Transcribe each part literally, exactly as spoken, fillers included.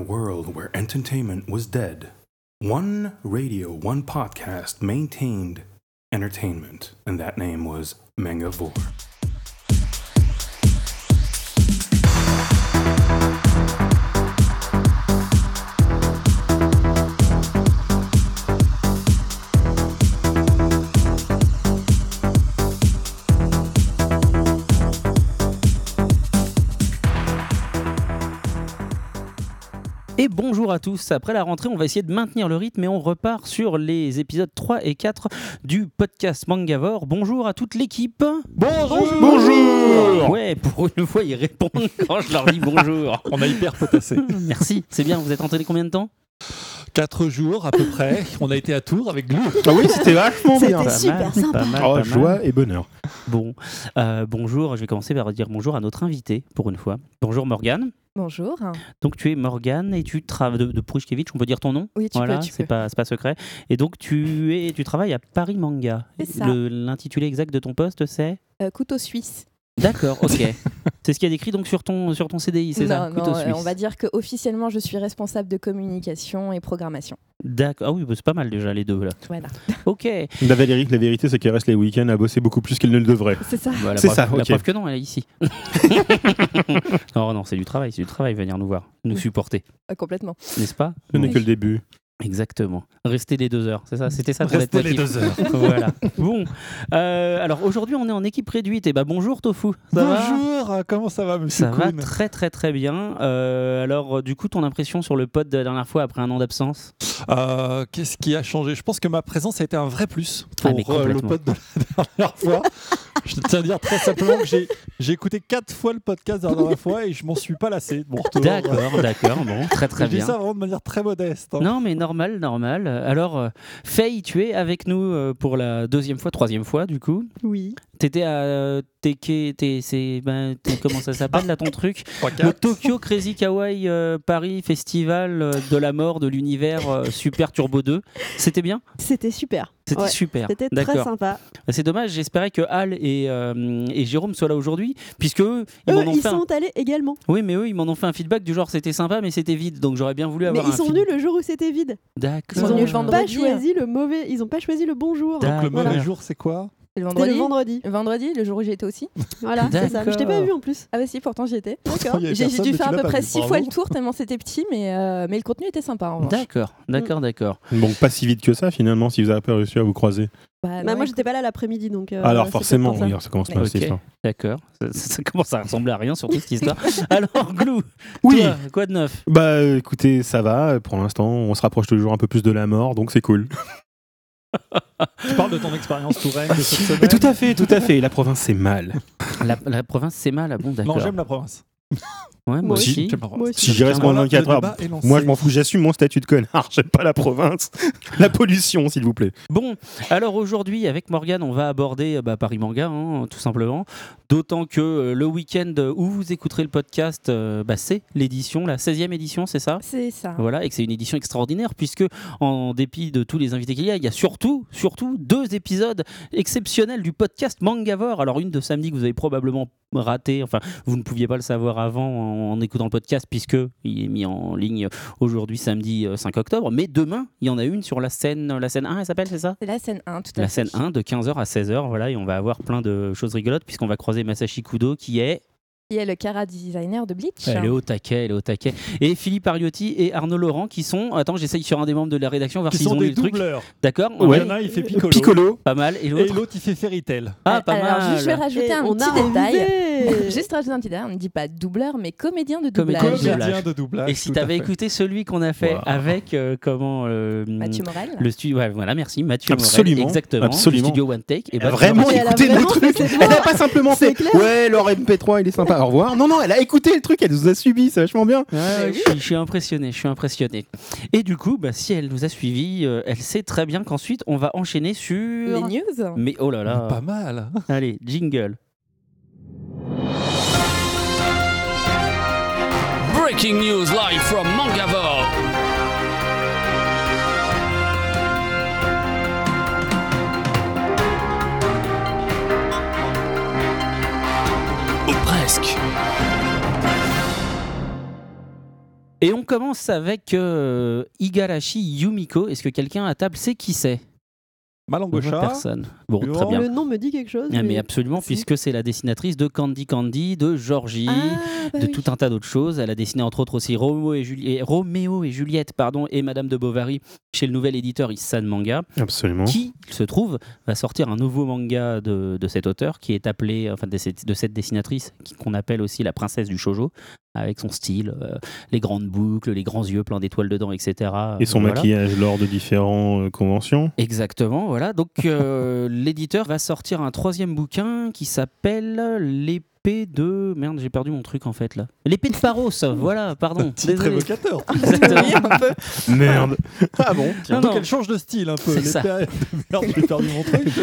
world where entertainment was dead, one radio, one podcast maintained entertainment, and that name was Mangavore. Et bonjour à tous, après la rentrée on va essayer de maintenir le rythme et on repart sur les épisodes trois et quatre du podcast Mangavore. Bonjour à toute l'équipe. Bonjour. Bonjour. Ouais, pour une fois ils répondent quand je leur dis bonjour. On a hyper potassé. Merci, c'est bien, vous êtes entraîné combien de temps ? Quatre jours à peu près, on a été à Tours avec Glou. Ah oui, c'était vachement C'était bien. super sympa. Pas mal, Oh, pas mal. joie et bonheur. Bon, euh, bonjour, je vais commencer par dire bonjour à notre invité pour une fois. Bonjour Morgane. Bonjour. Donc tu es Morgane et tu travailles de, de Prushkevich, on peut dire ton nom ? Oui, tu Voilà, peux, tu c'est peux. pas c'est pas secret. Et donc tu es tu travailles à Paris Manga. C'est ça. Le- l'intitulé exact de ton poste c'est ? Euh, couteau suisse. D'accord, ok. C'est ce qu'il y a décrit donc sur ton sur ton C D I, c'est non, ça ? non, Couteau euh, suisse. on va dire que officiellement je suis responsable de communication et programmation. D'accord. Ah oui, bah, c'est pas mal déjà les deux là. Voilà. Ok. La, Valérie, la vérité, c'est qu'elle reste les week-ends à bosser beaucoup plus qu'elle ne le devrait. C'est ça. Bah, la C'est preuve- ça, La ok. preuve que non, elle est ici. non, non, c'est du travail, c'est du travail venir nous voir, nous supporter, Euh, complètement. n'est-ce pas ? Ce n'est que le début. Exactement. Restez les deux heures, c'est ça, c'était ça. ton Restez les leitmotiv. deux heures. Voilà. Bon. Euh, alors aujourd'hui, on est en équipe réduite. Et bah bonjour Tofu. Ça va ? Bonjour, comment ça va monsieur Ça va Kuhn? très très très bien. Euh, alors euh, du coup, ton impression sur le pod de la dernière fois après un an d'absence ? Euh, Qu'est-ce qui a changé? Je pense que ma présence a été un vrai plus pour Ah, mais euh, le complètement. pod de la dernière fois. Je tiens à dire très simplement que j'ai, j'ai écouté quatre fois le podcast de la dernière fois et je m'en suis pas lassé de mon retour. D'accord, d'accord. Bon, très très Je dis bien. ça vraiment de manière très modeste. hein. Non, mais normal, normal. Alors, euh, Faye, tu es avec nous euh, pour la deuxième fois, troisième fois, du coup. Oui. T'étais à euh, Teke, t'es, c'est, ben, t'es- comment ça s'appelle là ton truc ? Trois, Le quatre. Tokyo Crazy Kawaii euh, Paris Festival euh, de la mort de l'univers euh, Super Turbo deux. C'était bien ? C'était super. C'était Ouais, super. C'était très D'accord. sympa. C'est dommage, j'espérais que Al et, euh, et Jérôme soient là aujourd'hui, puisque eux, ils Eux, m'en ont ils fait un... sont allés également. Oui, mais eux, ils m'en ont fait un feedback du genre c'était sympa, mais c'était vide, donc j'aurais bien voulu Mais avoir ils un sont feed- venus le jour où c'était vide. D'accord. Ils sont venus le Ils n'ont pas vendredi. choisi le mauvais. Ils ont pas choisi le bon jour. D'accord. Le mauvais Voilà. jour, c'est quoi? Et le C'était vendredi. le vendredi. Le vendredi, le jour où j'y étais aussi. Voilà, c'est ça. Mais je t'ai pas D'accord. vu en plus. Ah bah si, pourtant j'y étais. D'accord. Il y avait J'ai j'ai personne, dû mais faire tu à l'as peu pas près vu, six bravo. fois le tour tellement c'était petit, mais, euh, mais le contenu était sympa en revanche. D'accord, d'accord, d'accord. Donc pas si vite que ça finalement si vous n'avez pas réussi à vous croiser. Bah, Bah, non, moi, j'étais pas là l'après-midi, donc. euh, Alors c'est forcément, peut-être pour ça. oui, ça commence pas Ok, cette histoire. d'accord. Ça, ça- ça commence à ressembler à rien surtout cette histoire. Alors, Glou, Oui. toi, quoi de neuf ? Bah euh, écoutez, ça va. Pour l'instant, on se rapproche toujours un peu plus de la mort, donc c'est cool. Tu parles de ton expérience Touraine de cette semaine? Mais tout à fait, tout à fait. La province, c'est mal. la, la province, c'est mal, ah bon, d'accord. Non, j'aime la province. Ouais, moi Moi aussi. aussi. J'aime la province. Moi aussi. Si j'y reste moins de Voilà, vingt-quatre le heures, débat est lancé. moi je m'en fous, j'assume mon statut de connard. J'aime pas la province. La pollution, s'il vous plaît. Bon, alors aujourd'hui, avec Morgane, on va aborder euh, bah, Paris Manga, hein, tout simplement. D'autant que euh, le week-end où vous écouterez le podcast, euh, bah, c'est l'édition, la seizième édition, c'est ça ? C'est ça. Voilà, et que c'est une édition extraordinaire puisque, en dépit de tous les invités qu'il y a, il y a surtout, surtout deux épisodes exceptionnels du podcast Mangavore. Alors une de samedi que vous avez probablement raté, enfin vous ne pouviez pas le savoir avant en, en écoutant le podcast puisque il est mis en ligne aujourd'hui samedi euh, cinq octobre, mais demain il y en a une sur la scène, la scène un, elle s'appelle, c'est ça ? C'est la scène un, tout à La fait. scène un de quinze heures à seize heures, voilà, et on va avoir plein de choses rigolotes puisqu'on va croiser Masashi Kudo qui est... Qui est le Kara designer de Bleach. Elle est au taquet, elle est au taquet. Et Philippe Ariotti et Arnaud Laurent qui sont... Attends, j'essaye sur un des membres de la rédaction, voir Qui s'ils sont ont lu des le truc. doubleurs. D'accord. Ouais. Ouais. Il y en a un, il fait Piccolo. Piccolo. Pas mal. Et Et l'autre l'autre, il fait Fairy Tail. Ah, pas Alors, mal. juste, je vais rajouter Et un on petit a détail. enlevé. Juste rajouter un petit détail. On ne dit pas doubleur, mais comédien de Comédien doublage. de doublage. Comédien de doublage. Et si tout à t'avais fait. écouté celui qu'on a fait Wow. avec euh, comment euh, Mathieu Morel. le studio, ouais, voilà, merci Mathieu Morel, Absolument, exactement, absolument. le studio One Take. Et Elle a bah, vraiment Mais elle a écouté le vraiment truc. fait ses Elle a pas simplement C'est fait clair. ouais, leur M P trois il est sympa, au revoir. Non, non, elle a écouté le truc, elle nous a subi, c'est vachement bien. Ouais, ouais, je, suis, je suis impressionné, je suis impressionné. Et du coup, bah, si elle nous a suivis, euh, elle sait très bien qu'ensuite on va enchaîner sur Les news. Mais oh là là, Pas mal. allez, jingle. Breaking news live from Mangavore. Ou presque. Et on commence avec euh, Igarashi Yumiko. Est-ce que quelqu'un à table sait qui c'est ? Malangocha. Personne. Bon, Laurent, très bien. Le nom me dit quelque chose. Ah, mais mais- absolument, Si. puisque c'est la dessinatrice de Candy Candy, de Georgie, Ah, bah de oui. tout un tas d'autres choses. Elle a dessiné entre autres aussi Roméo et, Juli- et Roméo et Juliette pardon, et Madame de Bovary chez le nouvel éditeur Issan Manga, Absolument. qui, il se trouve, va sortir un nouveau manga de, de cet auteur qui est appelé, enfin de cette, de cette dessinatrice qui- qu'on appelle aussi la princesse du shoujo, avec son style, euh, les grandes boucles, les grands yeux pleins d'étoiles dedans, et cetera. Et son Voilà. maquillage lors de différentes euh, conventions. Exactement, voilà. Donc euh, l'éditeur va sortir un troisième bouquin qui s'appelle L'épée de... Merde, j'ai perdu mon truc en fait là. L'épée de Paros, voilà, pardon. Titre Désolé. évocateur. Exactement. Merde. Ah bon Non, Donc non. elle change de style un peu. C'est Les ça. périodes de merde, j'ai perdu mon truc.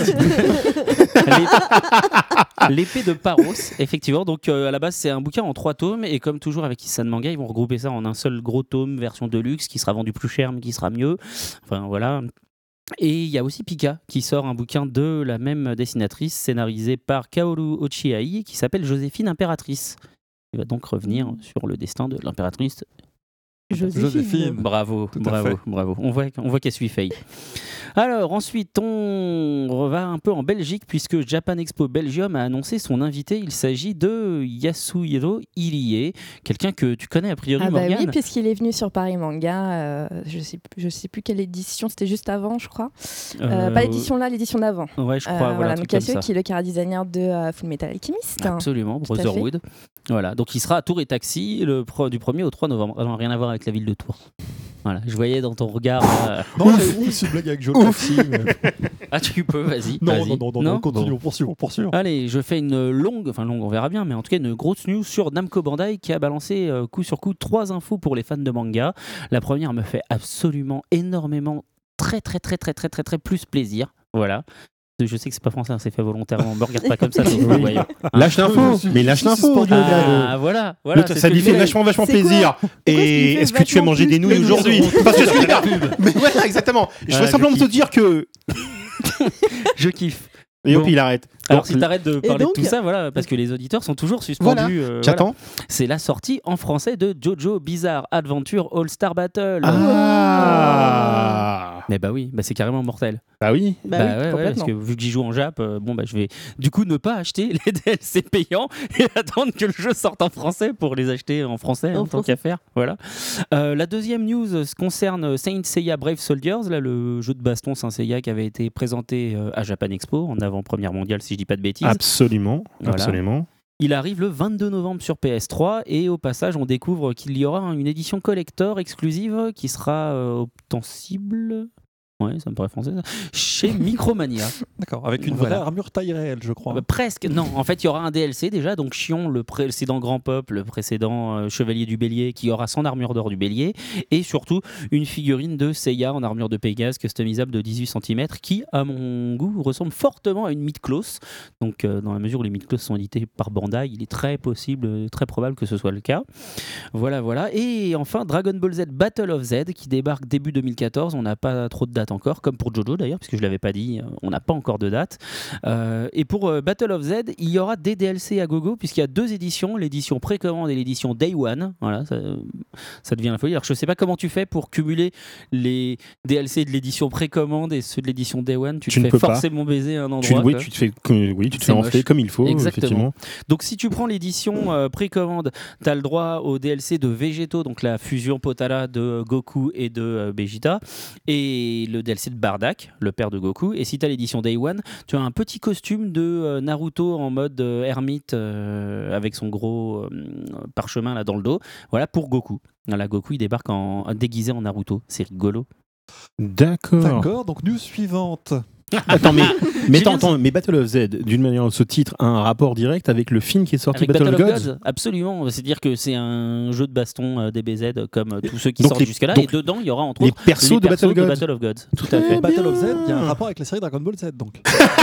L'ép- L'épée de Paros, effectivement. Donc euh, à la base, c'est un bouquin en trois tomes et comme toujours avec Issan Manga, ils vont regrouper ça en un seul gros tome, version deluxe, qui sera vendu plus cher mais qui sera mieux. Enfin voilà. Et il y a aussi Pika qui sort un bouquin de la même dessinatrice, scénarisé par Kaoru Ochiai, qui s'appelle Joséphine Impératrice. Il va donc revenir sur le destin de l'impératrice. Joséphine. Joséphine. Bravo, Tout à bravo, fait. bravo. On voit, on voit qu'elle suit Faye. Alors ensuite, on va un peu en Belgique puisque Japan Expo Belgium a annoncé son invité. Il s'agit de Yasuhiro Irie, quelqu'un que tu connais a priori, Ah bah Morgane. oui, puisqu'il est venu sur Paris Manga, euh, je sais plus, je sais plus quelle édition, c'était juste avant, je crois. Euh, Euh, pas l'édition là, l'édition d'avant. Ouais, je crois. Euh, voilà, voilà, un donc truc comme Yasuo ça. qui est le chara designer de euh, Full Metal Alchemist. Absolument, Tout à fait. Brotherhood. Voilà, donc il sera à Tours et Taxi le pro- du premier au trois novembre. Ah non, rien à voir avec la ville de Tours. Voilà, je voyais dans ton regard. là. Non, c'est c'est une blague avec Joe Taxi. mais- Ah, tu peux, vas-y. Non, vas-y. non, non, non, non, continue, on poursuit, on poursuit. Allez, je fais une longue, enfin longue, on verra bien, mais en tout cas une grosse news sur Namco Bandai qui a balancé euh, coup sur coup trois infos pour les fans de manga. La première me fait absolument énormément, très très très très très très très plus plaisir. Voilà. Je sais que c'est pas français, hein, c'est fait volontairement. Me regarde pas comme ça, c'est Oui. voyons. Lâche l'info. je suis- Mais lâche je suis l'info. suspendu. Ah, voilà, voilà. Le- c'est ça ce que lui je fait voulais. vachement, vachement C'est quoi plaisir. est-ce qu'il Et fait est-ce que tu as vachement mangé plus des nouilles plaisir aujourd'hui Parce que je suis là. Mais voilà, exactement. Je Ah, voudrais je simplement te kiffe. dire que. Je kiffe. Et hop, Bon. il arrête. Alors Bon, si t'arrêtes de parler donc de tout ça, voilà, parce que les auditeurs sont toujours suspendus. Voilà, euh, voilà. J'attends. C'est la sortie en français de Jojo Bizarre Adventure All Star Battle. Ah. Mais bah oui, bah c'est carrément mortel. Bah oui. Bah Bah oui. ouais, ouais, parce complètement. que vu que j'y joue en Jap, euh, bon bah je vais du coup ne pas acheter les D L C payants et attendre que le jeu sorte en français pour les acheter en français En en tant français. qu'à faire. Voilà. Euh, la deuxième news euh, concerne Saint Seiya Brave Soldiers, là le jeu de baston Saint Seiya qui avait été présenté euh, à Japan Expo en avant-première mondiale si je dis pas de bêtises. Absolument. Voilà. Absolument. Il arrive le vingt-deux novembre sur P S trois et au passage on découvre qu'il y aura une édition collector exclusive qui sera euh, obtensible. Ouais, ça me paraît français ça. Chez Micromania. D'accord, avec une Voilà. vraie armure taille réelle, je crois. Euh, presque. Non, en fait, il y aura un D L C déjà. Donc, Chion, le précédent Grand Peuple, le précédent euh, Chevalier du Bélier, qui aura son armure d'or du Bélier. Et surtout, une figurine de Seiya en armure de Pégase, customisable de dix-huit centimètres, qui, à mon goût, ressemble fortement à une Mythclos. Donc, euh, dans la mesure où les Mythclos sont édités par Bandai, il est très possible, euh, très probable que ce soit le cas. Voilà, voilà. Et enfin, Dragon Ball Z Battle of Z, qui débarque début deux mille quatorze. On n'a pas trop de date encore, comme pour Jojo d'ailleurs, puisque je ne l'avais pas dit, euh, on n'a pas encore de date. Euh, et pour euh, Battle of Z, il y aura des D L C à gogo, puisqu'il y a deux éditions, l'édition précommande et l'édition Day One. Voilà, ça, ça devient la folie. Alors je ne sais pas comment tu fais pour cumuler les D L C de l'édition précommande et ceux de l'édition Day One. Tu, Tu te ne fais peux pas. forcément baiser un endroit. Tu, oui, quoi. tu te fais, que- oui, tu te C'est fais moche. enfler comme il faut, Exactement. effectivement. Donc si tu prends l'édition euh, précommande, tu as le droit au D L C de Végéto, donc la fusion Potala de Goku et de euh, Vegeta, et le D L C de Bardock, le père de Goku. Et si tu as l'édition Day One, tu as un petit costume de euh, Naruto en mode euh, ermite euh, avec son gros euh, parchemin là dans le dos. Voilà pour Goku. Voilà, Goku il débarque en, déguisé en Naruto. C'est rigolo. D'accord. D'accord, donc news suivante. Attends, mais, mais, J'ai attends, bien- attends, mais Battle of Z, d'une manière, ce titre a un rapport direct avec le film qui est sorti, Avec Battle, of Gods. Absolument. C'est-à-dire que c'est un jeu de baston euh, D B Z comme euh, tous ceux qui Donc sortent les- jusque-là. donc Et dedans, il y aura entre Les autres persos, les de, persos Battle de Gods. Battle of Gods. Tout à fait. Battle of Z, il y a un bien. rapport avec la série Dragon Ball Z, donc.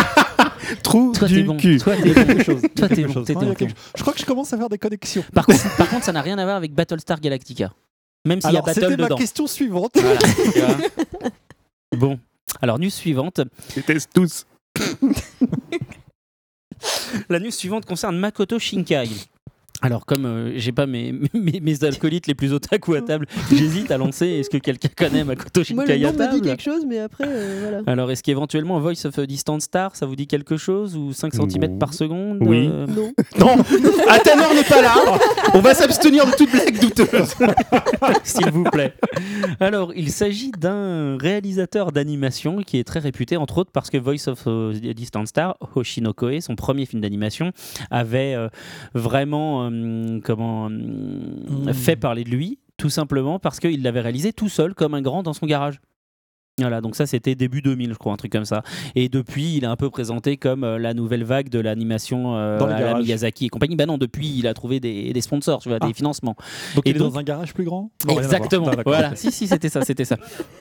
Trou Toi, t'es du bon. cul. Toi, t'es Il y a bon. quelque chose. il y a Toi, t'es quelque bon, chose. t'es Non, il y a bon. quelque- Je crois que je commence à faire des connexions. Par contre, par contre, ça n'a rien à voir avec Battlestar Galactica. Même s'il y a Alors, c'était Battle ma dedans. question suivante. Voilà, tu vois. Bon, alors news suivante. Je déteste tous. La news suivante concerne Makoto Shinkai. Alors, comme euh, j'ai pas mes, mes, mes acolytes les plus otaku à table, j'hésite à lancer. Est-ce que quelqu'un connaît Makoto Moi, Shinkai le à nom me dit table quelque chose, mais après, euh, voilà. Alors, est-ce qu'éventuellement Voice of a Distant Star, ça vous dit quelque chose? Ou cinq centimètres par seconde? Oui. euh, Non. Non, Athanor n'est pas là. On va s'abstenir de toute blague douteuse. S'il vous plaît. Alors, il s'agit d'un réalisateur d'animation qui est très réputé, entre autres parce que Voice of a Distant Star, Hoshino Koe, son premier film d'animation, avait euh, vraiment euh, comment, euh, Mmh. fait parler de lui, tout simplement parce qu'il l'avait réalisé tout seul, comme un grand dans son garage. Voilà, donc ça c'était début deux mille, je crois, un truc comme ça. Et depuis, il est un peu présenté comme euh, la nouvelle vague de l'animation euh, Dans le à la garage. Miyazaki et compagnie. Bah non, depuis, il a trouvé des, des sponsors, tu vois, Ah. des financements. Donc Et il est donc- dans un garage plus grand? Non, rien à voir. Exactement. Ah, d'accord. Voilà. Si, si, c'était ça, c'était ça.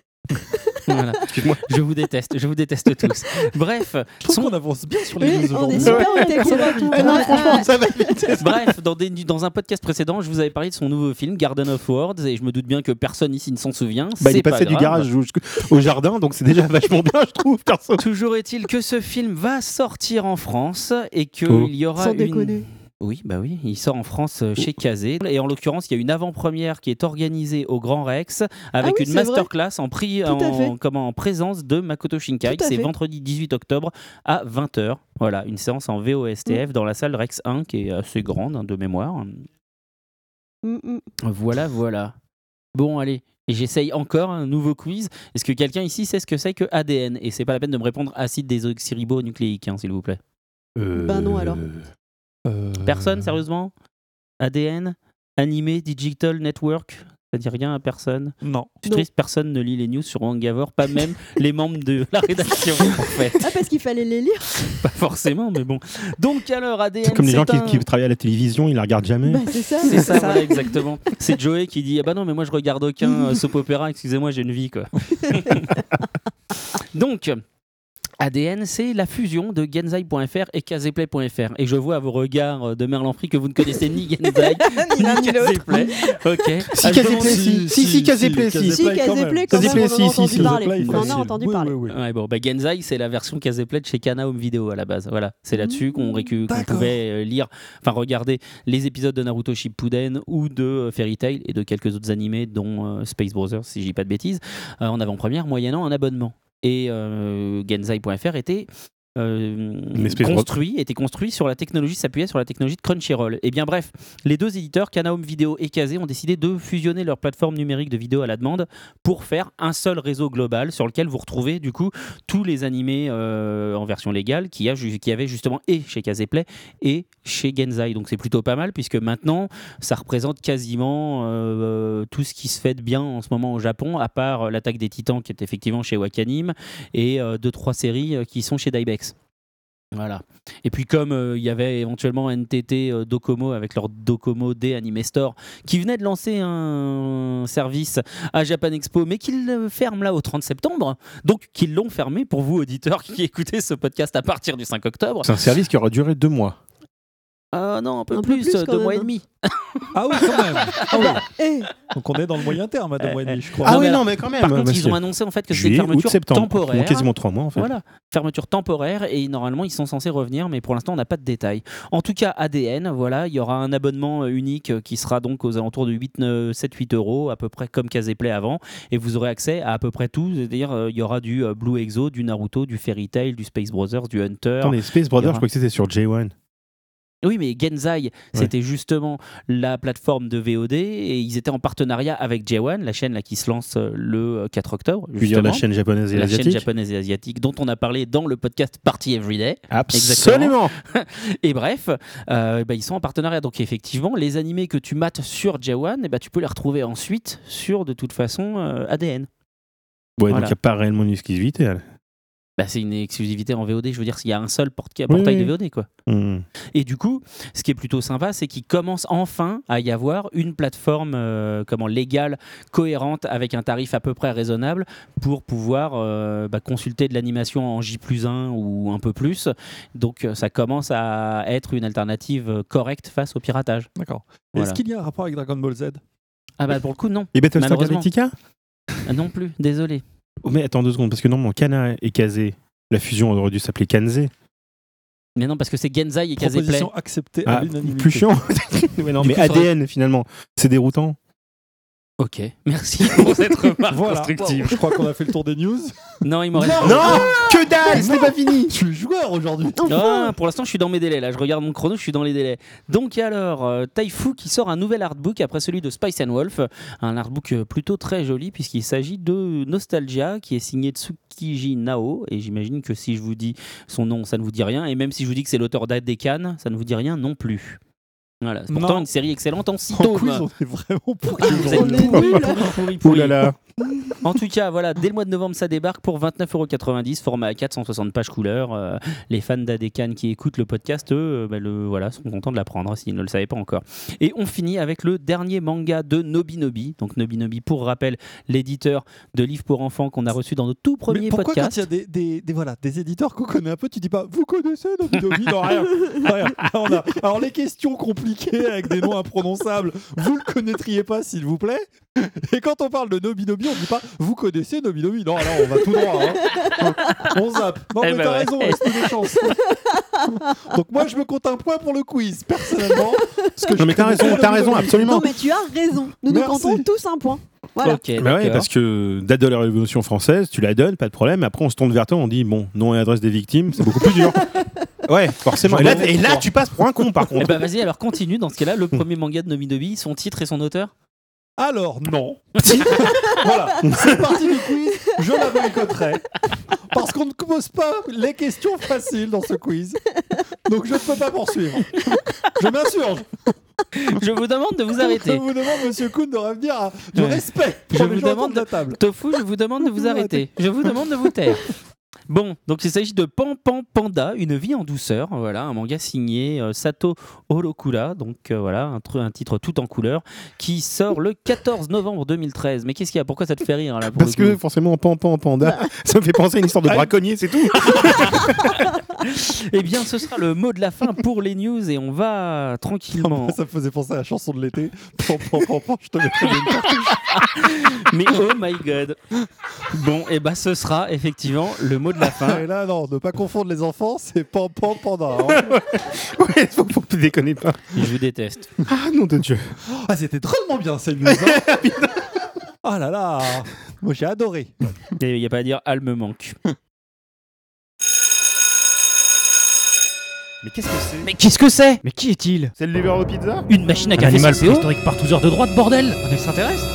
Voilà. Excuse-moi. Je vous déteste, je vous déteste tous. Bref, Je trouve son- qu'on avance bien sur les Oui, news on est aujourd'hui. super au taquet partout. Ah non, Ouais, franchement, ouais. ça va vite. bref, dans, des- dans un podcast précédent, je vous avais parlé de son nouveau film Garden of Words et je me doute bien que personne ici ne s'en souvient. Bah, il C'est est pas passé du grave. garage jusqu'au- au jardin, donc c'est déjà vachement bien, je trouve, perso. Toujours est-il que ce film va sortir en France et qu'il Oh. y aura Sans une... déconner. Oui, bah oui, il sort en France euh, chez Kazé. Et en l'occurrence, il y a une avant-première qui est organisée au Grand Rex avec Ah oui, une c'est masterclass en, pri- Tout à en, fait. comment, en présence de Makoto Shinkai. Tout à C'est fait. vendredi dix-huit octobre à vingt heures. Voilà, une séance en V O S T F dans la salle Rex un qui est assez grande, hein, de mémoire. Mm, mm. Voilà, voilà. Bon, allez. Et j'essaye encore un nouveau quiz. Est-ce que quelqu'un ici sait ce que c'est que A D N? Et c'est pas la peine de me répondre acide désoxyribonucléique, hein, s'il vous plaît. Euh, Bah non, alors. Euh, Personne, sérieusement? A D N? Animé Digital Network? Ça dit rien à personne? Non. Je suis Non. triste, personne ne lit les news sur Mangavore, pas même les membres de la rédaction, en fait. Ah, parce qu'il fallait les lire. Pas forcément, mais bon. Donc alors, A D N, C'est comme les c'est gens qui, un- qui travaillent à la télévision, ils la regardent jamais. Bah, c'est ça. C'est ça, voilà, exactement. C'est Joey qui dit ah bah non mais moi je regarde aucun euh, soap opéra, excusez-moi j'ai une vie quoi. Donc A D N, c'est la fusion de Genzai point F R et Kazéplay point F R. Et je vois à vos regards de Merlanfri que vous ne connaissez ni Genzai Ni l'un ni l'autre. Kazéplay. Ok. Si, Ah, je Kazéplay, demande- si. Si, si, Kazéplay, si. Si, quand même. Kazéplay, quand même, Kazéplay, on en a si, si, entendu si. parler. Kazéplay, On en a facile. entendu Oui, parler. oui, oui. Ouais, bon, bah, Genzai, c'est la version Kazéplay de chez Kana Home Video à la base. Voilà, c'est là-dessus qu'on, récu- qu'on D'accord. pouvait euh, lire, enfin regarder les épisodes de Naruto Shippuden ou de euh, Fairy Tail et de quelques autres animés, dont euh, Space Brothers, si je dis pas de bêtises, euh, en avant-première, moyennant un abonnement. Et euh, Genzai point F R était euh, Une espèce de- construit, était construit sur la technologie, s'appuyait sur la technologie de Crunchyroll. Et bien bref, les deux éditeurs, Kana Home Video et Kazé, ont décidé de fusionner leur plateforme numérique de vidéo à la demande pour faire un seul réseau global sur lequel vous retrouvez du coup tous les animés euh, en version légale qui, a, ju- qui avait justement et chez Kazéplay et chez Genzai. Donc c'est plutôt pas mal puisque maintenant ça représente quasiment euh, tout ce qui se fait de bien en ce moment au Japon, à part euh, l'Attaque des Titans qui est effectivement chez Wakanim et euh, deux trois séries euh, qui sont chez Daibex. Voilà. Et puis comme euh, il y avait éventuellement N T T euh, Docomo avec leur Docomo D Anime Store qui venait de lancer un service à Japan Expo mais qu'ils le ferment là au trente septembre, donc qu'ils l'ont fermé pour vous auditeurs qui écoutez ce podcast à partir du cinq octobre. C'est un service qui aura duré deux mois. Ah non, un peu Un peu plus, plus, euh, quand deux même, mois et hein. demi. Ah oui, quand même. Ah oui. Eh, Donc on est dans le moyen terme à deux mois et demi, je crois. Ah Non, oui, mais non, alors, mais quand même. Par contre, parce ils ont que annoncé en fait que c'était juillet, août, fermeture septembre. temporaire. Bon, quasiment trois mois en fait. Voilà, fermeture temporaire et normalement ils sont censés revenir, mais pour l'instant on n'a pas de détails. En tout cas, A D N, voilà, il y aura un abonnement euh, unique euh, qui sera donc aux alentours de huit, sept huit euros, à peu près comme Kazéplay avant, et vous aurez accès à à peu près tout, c'est-à-dire euh, il y aura du euh, Blue Exo, du Naruto, du Fairy Tail, du Space Brothers, du Hunter. Attendez, Space Brothers, Il y aura- je crois que c'était sur J un. Oui, mais Genzai, c'était justement la plateforme de V O D et ils étaient en partenariat avec J un, la chaîne là, qui se lance euh, le quatre octobre. Je veux dire la justement. chaîne japonaise et La chaîne asiatique. japonaise et asiatique dont on a parlé dans le podcast Party Everyday. Absolument. Et bref, euh, bah, ils sont en partenariat. Donc effectivement, les animés que tu mates sur J un, eh ben, tu peux les retrouver ensuite sur de toute façon euh, A D N. Ouais, Voilà. donc il n'y a pas réellement une exclusivité. là. Bah, c'est une exclusivité en V O D. Je veux dire, s'il y a un seul porte- Oui, portail oui. de V O D, quoi. Hmm. Et du coup, ce qui est plutôt sympa, c'est qu'il commence enfin à y avoir une plateforme euh, comment, légale, cohérente, avec un tarif à peu près raisonnable pour pouvoir euh, bah, consulter de l'animation en J plus un ou un peu plus. Donc euh, ça commence à être une alternative euh, correcte face au piratage. D'accord. Voilà. Est-ce qu'il y a un rapport avec Dragon Ball Z? Ah bah pour le coup, non. Et Battlestar Malheureusement. Galactica Ah, non plus, désolé. Oh, mais attends deux secondes, parce que normalement, Kana et Kazé, la fusion aurait dû s'appeler Kanzé. Mais non, parce que c'est Genzai et Kazeplay. Proposition acceptée à Ah, l'unanimité. plus chiant. Ouais, non, Du mais coup, A D N finalement, c'est déroutant. Ok, merci pour cette remarque Voilà. constructive. Je crois qu'on a fait le tour des news. Non, il m'en reste Non, que dalle, ce n'est pas fini. Je suis joueur aujourd'hui. Non, pour l'instant, je suis dans mes délais. Là, je regarde mon chrono, je suis dans les délais. Donc, alors, euh, Taifu qui sort un nouvel artbook après celui de Spice and Wolf. Un artbook euh, plutôt très joli, puisqu'il s'agit de Nostalgia, qui est signé Tsukiji Nao. Et j'imagine que si je vous dis son nom, ça ne vous dit rien. Et même si je vous dis que c'est l'auteur d'Adekan, ça ne vous dit rien non plus. Voilà, c'est pourtant Non. une série excellente en six En tomes. quiz, on est vraiment pour Ah, vous êtes On est pourris, nuls. pourris, pourris, Ouh pourris. là là. En tout cas, voilà, dès le mois de novembre, ça débarque pour vingt-neuf euros quatre-vingt-dix, format A quatre, cent soixante pages couleur. Euh, les fans d'Adekan qui écoutent le podcast, eux, euh, bah, le, voilà, sont contents de l'apprendre s'ils ne le savaient pas encore. Et on finit avec le dernier manga de Nobinobi. Donc Nobinobi, pour rappel, l'éditeur de livres pour enfants qu'on a reçu dans notre tout premier Mais pourquoi podcast. quand il y a des, des, des, voilà, des éditeurs qu'on connaît un peu, tu dis pas vous connaissez Nobinobi? Non, rien. rien. Là, on a- Alors les questions compliquées avec des noms imprononçables, vous le connaîtriez pas s'il vous plaît. Et quand on parle de Nobinobi, on dit pas vous connaissez Nobinobi? Non, là on va tout droit. Hein. On zappe. Non Eh mais ben t'as ouais. raison, laisse-nous des chances. Donc moi je me compte un point pour le quiz, personnellement. Parce que Non je mais t'as connais raison, pas t'as raison, Nobinobi. absolument. Non, mais tu as raison. Nous nous Merci. comptons tous un point. Voilà. Ok, Bah ouais, d'accord. parce que date de la Révolution française, tu la donnes, pas de problème. Après, on se tourne vers toi, on dit bon, nom et adresse des victimes, c'est beaucoup plus dur. Ouais, forcément. Et là, et là, tu passes pour un con, par Eh contre. ben vas-y, alors continue dans ce cas-là, le premier manga de Nobinobi, son titre et son auteur. Alors non. Voilà, c'est parti du quiz, je la boycotterai. Parce qu'on ne pose pas les questions faciles dans ce quiz. Donc je ne peux pas poursuivre. Je m'insurge. Je vous demande de vous Je arrêter. vous demande, monsieur Kuhn, de revenir à du Ouais. respect Je pour vous les gens autour demande de la table. Tofu, je vous demande de vous arrêter. Je vous demande de vous taire. Bon, donc il s'agit de Pan Pan Panda, une vie en douceur. Voilà, un manga signé euh, Sato Holokura. Donc euh, voilà, un, tr- un titre tout en couleur qui sort le quatorze novembre deux mille treize. Mais qu'est-ce qu'il y a? Pourquoi ça te fait rire là pour Parce le que coup forcément, pan, pan, panda, ça me fait penser à une histoire de braconnier, c'est tout. Eh bien, ce sera le mot de la fin pour les news et on va tranquillement. Ça me faisait penser à la chanson de l'été. Pan, pan, pan, pan, je te mettrai une cartouche. Mais oh my god. Bon, et bah ce sera effectivement le mot de la fin. Et là, non, ne pas confondre les enfants, c'est pan, pan, panda. hein. Ouais, faut, faut que tu déconnes pas. Je vous déteste. Ah non de Dieu. Ah, c'était drôlement bien cette news. hein. Ah là là, moi j'ai adoré. Il n'y a pas à dire, Al me manque. Mais qu'est-ce que c'est? Mais qu'est-ce que c'est? Mais qui est-il? C'est le livreur de pizza? Une machine à Un café animal sans C O? préhistorique par tous heures de droite, bordel! Un extraterrestre?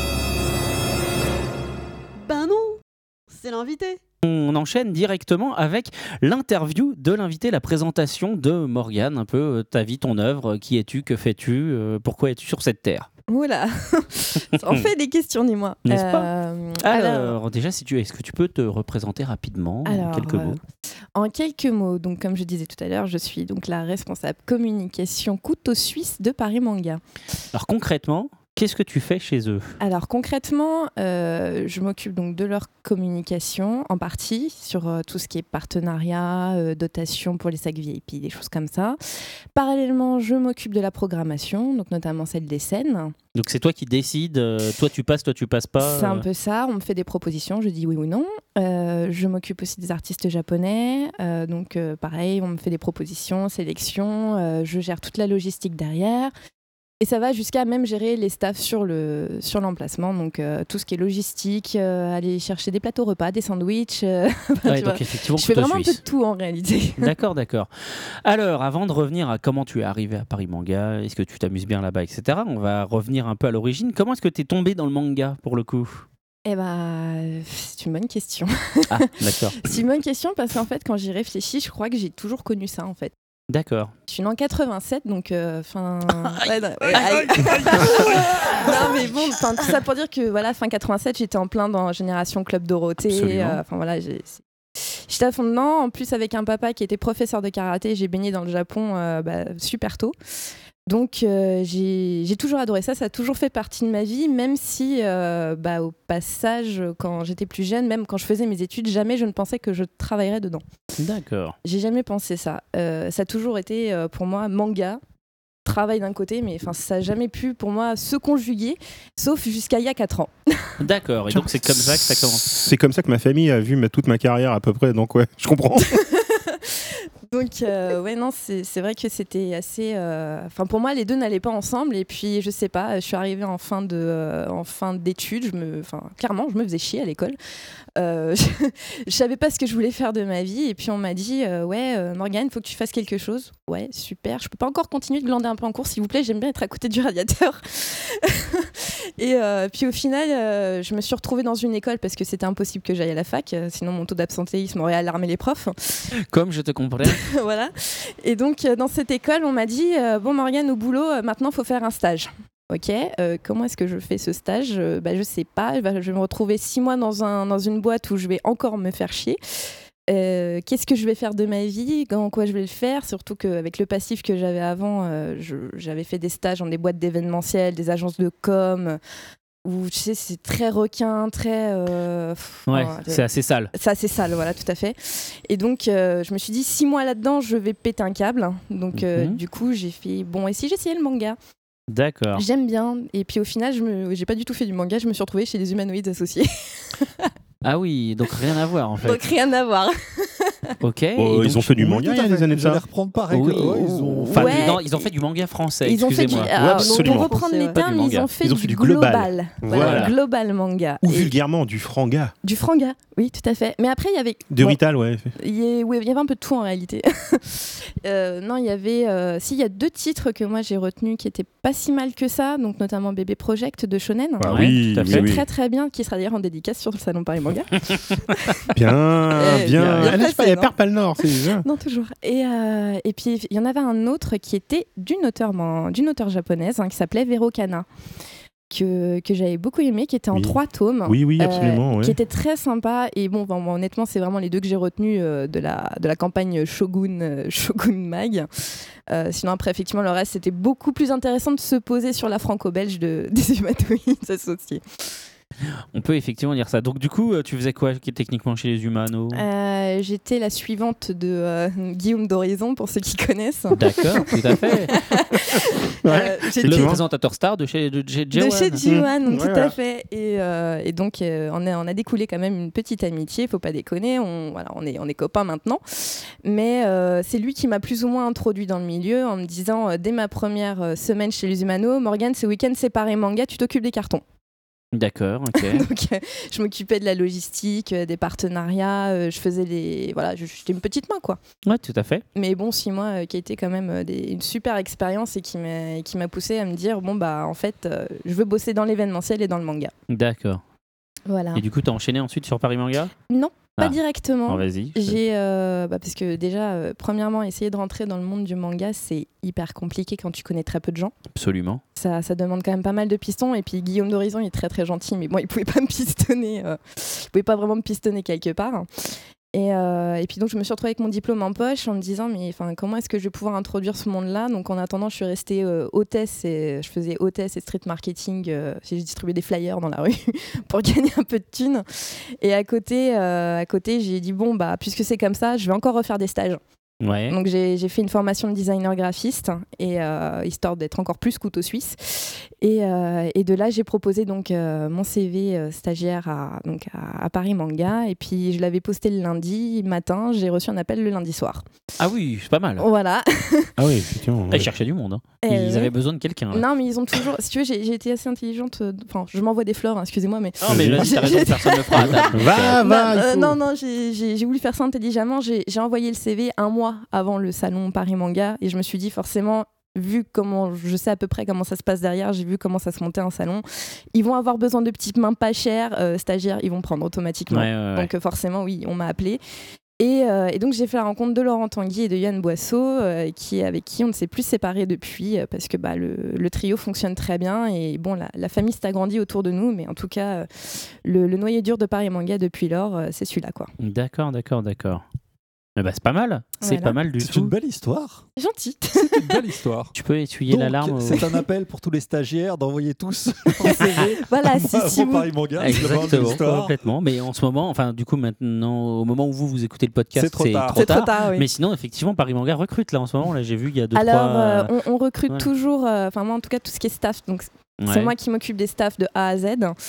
Ben non, c'est l'invité. On enchaîne directement avec l'interview de l'invité, la présentation de Morgane, un peu euh, ta vie, ton œuvre, qui es-tu, que fais-tu, euh, pourquoi es-tu sur cette terre? Oula, on fait des questions, dis-moi. N'est-ce pas Euh, Alors, déjà, si tu, est-ce que tu peux te représenter rapidement en Alors, quelques euh, mots? En quelques mots, donc comme je disais tout à l'heure, je suis donc la responsable communication couteau suisse de Paris Manga. Alors concrètement, qu'est-ce que tu fais chez eux? Alors concrètement, euh, je m'occupe donc de leur communication en partie sur euh, tout ce qui est partenariat, euh, dotation pour les sacs V I P, des choses comme ça. Parallèlement, je m'occupe de la programmation, donc notamment celle des scènes. Donc c'est toi qui décides, euh, toi tu passes, toi tu passes pas. C'est un euh, peu ça, on me fait des propositions, je dis oui ou non. Euh, je m'occupe aussi des artistes japonais, euh, donc euh, pareil, on me fait des propositions, sélection, euh, je gère toute la logistique derrière. Et ça va jusqu'à même gérer les staffs sur, le, sur l'emplacement, donc euh, tout ce qui est logistique, euh, aller chercher des plateaux repas, des sandwichs. euh, enfin, ouais, tu vois. donc effectivement, Je fais couteau vraiment un peu suisse. de tout en réalité. D'accord, d'accord. Alors, avant de revenir à comment tu es arrivé à Paris Manga, est-ce que tu t'amuses bien là-bas, et cetera, on va revenir un peu à l'origine. Comment est-ce que tu es tombé dans le manga, pour le coup? Eh ben, c'est une bonne question. Ah, d'accord. C'est une bonne question parce qu'en fait, quand j'y réfléchis, je crois que j'ai toujours connu ça en fait. D'accord. Je suis née en quatre-vingt-sept, donc euh, fin. Ouais, non, ouais, aïe. Non, mais bon, 'fin, tout ça pour dire que voilà, fin quatre-vingt-sept, j'étais en plein dans Génération Club Dorothée. Absolument. euh, Enfin voilà, j'ai- j'étais à fond dedans. En plus, avec un papa qui était professeur de karaté, j'ai baigné dans le Japon euh, bah, super tôt. Donc euh, j'ai j'ai toujours adoré ça, ça a toujours fait partie de ma vie, même si euh, bah, au passage, quand j'étais plus jeune, même quand je faisais mes études, jamais je ne pensais que je travaillerais dedans. D'accord. J'ai jamais pensé ça. Euh, ça a toujours été euh, pour moi manga, travail d'un côté, mais enfin ça n'a jamais pu pour moi se conjuguer, sauf jusqu'à il y a quatre ans. D'accord. Et donc c'est comme ça que ça commence. C'est comme ça que ma famille a vu ma- toute ma carrière à peu près, donc ouais, je comprends. Donc, euh, ouais, non, c'est, c'est vrai que c'était assez. Enfin, euh... pour moi, les deux n'allaient pas ensemble. Et puis, je sais pas, je suis arrivée en fin, de, euh, en fin d'études. Je me... enfin, clairement, je me faisais chier à l'école. Euh, je... je savais pas ce que je voulais faire de ma vie. Et puis, on m'a dit euh, ouais, euh, Morgane, il faut que tu fasses quelque chose. Ouais, super. Je peux pas encore continuer de glander un peu en cours, s'il vous plaît. J'aime bien être à côté du radiateur. Et euh, puis, au final, euh, je me suis retrouvée dans une école parce que c'était impossible que j'aille à la fac. Sinon, mon taux d'absentéisme aurait alarmé les profs. Comme je te comprends. Voilà. Et donc, euh, dans cette école, on m'a dit euh, bon, Morgane, au boulot, euh, maintenant, il faut faire un stage. Ok, euh, comment est-ce que je fais ce stage euh, bah, Je sais pas. Je vais me retrouver six mois dans, un, dans une boîte où je vais encore me faire chier. Euh, qu'est-ce que je vais faire de ma vie, en quoi je vais le faire, surtout qu'avec le passif que j'avais avant, euh, je, j'avais fait des stages dans des boîtes d'événementiel, des agences de com, où tu sais, c'est très requin, très... Euh, ouais, enfin, c'est assez sale. C'est assez sale, voilà, tout à fait. Et donc, euh, je me suis dit, six mois là-dedans, je vais péter un câble. Donc, euh, Mhm. du coup, j'ai fait, bon, et si j'essayais le manga ? D'accord. J'aime bien. Et puis, au final, je me... j'ai pas du tout fait du manga, je me suis retrouvée chez les humanoïdes associés. Ah oui, donc rien à voir en fait. Donc, rien à voir. Ok. Et Oh, donc, ils ont fait du manga il y a des années de J'allais ça. reprendre pareil. Oui. que- ouais, ils ont... Enfin, Ouais. non, ils ont fait du manga français. Ils ont fait du, excusez-moi. alors, absolument. pour reprendre les Pas du termes, ils manga. ont fait Ils ont du, fait du global. global. Voilà, Voilà. global manga. Ou Et vulgairement du franga. du franga, oui, tout à fait. Mais après, il y avait. De bon, Rital, ouais. il y, a- ouais, il y avait un peu de tout en réalité. Euh, non, il y avait. Euh, si, il y a deux titres que moi j'ai retenus qui étaient pas si mal que ça, donc notamment Bébé Project de Shonen. Ah Ouais, oui, tout à oui, fait. C'est oui. très très bien, qui sera d'ailleurs en dédicace sur le salon Paris Manga. Bien, Eh, bien. bien Ah, n'est-ce pas, passé, il y a non Père Pal Nord, c'est ça. Non, toujours. Et, euh, et puis, il y en avait un autre qui était d'une auteure, man- d'une auteure japonaise hein, qui s'appelait Vero Kana, que, que j'avais beaucoup aimé, qui était en Oui. trois tomes. Oui, oui, euh, absolument. ouais. Qui était très sympa. Et bon, bon, bon, honnêtement, c'est vraiment les deux que j'ai retenus euh, de, la, de la campagne Shogun, euh, Shogun Mag. Euh, sinon, après, effectivement, le reste, c'était beaucoup plus intéressant de se poser sur la franco-belge de, des humanoïdes associés. On peut effectivement dire ça. Donc du coup, euh, tu faisais quoi qui est techniquement chez les Humano Euh, j'étais la suivante de euh, Guillaume d'Horizon, pour ceux qui connaissent. D'accord, tout à fait. Euh, j'étais- Le présentateur star de chez de chez J de un. chez G un, Mmh. tout Voilà. à fait. Et, euh, et donc, euh, on, a, on a découlé quand même une petite amitié, faut pas déconner. On, voilà, on, est, on est copains maintenant. Mais euh, c'est lui qui m'a plus ou moins introduit dans le milieu en me disant, euh, dès ma première euh, semaine chez les Humano, Morgane, ce week-end séparé manga, tu t'occupes des cartons. D'accord, ok. Donc, euh, je m'occupais de la logistique, euh, des partenariats, euh, je faisais les. Voilà, je- j'étais une petite main, quoi. Ouais, tout à fait. Mais bon, six mois euh, qui a été quand même euh, des- une super expérience et qui m'a, qui m'a poussé à me dire bon, bah, en fait, euh, je veux bosser dans l'événementiel et dans le manga. D'accord. Voilà. Et du coup, t'as enchaîné ensuite sur Paris Manga Non, pas Ah. directement. Bon, vas-y. J'ai, euh, bah, parce que déjà, euh, premièrement, essayer de rentrer dans le monde du manga, c'est hyper compliqué quand tu connais très peu de gens. Absolument. Ça, ça demande quand même pas mal de pistons. Et puis Guillaume d'Horizon, il est très très gentil, mais bon, il pouvait pas me pistonner. Euh, il pouvait pas vraiment me pistonner quelque part. Et, euh, et puis donc je me suis retrouvée avec mon diplôme en poche en me disant mais enfin comment est-ce que je vais pouvoir introduire ce monde-là. Donc en attendant je suis restée euh, hôtesse et je faisais hôtesse et street marketing. Euh, j'ai distribué des flyers dans la rue pour gagner un peu de thunes. Et à côté, euh, à côté j'ai dit bon bah puisque c'est comme ça je vais encore refaire des stages. Ouais. Donc j'ai, j'ai fait une formation de designer graphiste et euh, histoire d'être encore plus couteau suisse. Et, euh, et de là j'ai proposé donc euh, mon C V euh, stagiaire à, donc à, à Paris Manga et puis je l'avais posté le lundi matin. J'ai reçu un appel le lundi soir. Ah oui, c'est pas mal. Voilà. Ah oui, effectivement. Ils ouais. cherchaient du monde. hein. Et Ils ouais. avaient besoin de quelqu'un. là. Non mais ils ont toujours. Si tu veux j'ai, j'ai été assez intelligente. euh, Enfin je m'envoie des fleurs. hein, excusez-moi mais. Non, mais vas-y, t'as raison, personne ne le fera. à table. Va, Non, va, il euh, faut. non, non, j'ai, j'ai, j'ai voulu faire ça intelligemment. J'ai, j'ai envoyé le C V un mois avant le salon Paris Manga et je me suis dit forcément, vu comment je sais à peu près comment ça se passe derrière, j'ai vu comment ça se montait un salon. Ils vont avoir besoin de petites mains pas chères, euh, stagiaires, ils vont prendre automatiquement. Ouais, ouais, ouais. Donc euh, forcément, oui, on m'a appelé. Et, euh, et donc j'ai fait la rencontre de Laurent Tanguy et de Yann Boisseau, euh, qui, avec qui on ne s'est plus séparés depuis, euh, parce que bah, le, le trio fonctionne très bien. Et bon, la, la famille s'est agrandie autour de nous, mais en tout cas, euh, le, le noyau dur de Paris Manga depuis lors, euh, c'est celui-là, quoi. D'accord, d'accord, d'accord. Eh ben, c'est pas mal. C'est Voilà. pas mal du C'est tout. une belle histoire. Gentil. C'est une belle histoire. Tu peux essuyer Donc, l'alarme. au- c'est un appel pour tous les stagiaires d'envoyer tous un C V. Voilà, à si, moi, si avant vous... Paris Manga, c'est la belle Exactement, histoire. complètement. Mais en ce moment, enfin, du coup, maintenant, au moment où vous vous écoutez le podcast, C'est trop c'est tard. trop C'est tard. trop tard, oui. Mais sinon, effectivement, Paris Manga recrute là en ce moment. Là, j'ai vu il y a deux Alors, trois. euh, on, on recrute ouais. toujours, euh, enfin moi en tout cas, tout ce qui est staff. Donc, Ouais. c'est moi qui m'occupe des staffs de A à Z.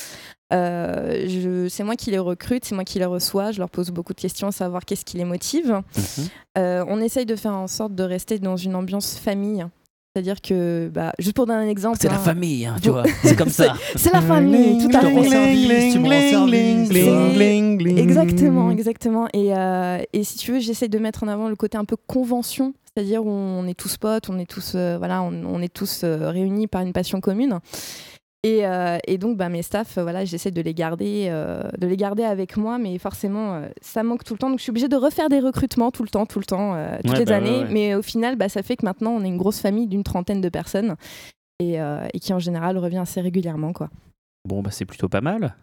Euh, je, c'est moi qui les recrute, c'est moi qui les reçois, je leur pose beaucoup de questions à savoir qu'est-ce qui les motive. Mhm. Euh, on essaye de faire en sorte de rester dans une ambiance famille. C'est-à-dire que, bah, juste pour donner un exemple... C'est la hein, famille, hein, tu bon, vois. C'est comme ça. C'est la famille, tout à te rends fait. service, tu me rends service, tu vois. Exactement, exactement. Et, euh, et si tu veux, j'essaie de mettre en avant le côté un peu convention, c'est-à-dire où on est tous potes, on est tous, euh, voilà, on, on est tous euh, réunis par une passion commune. Et, euh, et donc, bah, mes staffs, euh, voilà, j'essaie de les garder, euh, de les garder avec moi, mais forcément, euh, ça manque tout le temps. Donc, je suis obligée de refaire des recrutements tout le temps, tout le temps, euh, toutes Ouais, les bah, années. ouais, ouais. Mais au final, bah, ça fait que maintenant, on est une grosse famille d'une trentaine de personnes et, euh, et qui, en général, revient assez régulièrement, quoi. Bon, bah c'est plutôt pas mal.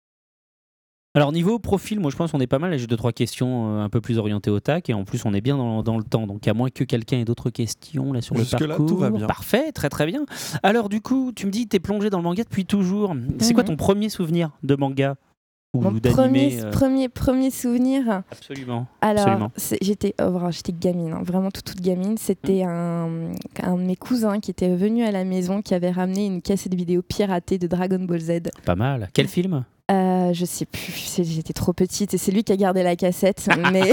Alors, niveau profil, moi je pense qu'on est pas mal. J'ai deux, trois questions euh, un peu plus orientées au tac. Et en plus, on est bien dans, dans le temps. Donc, à moins que quelqu'un ait d'autres questions là sur le Jusque-là, parcours. tout va bien. Parfait, très très bien. Alors, du coup, tu me dis, t'es plongé dans le manga depuis toujours. C'est Mhm. quoi ton premier souvenir de manga ou Mon d'animé premier, euh, premier, premier souvenir, Absolument. alors Absolument. c'est- j'étais, oh, vraiment, j'étais gamine, hein, vraiment toute, toute gamine. C'était un, un de mes cousins qui était venu à la maison, qui avait ramené une cassette vidéo piratée de Dragon Ball Z. Pas mal. Quel film Euh, je sais plus, c'est- j'étais trop petite et c'est lui qui a gardé la cassette. mais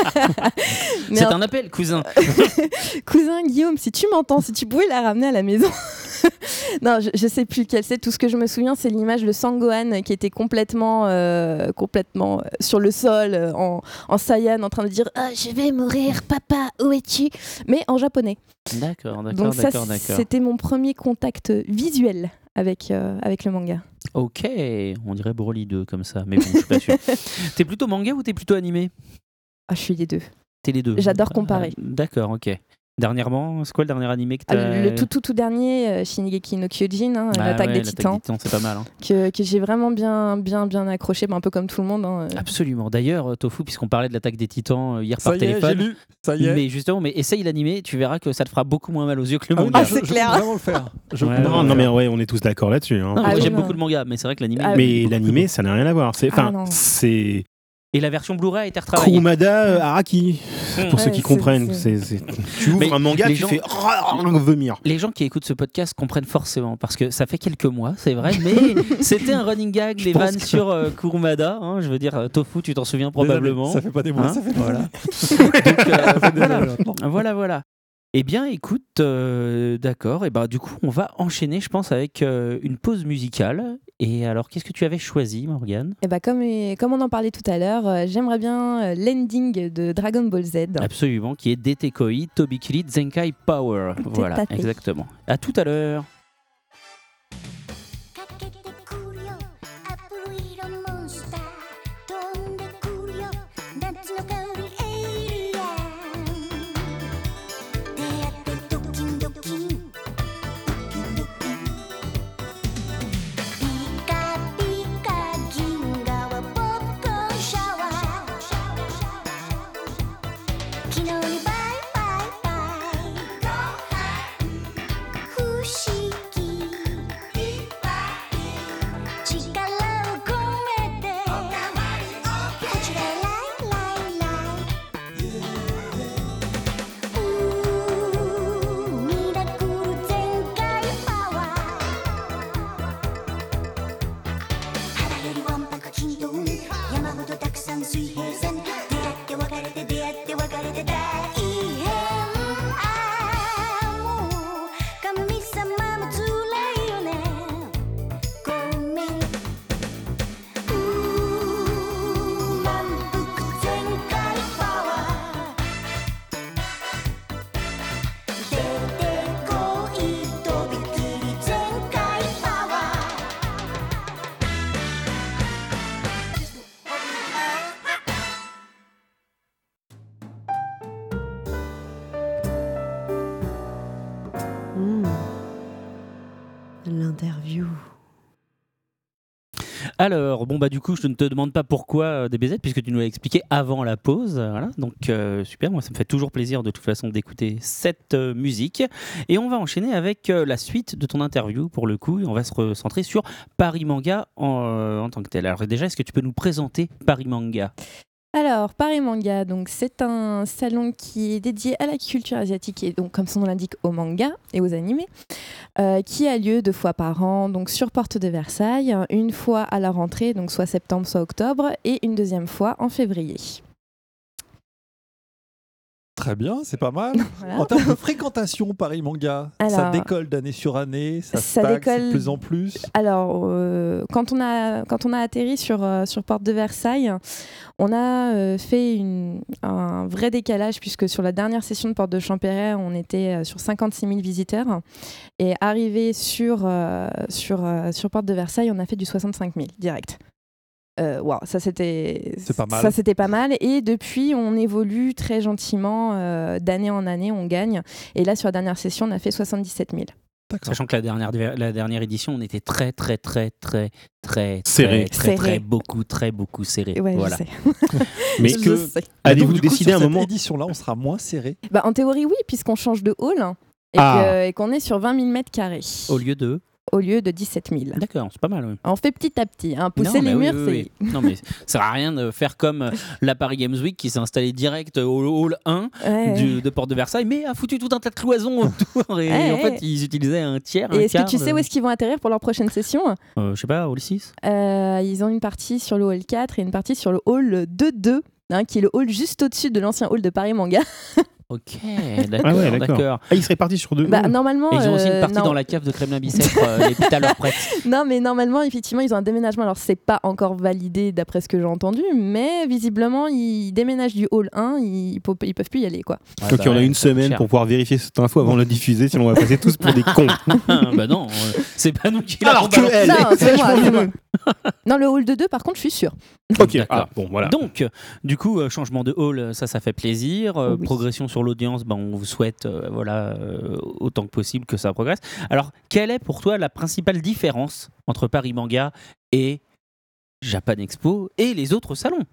mais C'est en- un appel, cousin. cousin Guillaume, si tu m'entends, si tu pouvais la ramener à la maison. Non, je, je sais plus quelle c'est. Tout ce que je me souviens, c'est l'image de Sangohan qui était complètement, euh, complètement euh, sur le sol, euh, en, en Saiyan, en train de dire ah, je vais mourir, papa, où es-tu? Mais en japonais. D'accord, d'accord, Donc ça, d'accord, d'accord. c'était mon premier contact visuel avec, euh, avec le manga. Ok, on dirait Broly deux comme ça, mais bon, je suis pas sûr. T'es plutôt manga ou t'es plutôt animé? Ah, je suis les deux. T'es les deux. J'adore comparer. Ah, d'accord, ok. Dernièrement, c'est quoi le dernier animé que Ah, t'as le tout tout tout dernier, euh, Shingeki no Kyojin, hein, Ah l'attaque ouais, des l'attaque titans, des Titans, c'est pas mal. hein. que, que j'ai vraiment bien bien bien accroché, bah, un peu comme tout le monde. Hein. Absolument. D'ailleurs, Tofu, puisqu'on parlait de l'attaque des Titans euh, hier Ça par y est, j'ai téléphone, lu. Ça y est. mais justement, mais essaye l'animé, tu verras que ça te fera beaucoup moins mal aux yeux que le Ah oui, manga. je- c'est je clair. veux vraiment le faire. Je veux Ouais, vraiment Non, le non, mais faire. ouais, on est tous d'accord là-dessus. hein. Non, Ah moi, oui, j'aime non. beaucoup le manga, mais c'est vrai que l'animé. Ah Mais l'animé, ça n'a rien à voir. C'est, Ah, enfin, non. c'est Et la version Blu-ray a été retravaillée. Kurumada euh, Araki, Mm. pour ceux Ouais, qui c'est- comprennent. c'est- C'est- c'est- Tu ouvres Mais un manga, les tu gens- fais vomir. Les gens qui écoutent ce podcast comprennent forcément parce que ça fait quelques mois, c'est vrai, mais c'était un running gag, les pense vannes que- sur euh, Kurumada. hein, je veux dire, euh, Tofu, tu t'en souviens Désolé, probablement. Ça fait pas des mois. Hein, Ça fait des voilà. années. Donc, euh, Ça fait des voilà. années maintenant. Voilà, voilà. Eh bien, écoute, euh, d'accord. Et ben, du coup, on va enchaîner, je pense, avec euh, une pause musicale. Et alors, qu'est-ce que tu avais choisi, Morgane? Et bah comme, comme on en parlait tout à l'heure, euh, j'aimerais bien euh, l'ending de Dragon Ball Z. Absolument, qui est Detekoi Tobikiri Zenkai Power. Voilà, à fait. exactement. À tout à l'heure. かけてくるよアプリのモンスター飛んでくるよ夏の香りエイリアン出会ってドキンドキンドキンドキンピカピカ銀河はポップコーンシャワー昨日にバイバイバイ不思議力を込めてこちらへライライライうーミラクル全開パワー腹よりわんぱく筋トン山ほどたくさん水平線出会って別れて出会って別れて大変ああもう神様もつらいよねごめんうー満腹全開パワー出てこいとびきり全開パワー Hmm. L'interview. Alors, bon, bah, du coup, je ne te demande pas pourquoi euh, D B Z, puisque tu nous l'as expliqué avant la pause. euh, Voilà. Donc, euh, super. Moi, ça me fait toujours plaisir de toute façon d'écouter cette euh, musique. Et on va enchaîner avec euh, la suite de ton interview, pour le coup. Et on va se recentrer sur Paris Manga en, euh, en tant que tel. Alors, déjà, est-ce que tu peux nous présenter Paris Manga? Alors, Paris Manga, donc c'est un salon qui est dédié à la culture asiatique et donc, comme son nom l'indique, aux mangas et aux animés, euh, qui a lieu deux fois par an, donc sur Porte de Versailles, une fois à la rentrée, donc soit septembre, soit octobre, et une deuxième fois en février. Très bien, c'est pas mal. Voilà. En termes de fréquentation, Paris Manga, ça Alors, décolle d'année sur année, ça, ça stagne, décolle- c'est de plus en plus. Alors, euh, quand, on a, quand on a atterri sur, euh, sur Porte de Versailles, on a euh, fait une, un vrai décalage puisque sur la dernière session de Porte de Champéret, on était euh, sur cinquante-six mille visiteurs. Et arrivé sur, euh, sur, euh, sur Porte de Versailles, on a fait du soixante-cinq mille direct. Euh, wow, ça c'était C'est pas mal. Ça c'était pas mal. Et depuis, on évolue très gentiment euh, d'année en année, on gagne. Et là, sur la dernière session, on a fait soixante-dix-sept mille. D'accord. Sachant que la dernière, la dernière édition, on était très, très, très, très, très, Serré. très, très, Serré. très, beaucoup, très, beaucoup serré. Ouais, voilà. je sais. Mais Je que sais. Donc, allez-vous du coup, décider sur un cette moment édition-là, on sera moins serré. Bah, en théorie, oui, puisqu'on change de hall et Ah. que- et qu'on est sur vingt mille mètres carrés Au lieu de. au lieu de dix-sept mille. D'accord, c'est pas mal. Oui. On fait petit à petit. Hein. Pousser Non, les mais murs, oui, oui, oui. Non, mais ça sert à rien de faire comme euh, la Paris Games Week qui s'est installée direct au hall un c'est. Ouais. du- de Porte de Versailles, mais a foutu tout un tas de cloisons autour. Et Ouais, en fait, ouais. ils utilisaient un tiers. un Et est-ce que quart tu de- sais où est-ce qu'ils vont atterrir pour leur prochaine session? Euh, Je sais pas, hall six. Euh, Ils ont une partie sur le hall quatre et une partie sur le hall deux deux. Hein, qui est le hall juste au-dessus de l'ancien hall de Paris Manga. Ok, d'accord. Ah ouais, d'accord. d'accord. Ah, il serait parti sur deux. Bah, normalement, Et ils ont aussi une euh, partie non. dans la cave de Kremlin-Bicêtre, euh, les pétales prêtes. Non, mais normalement, effectivement, ils ont un déménagement. Alors, c'est pas encore validé d'après ce que j'ai entendu, mais visiblement, ils déménagent du hall un, ils, pe- ils peuvent plus y aller, quoi. Ouais, Donc bah il y en a ouais, une ça coûte semaine cher. pour pouvoir vérifier cette info avant de la diffuser, sinon on va passer tous pour des cons. Bah non, euh, c'est pas nous qui Alors l'avons que balancé. elle Non, est c'est moi, vachement c'est moi. mieux. Non, le hall de deux, par contre, je suis sûre. Ok, D'accord. ah, bon voilà. Donc, du coup, euh, changement de hall, ça, ça fait plaisir. Euh, Oui. Progression sur l'audience, ben, on vous souhaite euh, voilà, euh, autant que possible que ça progresse. Alors, quelle est pour toi la principale différence entre Paris Manga et Japan Expo et les autres salons?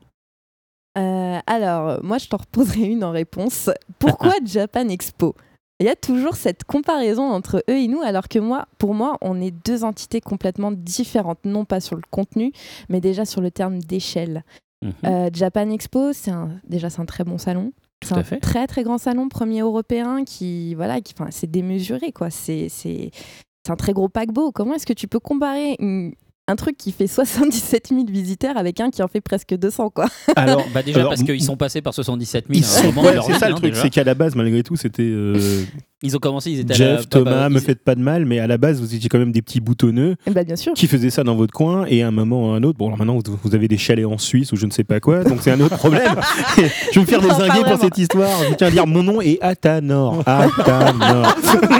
Euh, alors, moi, je t'en reposerai une en réponse. Pourquoi Japan Expo? Il y a toujours cette comparaison entre eux et nous, alors que moi, pour moi, on est deux entités complètement différentes, non pas sur le contenu, mais déjà sur le terme d'échelle. Mhm. Euh, Japan Expo, c'est un, déjà c'est un très bon salon. C'est à un fait. très très grand salon, premier européen, qui voilà, qui, enfin, c'est démesuré quoi. C'est c'est c'est un très gros paquebot. Comment est-ce que tu peux comparer une- un truc qui fait soixante-dix-sept mille visiteurs avec un qui en fait presque deux cents quoi? Alors, Bah déjà alors, parce qu'ils m- sont passés par soixante-dix-sept mille ils à un sont- moment ouais, de leur c'est vie, ça le hein, truc, déjà. c'est qu'à la base, malgré tout, c'était euh, Ils ont commencé, ils étaient à la- Jeff, pas- Thomas, pas- me ils- faites pas de mal, mais à la base, vous étiez quand même des petits boutonneux Eh ben, bien sûr. qui faisaient ça dans votre coin, et à un moment ou à un autre, bon, alors maintenant, vous, vous avez des chalets en Suisse ou je ne sais pas quoi, donc c'est un autre problème. Je vais me faire Non, pas dézinguer pour vraiment. cette histoire. Je tiens à dire, mon nom est Atanor. Atanor.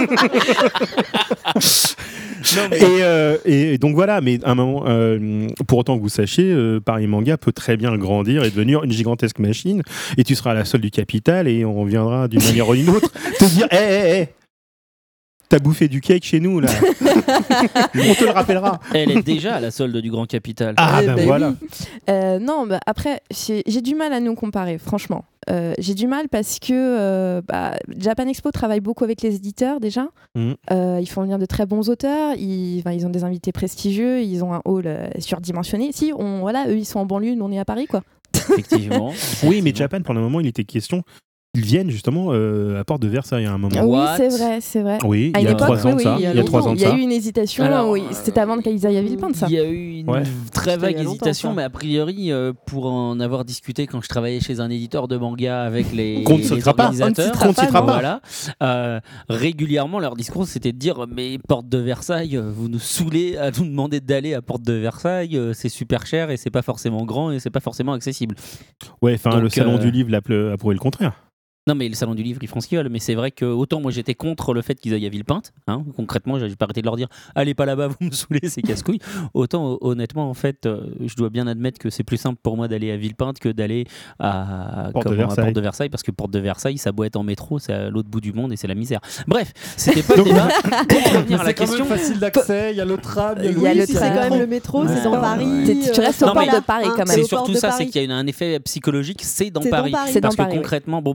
Et, euh, et donc voilà, mais à un moment, euh, pour autant que vous sachiez, euh, Paris Manga peut très bien grandir et devenir une gigantesque machine. Et tu seras à la solde du capital et on viendra d'une manière ou d'une autre te dire hé, hé, hé, t'as bouffé du cake chez nous là. On te le rappellera. Elle est déjà à la solde du Grand Capital. Ah Eh ben ben voilà. oui. Euh, non, bah, après, j'ai j'ai du mal à nous comparer, franchement. Euh, j'ai du mal parce que euh, bah, Japan Expo travaille beaucoup avec les éditeurs déjà. Mhm. Euh, ils font venir de très bons auteurs. Ils, enfin, ils ont des invités prestigieux. Ils ont un hall euh, surdimensionné. Si, on, voilà, eux, ils sont en banlieue, nous, on est à Paris, quoi. Effectivement. Oui, mais Japan, pendant un moment, il était question. Ils viennent justement euh, à Porte de Versailles à un moment. oui, What c'est vrai, c'est vrai. Oui, À il y une a époque, trois ans oui, de oui, ça. il y a Il y a trois longtemps. ans de Il y a ça. eu une hésitation. Alors, oui, c'était avant qu'ils aillent à Villepinte, ça. Il y a eu une Ouais. très C'était il y vague a longtemps, hésitation, ça. mais a priori, euh, pour en avoir discuté quand je travaillais chez un éditeur de manga avec les, Qu'on ne les citera pas. organisateurs, On ne citera pas. voilà, euh, régulièrement leur discours c'était de dire mais Porte de Versailles, euh, vous nous saoulez à nous demander d'aller à Porte de Versailles, euh, c'est super cher et c'est pas forcément grand et c'est pas forcément accessible. Ouais, enfin, Donc, le salon euh, du livre l'a ple- a prouvé le contraire. Non mais le salon du livre ils font ce qu'ils veulent, mais c'est vrai que autant moi j'étais contre le fait qu'ils aillent à Villepinte, hein, concrètement j'ai pas arrêté de leur dire allez pas là-bas vous me saoulez c'est casse-couille, autant honnêtement en fait euh, je dois bien admettre que c'est plus simple pour moi d'aller à Villepinte que d'aller à, Porte de comment, à Versailles. Porte de Versailles parce que Porte de Versailles ça doit être en métro, c'est à l'autre bout du monde et c'est la misère. Bref, c'était pas le débat. Pour revenir à la C'est quand question, même facile d'accès, il y a le tram, il y a le, Il y a Oui, le si c'est train. quand même le métro, c'est dans Ouais. Paris. Tu- tu restes euh, au Non, port mais de Paris, quand même. c'est c'est au port surtout de ça, c'est Paris. qu'il y a une- un effet psychologique, c'est dans C'est dans Paris. Paris. C'est dans Parce que Paris, oui. concrètement, bon bref, on Pourquoi n'est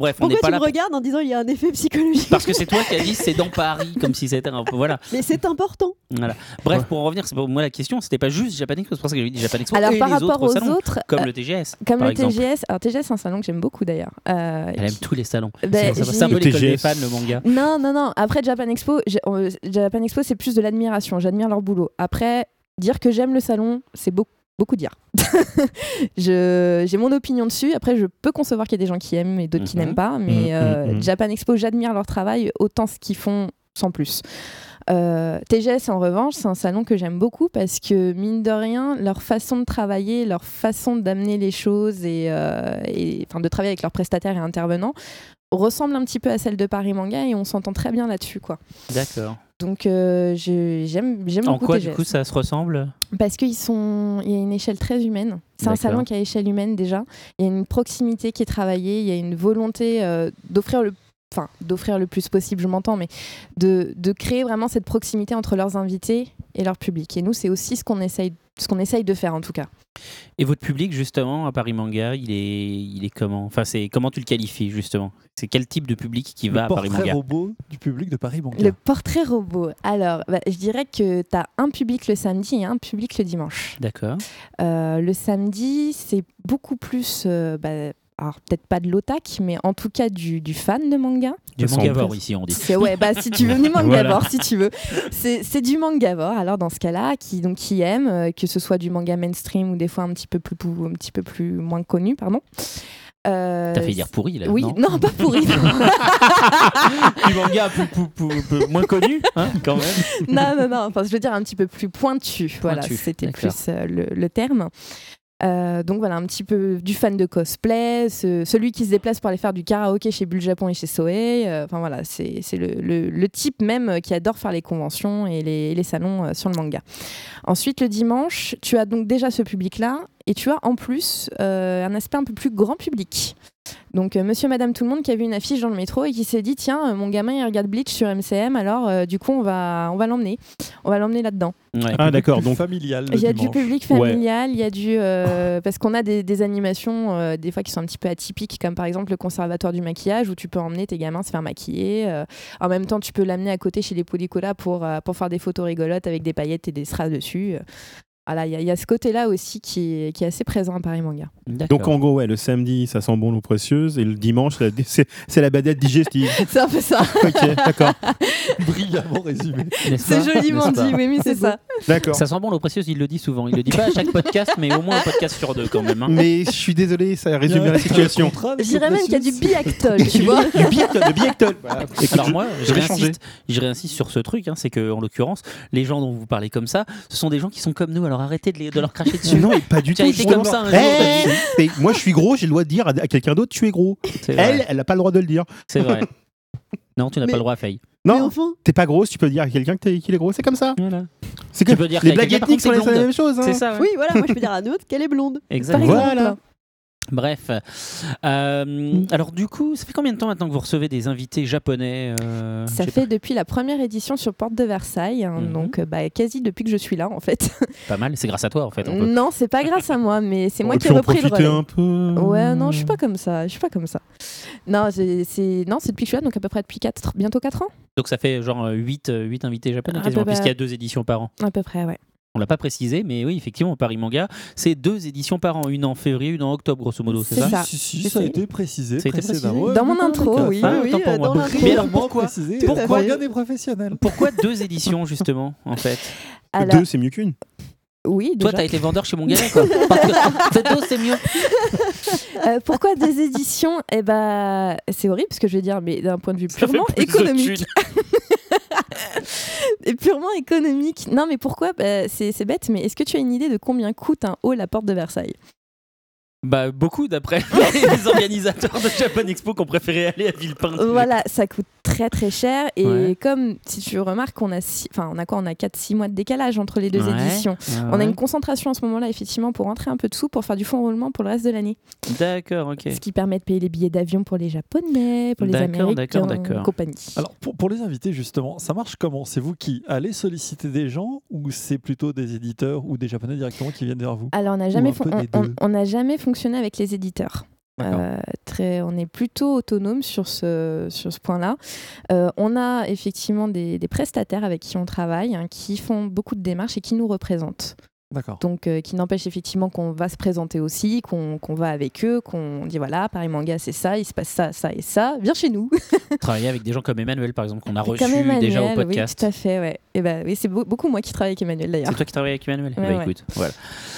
pas tu là me pour- regardes en disant il y a un effet psychologique. Parce que c'est toi qui as dit c'est dans Paris, comme si c'était un peu. Voilà. Mais c'est important. Voilà. Bref, pour en revenir, c'est pour moi la question, c'était pas juste Japan Expo, c'est pour ça que j'avais dit Japan Expo Alors et par les rapport autres aux salons, autres, comme euh, le T G S. comme par le exemple. T G S, alors T G S c'est un salon que j'aime beaucoup d'ailleurs. Euh, Elle aime tous les salons. Ben, c'est, j'y- c'est un peu Le l'école T G des S. fans, le manga. Non, non, non. Après Japan Expo, j'ai- euh, Japan Expo c'est plus de l'admiration. J'admire leur boulot. Après, dire que j'aime le salon, c'est beaucoup. Beaucoup dire. je, j'ai mon opinion dessus. Après, je peux concevoir qu'il y a des gens qui aiment et d'autres qui Mhm. n'aiment pas. Mais Mhm, euh, mhm. Japan Expo, j'admire leur travail autant ce qu'ils font sans plus. Euh, T G S en revanche, c'est un salon que j'aime beaucoup parce que mine de rien, leur façon de travailler, leur façon d'amener les choses et, euh, et enfin de travailler avec leurs prestataires et intervenants ressemble un petit peu à celle de Paris Manga et on s'entend très bien là-dessus, quoi. D'accord. Donc euh, je- j'aime j'aime En beaucoup quoi, T G S. du coup, ça se ressemble? Parce qu'ils sont, il y a une échelle très humaine. C'est un D'accord. salon qui a échelle humaine déjà. Il y a une proximité qui est travaillée. Il y a une volonté euh, d'offrir le, enfin d'offrir le plus possible, je m'entends, mais de, de créer vraiment cette proximité entre leurs invités et leur public. Et nous, c'est aussi ce qu'on essaye, ce qu'on essaye de faire en tout cas. Et votre public, justement, à Paris Manga, il est, il est comment? Enfin, c'est comment tu le qualifies, justement? C'est quel type de public qui va Le à Paris portrait Manga? robot du public de Paris Manga. Le portrait robot. Alors, bah, je dirais que tu as un public le samedi et un public le dimanche. D'accord. Euh, le samedi, c'est beaucoup plus, euh, bah, alors peut-être pas de l'otaku, mais en tout cas du, du fan de manga. Du Ça mangavore, semble. ici, on dit. C'est, ouais, bah si tu veux, du mangavore, Voilà. si tu veux. C'est, c'est du mangavore, alors dans ce cas-là, qui, donc, qui aime, euh, que ce soit du manga mainstream ou des fois un petit peu plus, un petit peu plus moins connu, pardon. Euh, T'as fait dire pourri, là? Oui, non, non, pas pourri. Du manga peu- peu- peu- peu moins connu, hein, quand même. non, non, non. Enfin, je veux dire un petit peu plus pointu. Voilà, Pointu, c'était d'accord. plus euh, le, le terme. Euh, donc voilà, un petit peu du fan de cosplay, ce- celui qui se déplace pour aller faire du karaoké chez Bulle Japon et chez Soei. euh, Enfin voilà, c'est, c'est le, le- le type même euh, qui adore faire les conventions et les, et les salons euh, sur le manga. Ensuite, le dimanche, tu as donc déjà ce public-là et tu as en plus euh, un aspect un peu plus grand public. Donc euh, monsieur, madame, tout le monde qui a vu une affiche dans le métro et qui s'est dit tiens, euh, mon gamin il regarde Bleach sur M C M, alors euh, du coup on va, on va l'emmener. On va l'emmener là-dedans. Ouais. Ah d'accord, Plus donc familial. le Il y a du dimanche. public familial, il y a du euh, parce qu'on a des, des animations euh, des fois qui sont un petit peu atypiques, comme par exemple le conservatoire du maquillage où tu peux emmener tes gamins se faire maquiller. euh, en même temps, tu peux l'amener à côté chez les Polycola pour euh, pour faire des photos rigolotes avec des paillettes et des strass dessus. Voilà, il y, a- il y a ce côté-là aussi qui est, qui est assez présent à Paris Manga. D'accord. donc en gros ouais, le samedi ça sent bon l'eau précieuse et le dimanche la- c'est, c'est la badette digestive. C'est un peu ça. Ok, d'accord, Brillamment résumé. N'est-ce C'est pas joliment N'est-ce pas dit, oui, mais c'est ça. d'accord. Ça sent bon l'eau précieuse, il le dit souvent. Il le dit pas à chaque podcast, mais au moins un podcast sur deux quand même. hein. Mais je suis désolé, ça résume bien la Il y a un situation. contrat avec Je dirais le même qu'il y a du précieux. biactol, tu vois. Du biactol, le biactol. Voilà. Écoute, Alors je- moi, je je vais changer. réinsiste, je réinsiste sur ce truc, hein, c'est que en l'occurrence, les gens dont vous parlez comme ça, ce sont des gens qui sont comme nous. Alors arrêtez de, les- de leur cracher dessus. Non, pas du Tu tout. as été justement. comme ça un Eh, jour, mais moi, je suis gros, j'ai le droit de dire à, à quelqu'un d'autre, tu es gros. C'est vrai. Elle, elle n'a pas le droit de le dire. C'est vrai. Non, tu n'as Mais- pas le droit à Faye. Mais Non, enfin, t'es pas grosse, tu peux dire à quelqu'un que t'es- qu'il est gros, c'est comme ça. Voilà. C'est Tu que peux dire les qu'à blagues quelqu'un, ethniques sont par les contre, t'es mêmes choses. Hein. C'est ça. ouais. oui, voilà, moi je peux dire à un autre qu'elle est blonde. Exactement. Par exemple. Voilà. Bref. Euh, alors du coup, ça fait combien de temps maintenant que vous recevez des invités japonais euh, Ça je sais fait depuis la première édition sur Porte de Versailles, hein, Mhm. donc euh, bah, quasi depuis que je suis là en fait. pas, pas mal. C'est grâce à toi en fait. un peu. Non, c'est pas grâce à moi, mais c'est moi On qui peut ai en repris le profiter relais. un peu. Ouais, non, je suis pas comme ça. Je suis pas comme ça. Non, j'ai- c'est non, c'est depuis que je suis là, donc à peu près depuis quatre, bientôt quatre ans, Donc ça fait genre huit invités japonais Ah, quasiment, bah, bah. puisqu'il y a deux éditions par an. à peu près, ouais. On l'a pas précisé, mais oui, effectivement, Paris Manga, c'est deux éditions par an, une en février, une en octobre, grosso modo, c'est C'est ça, ça. Si, si, C'est ça a ça. été précisé Ça a été précédemment. précisé Ouais, Dans mon d'accord, intro, d'accord. oui, Ah, oui, autant pour euh, moi. dans l'intro. Mais alors, Clairement pourquoi précisé. Tout à Pourquoi fait. bien des professionnels. Pourquoi deux éditions justement, en fait? Alors, Deux, c'est mieux qu'une. oui, Toi, déjà. t'as été vendeur chez mon gars, quoi. Parce que cette dose, c'est mieux. Euh, pourquoi des éditions? Eh ben, c'est horrible ce que je vais dire, mais d'un point de vue purement Ça fait plus de économique. thunes. Et purement économique. Non, mais pourquoi? Bah, c'est c'est bête, mais est-ce que tu as une idée de combien coûte un hall à Porte de Versailles? Bah, beaucoup d'après les organisateurs de Japan Expo qui ont préféré aller à Villepinte. Voilà, ça coûte très très cher. Et Ouais. comme si tu remarques, on a, six- enfin, on a quoi? On a quatre six mois de décalage entre les deux Ouais. éditions. Ouais, On a ouais. une concentration en ce moment-là, effectivement, pour rentrer un peu de sous pour faire du fonds roulement pour le reste de l'année. D'accord, ok. Ce qui permet de payer les billets d'avion pour les Japonais, pour les D'accord, Américains, d'accord, d'accord. compagnie. Alors, pour, pour les invités, justement, ça marche comment? C'est vous qui allez solliciter des gens ou c'est plutôt des éditeurs ou des Japonais directement qui viennent vers vous? Alors, on n'a jamais, un peu fon- des on- deux. on- on n'a jamais fonctionné avec les éditeurs. D'accord. Euh, très, on est plutôt autonome sur ce, sur ce point-là. Euh, on a effectivement des, des prestataires avec qui on travaille, hein, qui font beaucoup de démarches et qui nous représentent. D'accord. Donc, euh, qui n'empêche effectivement qu'on va se présenter aussi, qu'on, qu'on va avec eux, qu'on dit voilà, Paris Manga, c'est ça, il se passe ça, ça et ça, viens chez nous. Travailler avec des gens comme Emmanuel, par exemple, qu'on a reçu Comme Emmanuel, déjà au podcast. Oui, tout à fait, ouais. Et ben, oui, c'est beau- beaucoup moi qui travaille avec Emmanuel d'ailleurs. C'est toi qui travailles avec Emmanuel. Ouais, Bah, ouais. écoute, voilà.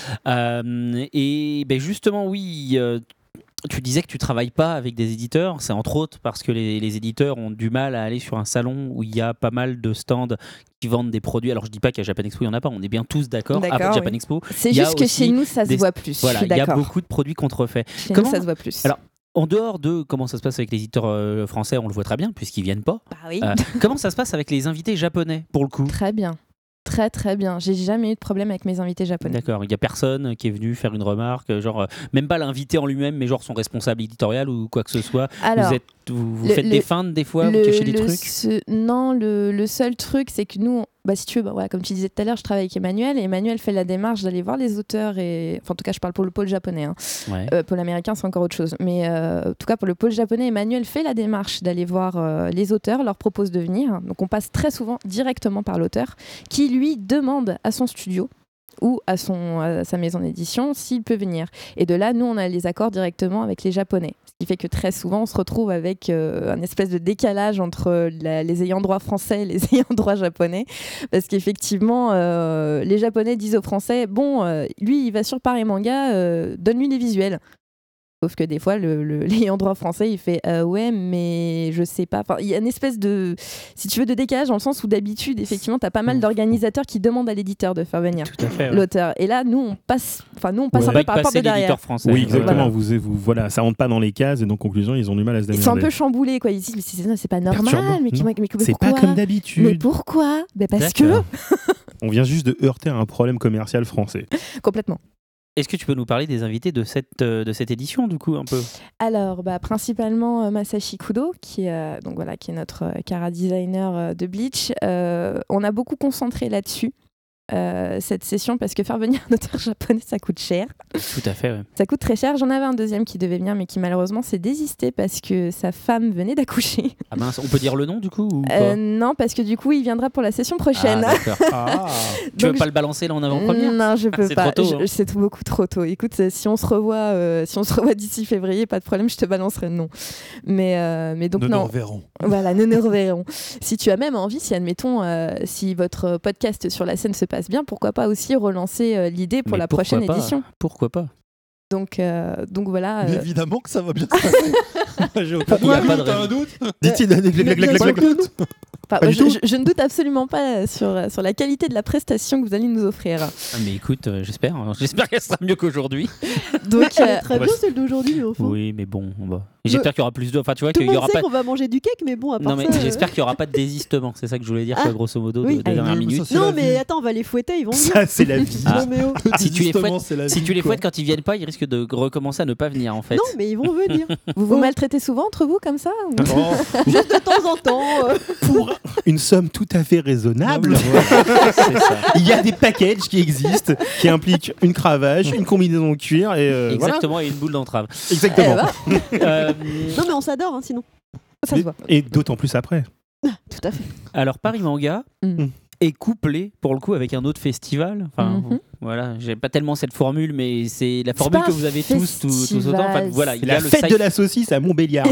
Euh, et ben justement, oui. euh, Tu disais que tu travailles pas avec des éditeurs, c'est entre autres parce que les, les éditeurs ont du mal à aller sur un salon où il y a pas mal de stands qui vendent des produits. Alors je dis pas qu'à Japan Expo il y en a pas, on est bien tous d'accord. D'accord, À Japan oui. Expo, C'est il y a juste que aussi chez nous, ça se des- voit plus. voilà, je il suis y a d'accord. beaucoup de produits contrefaits. Chez Comment- nous, ça se voit plus. Alors, En dehors de comment ça se passe avec les éditeurs euh, français, on le voit très bien puisqu'ils viennent pas. bah oui. Euh, comment ça se passe avec les invités japonais pour le coup? Très bien. Très très bien. J'ai jamais eu de problème avec mes invités japonais. D'accord, il y a personne qui est venu faire une remarque, genre euh, même pas l'invité en lui-même, mais genre son responsable éditorial ou quoi que ce soit. Alors, vous êtes, vous, vous le- faites le- des feintes des fois, vous le- cachez des le trucs. se- Non, le, le seul truc, c'est que nous, bah, si tu veux, bah, voilà, comme tu disais tout à l'heure, je travaille avec Emmanuel et Emmanuel fait la démarche d'aller voir les auteurs et, enfin, en tout cas, je parle pour le pôle japonais. Hein. Ouais. Euh, pôle américain, c'est encore autre chose. Mais euh, en tout cas, pour le pôle japonais, Emmanuel fait la démarche d'aller voir euh, les auteurs, leur propose de venir. Donc, on passe très souvent directement par l'auteur qui lui demande à son studio ou à, son, à sa maison d'édition s'il peut venir. Et de là, nous, on a les accords directement avec les Japonais. Ce qui fait que très souvent, on se retrouve avec euh, un espèce de décalage entre la- les ayants droit français et les ayants droit japonais. Parce qu'effectivement, euh, les Japonais disent aux Français, bon, euh, lui, il va sur Paris Manga, euh, donne-lui des visuels. Sauf que des fois, le, le, l'ayant droit français, il fait euh, ouais, mais je sais pas. Enfin, il y a une espèce de, si tu veux, de décalage dans le sens où d'habitude, effectivement, tu as pas mal d'organisateurs qui demandent à l'éditeur de faire venir Tout à fait. ouais. l'auteur. Et là, nous, on passe, enfin, nous, on passe Ouais. un peu par la porte Bypasser de derrière. l'éditeur français. Oui, exactement. Voilà. Vous, vous, voilà, ça rentre pas dans les cases et donc conclusion, ils ont du mal à se Ils démerder. sont un peu chamboulés, quoi. Ils disent, mais c'est, c'est pas normal. Perturbant. Mais, qui- Non. mais, mais C'est pourquoi pas comme Mais d'habitude. pourquoi ben Parce D'accord. On vient juste de heurter un problème commercial français. que complètement. Est-ce que tu peux nous parler des invités de cette, euh, de cette édition, du coup, un peu? Alors, bah, principalement euh, Masashi Kudo, qui, est, euh, donc, voilà, qui est notre euh, chara designer euh, de Bleach. Euh, on a beaucoup concentré là-dessus, euh, cette session, parce que faire venir un auteur japonais, ça coûte cher. Tout à fait, ouais. Ça coûte très cher. J'en avais un deuxième qui devait venir, mais qui malheureusement s'est désisté parce que sa femme venait d'accoucher. Ah mince, on peut dire le nom, du coup, ou pas? Euh, non, parce que du coup, il viendra pour la session prochaine. Ah, d'accord. Ah, Tu veux Donc, pas le balancer là en avant-première? Non, je peux C'est pas. trop tôt, Je- hein. C'est tout beaucoup trop tôt. Écoute, euh, si on se revoit, euh, si on se revoit d'ici février, pas de problème, je te balancerai le nom. Mais, euh, mais donc nous nous non. reverrons. Voilà, nous nous reverrons. Si tu as même envie, si admettons, euh, si votre podcast sur la scène se passe bien, pourquoi pas aussi relancer euh, l'idée pour Mais la pourquoi prochaine pas édition. Pourquoi pas? Donc, euh, donc voilà. Mais euh, évidemment que ça va bien se passer. J'ai aucun Il y a doute, pas de t'as raison. un doute Dit-il, Bien sûr que non. enfin, pas du je, tout. je- je ne doute absolument pas sur, sur la qualité de la prestation que vous allez nous offrir. Ah, mais écoute, euh, j'espère. hein. J'espère qu'elle sera mieux qu'aujourd'hui. Donc, Elle euh, est très on va bien s- celle d'aujourd'hui, mais au fond. Oui, mais bon, on va. Et J'espère qu'il y aura plus de. Enfin, tu vois Tout qu'il le y monde aura sait pas. qu'on va manger du cake, mais bon, à part Non, mais ça, euh, j'espère qu'il y aura pas de désistement. C'est ça que je voulais dire, Ah, quoi, grosso modo, de, oui. de Ah, dernière oui, mais minute. ça, c'est Non, la mais vie. attends, on va les fouetter, ils vont venir. Ça, c'est la vie. Ah. Non, mais oh. Si tu les Justement, fouettes- c'est la Si vie, tu les quoi. fouettes quand ils viennent pas, ils risquent de recommencer à ne pas venir en fait. Non, mais ils vont venir. vous vous maltraitez souvent entre vous comme ça ou- Oh, Juste de temps en temps. euh, Pour une somme tout à fait raisonnable, non, mais C'est ça. il y a des packages qui existent qui impliquent une cravache, une combinaison de cuir et euh, voilà. Exactement, et une boule d'entrave. Exactement. Eh ben, Euh, Non, mais on s'adore, hein, sinon. ça se voit. Et d'autant plus après. Tout à fait. alors, Paris Manga Mm. est couplé pour le coup avec un autre festival. Enfin, Mhm. voilà, j'ai pas tellement cette formule, mais c'est la C'est formule pas que un vous avez tous, tous, tous autant. Enfin, festival, voilà, C'est il y a la le fête sci- de la saucisse à Montbéliard.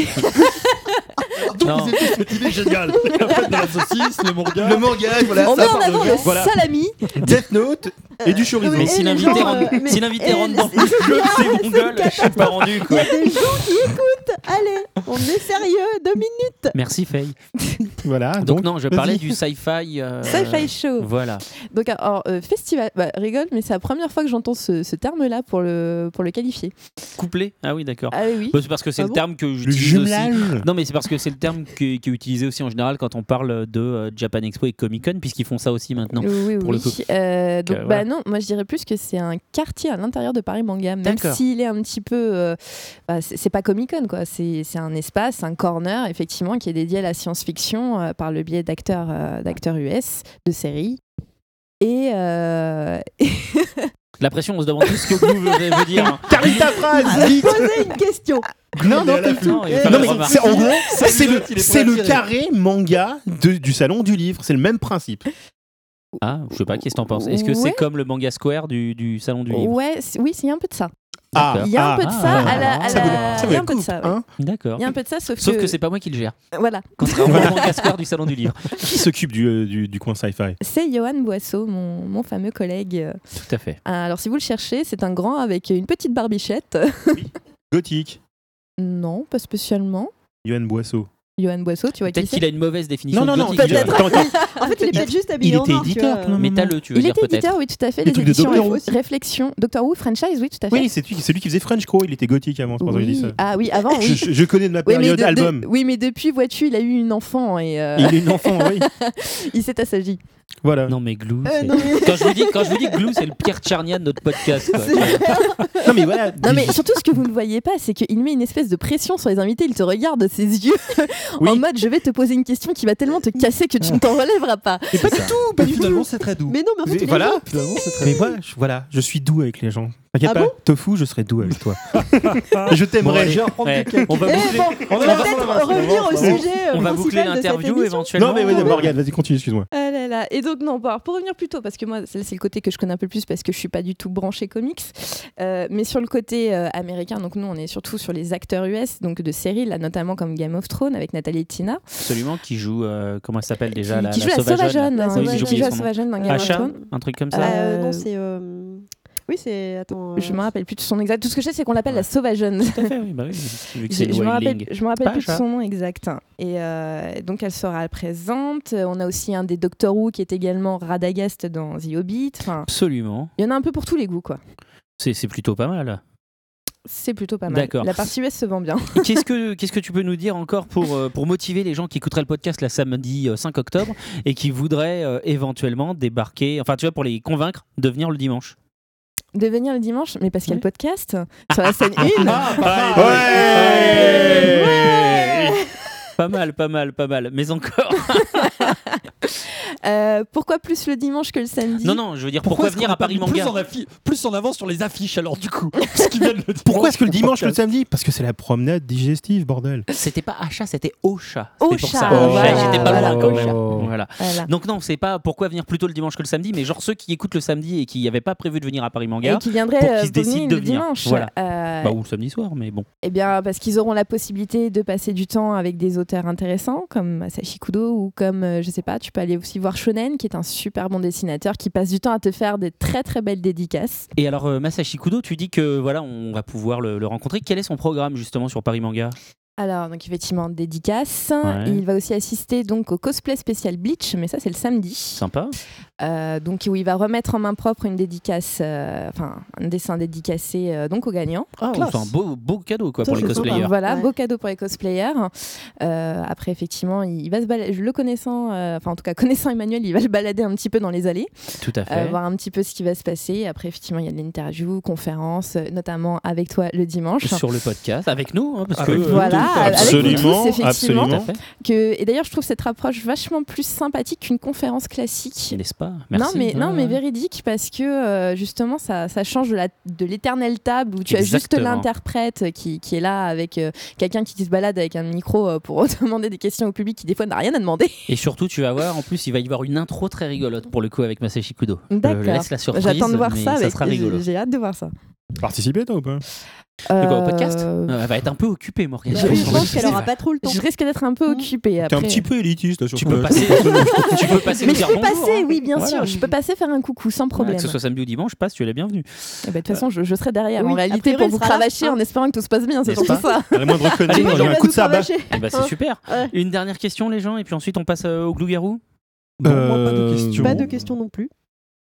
Non. Vous avez cette idée géniale. La fête de la saucisse, le manga. Le manga, voilà. On ça met en part avant de- le voilà. salami. Death Note et du chorizo. Mais Et si les l'invité gens, rentre, euh, mais- si l'invité et rentre les- dans le jeu de ces mongols, je suis pas rendu Il y quoi. a des gens qui écoutent. Allez, on est sérieux. Deux minutes. Merci Faye. Voilà. Donc, Donc, non, je vas-y. parlais du sci-fi. euh, Sci-Fi Show. Voilà. Donc, alors, euh, festival, bah, rigole, mais c'est la première fois que j'entends ce, ce terme-là pour le, pour le qualifier. Couplé. Ah oui, d'accord. Ah oui, oui. Bah, c'est parce que c'est Ah le bon terme que le j'utilise aussi. jumelage. Non, mais c'est parce que c'est le terme qui, qui est utilisé aussi en général quand on parle de euh, Japan Expo et Comic Con, puisqu'ils font ça aussi maintenant. Oui, oui, pour le oui. coup. Euh, donc, euh, bah voilà. non, moi je dirais plus que c'est un quartier à l'intérieur de Paris Manga, même D'accord. s'il est un petit peu. euh, bah, c'est c'est pas Comic Con, quoi. C'est c'est un espace, un corner, effectivement, qui est dédié à la science-fiction euh, par le biais d'acteurs euh, d'acteurs U S, de séries. Et. euh, La pression, on se demande tout ce que Glou veut, veut dire. hein. Termine ta phrase, vite. Posez une question. Non, non, à la t'as- Non, il va Eh, faire non, une mais remarque. c'est, en gros, c'est le, il est c'est prêt à le tirer. carré manga de- du salon du livre. C'est le même principe. Ah, je sais pas, qu'est-ce que t'en penses? Est-ce que c'est Ouais. comme le manga Square du, du salon du livre? Ouais, c'est- oui, c'est- il y a un peu de ça. Ah, Il y a un ah, peu de ça. ah, à la, à ça la- vaut, ça vaut il y a la un peu de coupe, ça. ouais. hein. D'accord. Il y a un peu de ça, sauf, Sauf que, que c'est pas moi qui le gère. voilà. Contrairement au manga Square du salon du livre. Qui s'occupe du, euh, du, du coin sci-fi? C'est Johan Boisseau, mon, mon fameux collègue. euh. Tout à fait. Alors, si vous le cherchez, c'est un grand avec une petite barbichette. Gothique. Non, pas spécialement. Johan Boisseau. Johan Boisseau, tu vois qui Peut-être c'est qu'il a une mauvaise définition Non, non, de non. gothique. il- attends, attends. En fait, il est peut-être juste habillé Il en était noir, tu éditeur. vois. non, non, Mais non. t'as le, tu veux Il dire était peut-être. éditeur, oui, tout à fait. Les Les trucs de éditions Doctor Who. Réf- Réflexion. Doctor Who, franchise, oui, tout à fait. Oui, c'est lui, c'est lui qui faisait French Crow. Il était gothique avant. C'est pour ça que je dis Oui. ça. Ah oui, avant, Je, oui. je- je connais de ma Oui, mais période de- de- album. oui, mais depuis, vois-tu, il a eu une enfant et euh, Il est une enfant, oui. il s'est assagi. Voilà. Non mais Glou. Euh, c'est- non, mais- Quand je vous dis, quand je vous dis que Glou, c'est le Pierre Tchernia de notre podcast. quoi. Non, mais voilà. Non, mais surtout, ce que vous ne voyez pas, c'est qu'il met une espèce de pression sur les invités. Il te regarde de ses yeux Oui. en mode je vais te poser une question qui va tellement te casser que tu ne t'en relèveras pas. Et pas du tout, pas Mais du tout. finalement, c'est très doux. Mais non, mais en fait, il est Voilà. beau. Finalement, c'est très Mais voilà, je, voilà, je suis doux avec les gens. T'inquiète Ah pas, bon Tofu, je serai doux avec toi. je Bon, t'aimerais. allez, je vais reprendre Ouais. quelqu'un. On va Eh boucler, bon, On on avance, va on peut-être avance, on revenir avance, au on avance. sujet euh, on va boucler principal de cette l'interview émission. éventuellement. Non, mais oui, Morgane, vas-y, continue, excuse-moi. Ah là là. Et donc, non, bon, alors, pour revenir plus tôt, parce que moi, c'est c'est le côté que je connais un peu plus parce que je suis pas du tout branchée comics. Euh, mais sur le côté euh, américain, donc nous, on est surtout sur les acteurs U S, donc de séries, là, notamment comme Game of Thrones avec Nathalie et Tina. Absolument, qui joue, euh, comment elle s'appelle déjà, qui, la, qui joue la la Sauvageonne. La hein, Sauvageonne. qui joue la son nom. Sauvageonne dans Game of Asha, Thrones. un truc comme ça. Euh, Euh, non, c'est. euh, Oui, c'est. Attends. euh, Je me rappelle plus de son nom exact. Tout ce que je sais, c'est qu'on l'appelle Ouais. la Sauvageonne. Tout à fait, oui, bah oui, vu que Je, c'est je une me rappelle, wildling. je me rappelle Pas plus de Asha. son nom exact. Et euh, donc elle sera présente. On a aussi un des Doctor Who qui est également Radagast dans The Hobbit. Enfin, Absolument. il y en a un peu pour tous les goûts, quoi. C'est c'est plutôt pas mal. C'est plutôt pas mal. D'accord. La partie U S se vend bien. Et Qu'est-ce que qu'est-ce que tu peux nous dire encore pour, euh, pour motiver les gens qui écouteraient le podcast la samedi euh, cinq octobre et qui voudraient euh, éventuellement débarquer, enfin tu vois, pour les convaincre de venir le dimanche? De venir le dimanche, mais parce qu'il y a le Ouais. podcast sur la scène une. Ouais. Pas mal, pas mal, pas mal. Mais encore. Euh, pourquoi plus le dimanche que le samedi? Non, non, je veux dire, pourquoi, est-ce venir qu'on à a pas Paris mis plus Manga? en, affi- plus en avance sur les affiches alors du coup ce qui vient de le dire. Pourquoi est-ce que le dimanche que le samedi? Parce que c'est la promenade digestive, bordel. C'était pas Achat, c'était Ocha. Ocha, C'est pour ça. voilà, J'étais pas voilà, loin quand Ocha. même. Voilà. Voilà. Donc non, c'est pas pourquoi venir plutôt le dimanche que le samedi, mais genre ceux qui écoutent le samedi et qui n'avaient pas prévu de venir à Paris Manga, Et qui viendraient pour euh, qu'ils se décident venir de le venir. dimanche. Voilà. Euh, bah, ou le samedi soir, mais bon. Eh bien, parce qu'ils auront la possibilité de passer du temps avec des auteurs intéressants comme Masashi Kudo ou comme, euh, je sais pas, tu peux aller aussi voir Shonen, qui est un super bon dessinateur qui passe du temps à te faire des très très belles dédicaces. Et alors euh, Masashi Kudo, tu dis que voilà, on va pouvoir le, le rencontrer. Quel est son programme justement sur Paris Manga? Alors, donc effectivement, dédicace. Ouais. Il va aussi assister donc au cosplay spécial Bleach, mais ça c'est le samedi. Sympa. Euh, donc où il va remettre en main propre une dédicace, euh, enfin un dessin dédicacé euh, donc aux gagnants. Ah, Classe. c'est un beau, beau cadeau quoi Ça, pour les c'est sympa. cosplayers. Voilà, Ouais. beau cadeau pour les cosplayers. Euh, après, effectivement, il va se balader, le connaissant, euh, enfin en tout cas connaissant Emmanuel, il va le balader un petit peu dans les allées, Tout à fait. euh, voir un petit peu ce qui va se passer. Après, effectivement, il y a de l'interview, conférence, euh, notamment avec toi le dimanche. Sur le podcast, avec nous, hein, parce Avec que nous, Voilà, tout, avec vous absolument, tous, effectivement. absolument. tout à fait. Que, et d'ailleurs, je trouve cette approche vachement plus sympathique qu'une conférence classique. N'est-ce pas? Merci. Non mais, non, Ouais, mais ouais. véridique, parce que euh, justement, ça, ça change de, la, de l'éternelle table où tu as juste Exactement. l'interprète qui, qui est là avec euh, quelqu'un qui se balade avec un micro euh, pour demander des questions au public qui, des fois, n'a rien à demander. Et surtout, tu vas voir, en plus, il va y avoir une intro très rigolote pour le coup avec Masashi Kudo. D'accord. Je laisse la surprise. J'attends de voir mais ça. ça avec- sera rigolo. J'ai hâte de voir ça. Participer, toi ou pas? De quoi, au podcast Euh, Euh, Elle va être un peu occupée, Morgane. Bah Je- oui, je je pense qu'elle aura pas trop le temps. Je risque d'être un peu Mm. occupée T'es après. un petit peu élitiste là sur Tu ce peux passer, tu peux passer Mais nous je dire peux bonjour, passer, hein. oui, bien Voilà. sûr. Je peux passer faire un coucou sans Ouais, problème. que ce soit samedi ou dimanche, passe, tu es la bienvenue. Eh ben, De toute façon, je, je serai derrière Oui, en a réalité priori, pour elle vous sera là, cravacher hein. en espérant que tout se passe bien. C'est N'est-ce surtout pas ça. La moindre Allez, connerie, on j'ai un va coup de nous sabbat. cravacher. Eh ben, c'est Hein. super. Ouais. Une dernière question, les gens, et puis ensuite on passe euh, au Gloup-Garou. Bon, moi, pas de Euh, questions. Pas de questions non plus.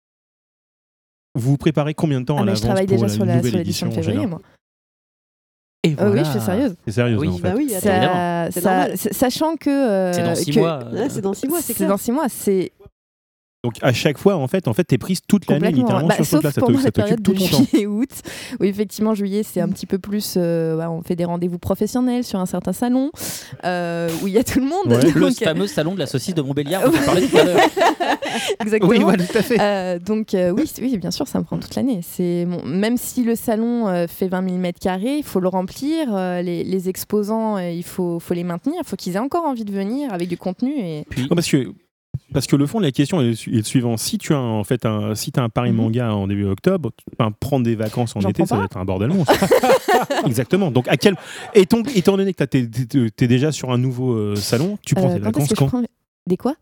Vous vous préparez combien de temps Ah, à mais l'avance je travaille pour déjà la sur la- nouvelle sur l'édition édition de février, Génard moi. Et Euh, voilà. Oui, je suis sérieuse. C'est sérieux Oui, en fait. Bah oui, attends. évidemment. Ça- C'est ça- normal. s- sachant que. euh, C'est dans six que- mois. euh, Ouais, c'est dans six mois, c'est C'est clair. dans six mois. C'est Donc à chaque fois, en fait, en fait, t'es prise toute l'année Complètement. littéralement Bah, sur ce sauf truc-là. Ça te- pendant ça la t'occupe période tout de ton temps. juillet-août, où effectivement juillet c'est un petit peu plus, euh, ouais, on fait des rendez-vous professionnels sur un certain salon euh, où il y a tout le monde. Ouais. Le Donc, fameux salon de la saucisse de Montbéliard dont tu parlais tout à l'heure. exactement. Oui, voilà, tout à fait. Euh, donc euh, oui, c- oui, bien sûr, ça me prend toute l'année. C'est bon, même si le salon euh, fait vingt mille mètres carrés, il faut le remplir. euh, les, les exposants, euh, il faut, faut les maintenir. Il faut qu'ils aient encore envie de venir avec du contenu. Et Non, parce que parce que le fond de la question est, est le suivant. Si tu as un, en fait un, si t'as un Paris Mhm. Manga en début octobre, enfin, prendre des vacances en J'en été, prends ça pas. va être un bordel monstre. Exactement. Donc à quel étant, étant donné que t'as- t'es, t'es, t'es déjà sur un nouveau euh, salon, tu prends euh, tes quand est-ce vacances que je quand prends les- des quoi?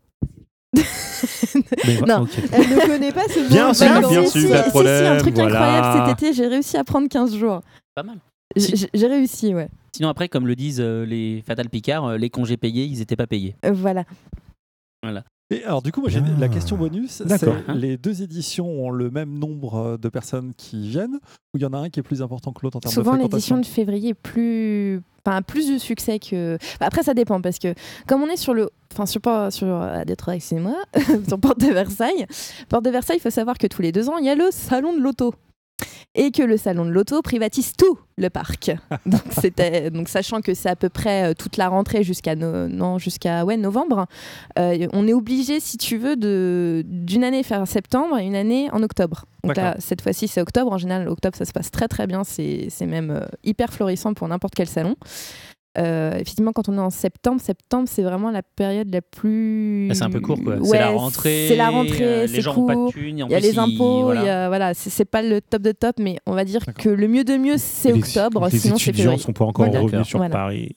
Mais va- Non. ok. Elle ne connaît pas ce mot. Bien sûr, vacances. bien si, sûr, si, pas de si, problème, si, un truc voilà. incroyable cet été, j'ai réussi à prendre quinze jours. Pas mal. J- J'ai j'ai réussi, ouais. Sinon, après, comme le disent euh, les Fatal Picard, euh, les congés payés, ils n'étaient pas payés. Euh, voilà. Et alors, du coup, moi, j'ai Ah. la question bonus. D'accord. C'est les deux éditions ont le même nombre euh, de personnes qui viennent ou il y en a un qui est plus important que l'autre en termes Souvent, de l'édition fréquentation de février est plus, enfin, plus de succès que. Enfin, après, ça dépend parce que comme on est sur le, enfin, sur pas sur euh, des trucs, c'est moi, sur Porte de Versailles. Porte de Versailles, il faut savoir que tous les deux ans, il y a le salon de l'auto. Et que le salon de l'auto privatise tout le parc. Donc, c'était, donc sachant que c'est à peu près euh, toute la rentrée jusqu'à no- non jusqu'à ouais, novembre, euh, on est obligé, si tu veux, de d'une année faire septembre et une année en octobre. Donc là, D'accord. cette fois-ci, c'est octobre. En général, octobre, ça se passe très très bien. C'est, c'est même euh, hyper florissant pour n'importe quel salon. Euh, effectivement, quand on est en septembre, septembre, c'est vraiment la période la plus. Ah, c'est un peu court, quoi. Ouais, c'est la rentrée. C'est la rentrée. euh, c'est les gens court. n'ont pas de thunes. et en Il y a plus, les impôts, voilà. il y a, voilà, c'est, c'est pas le top de top, mais on va dire D'accord. que le mieux de mieux, c'est Les- octobre, les sinon c'est étudiants février. sont pas encore Voilà. revenus D'accord. sur Voilà. Paris.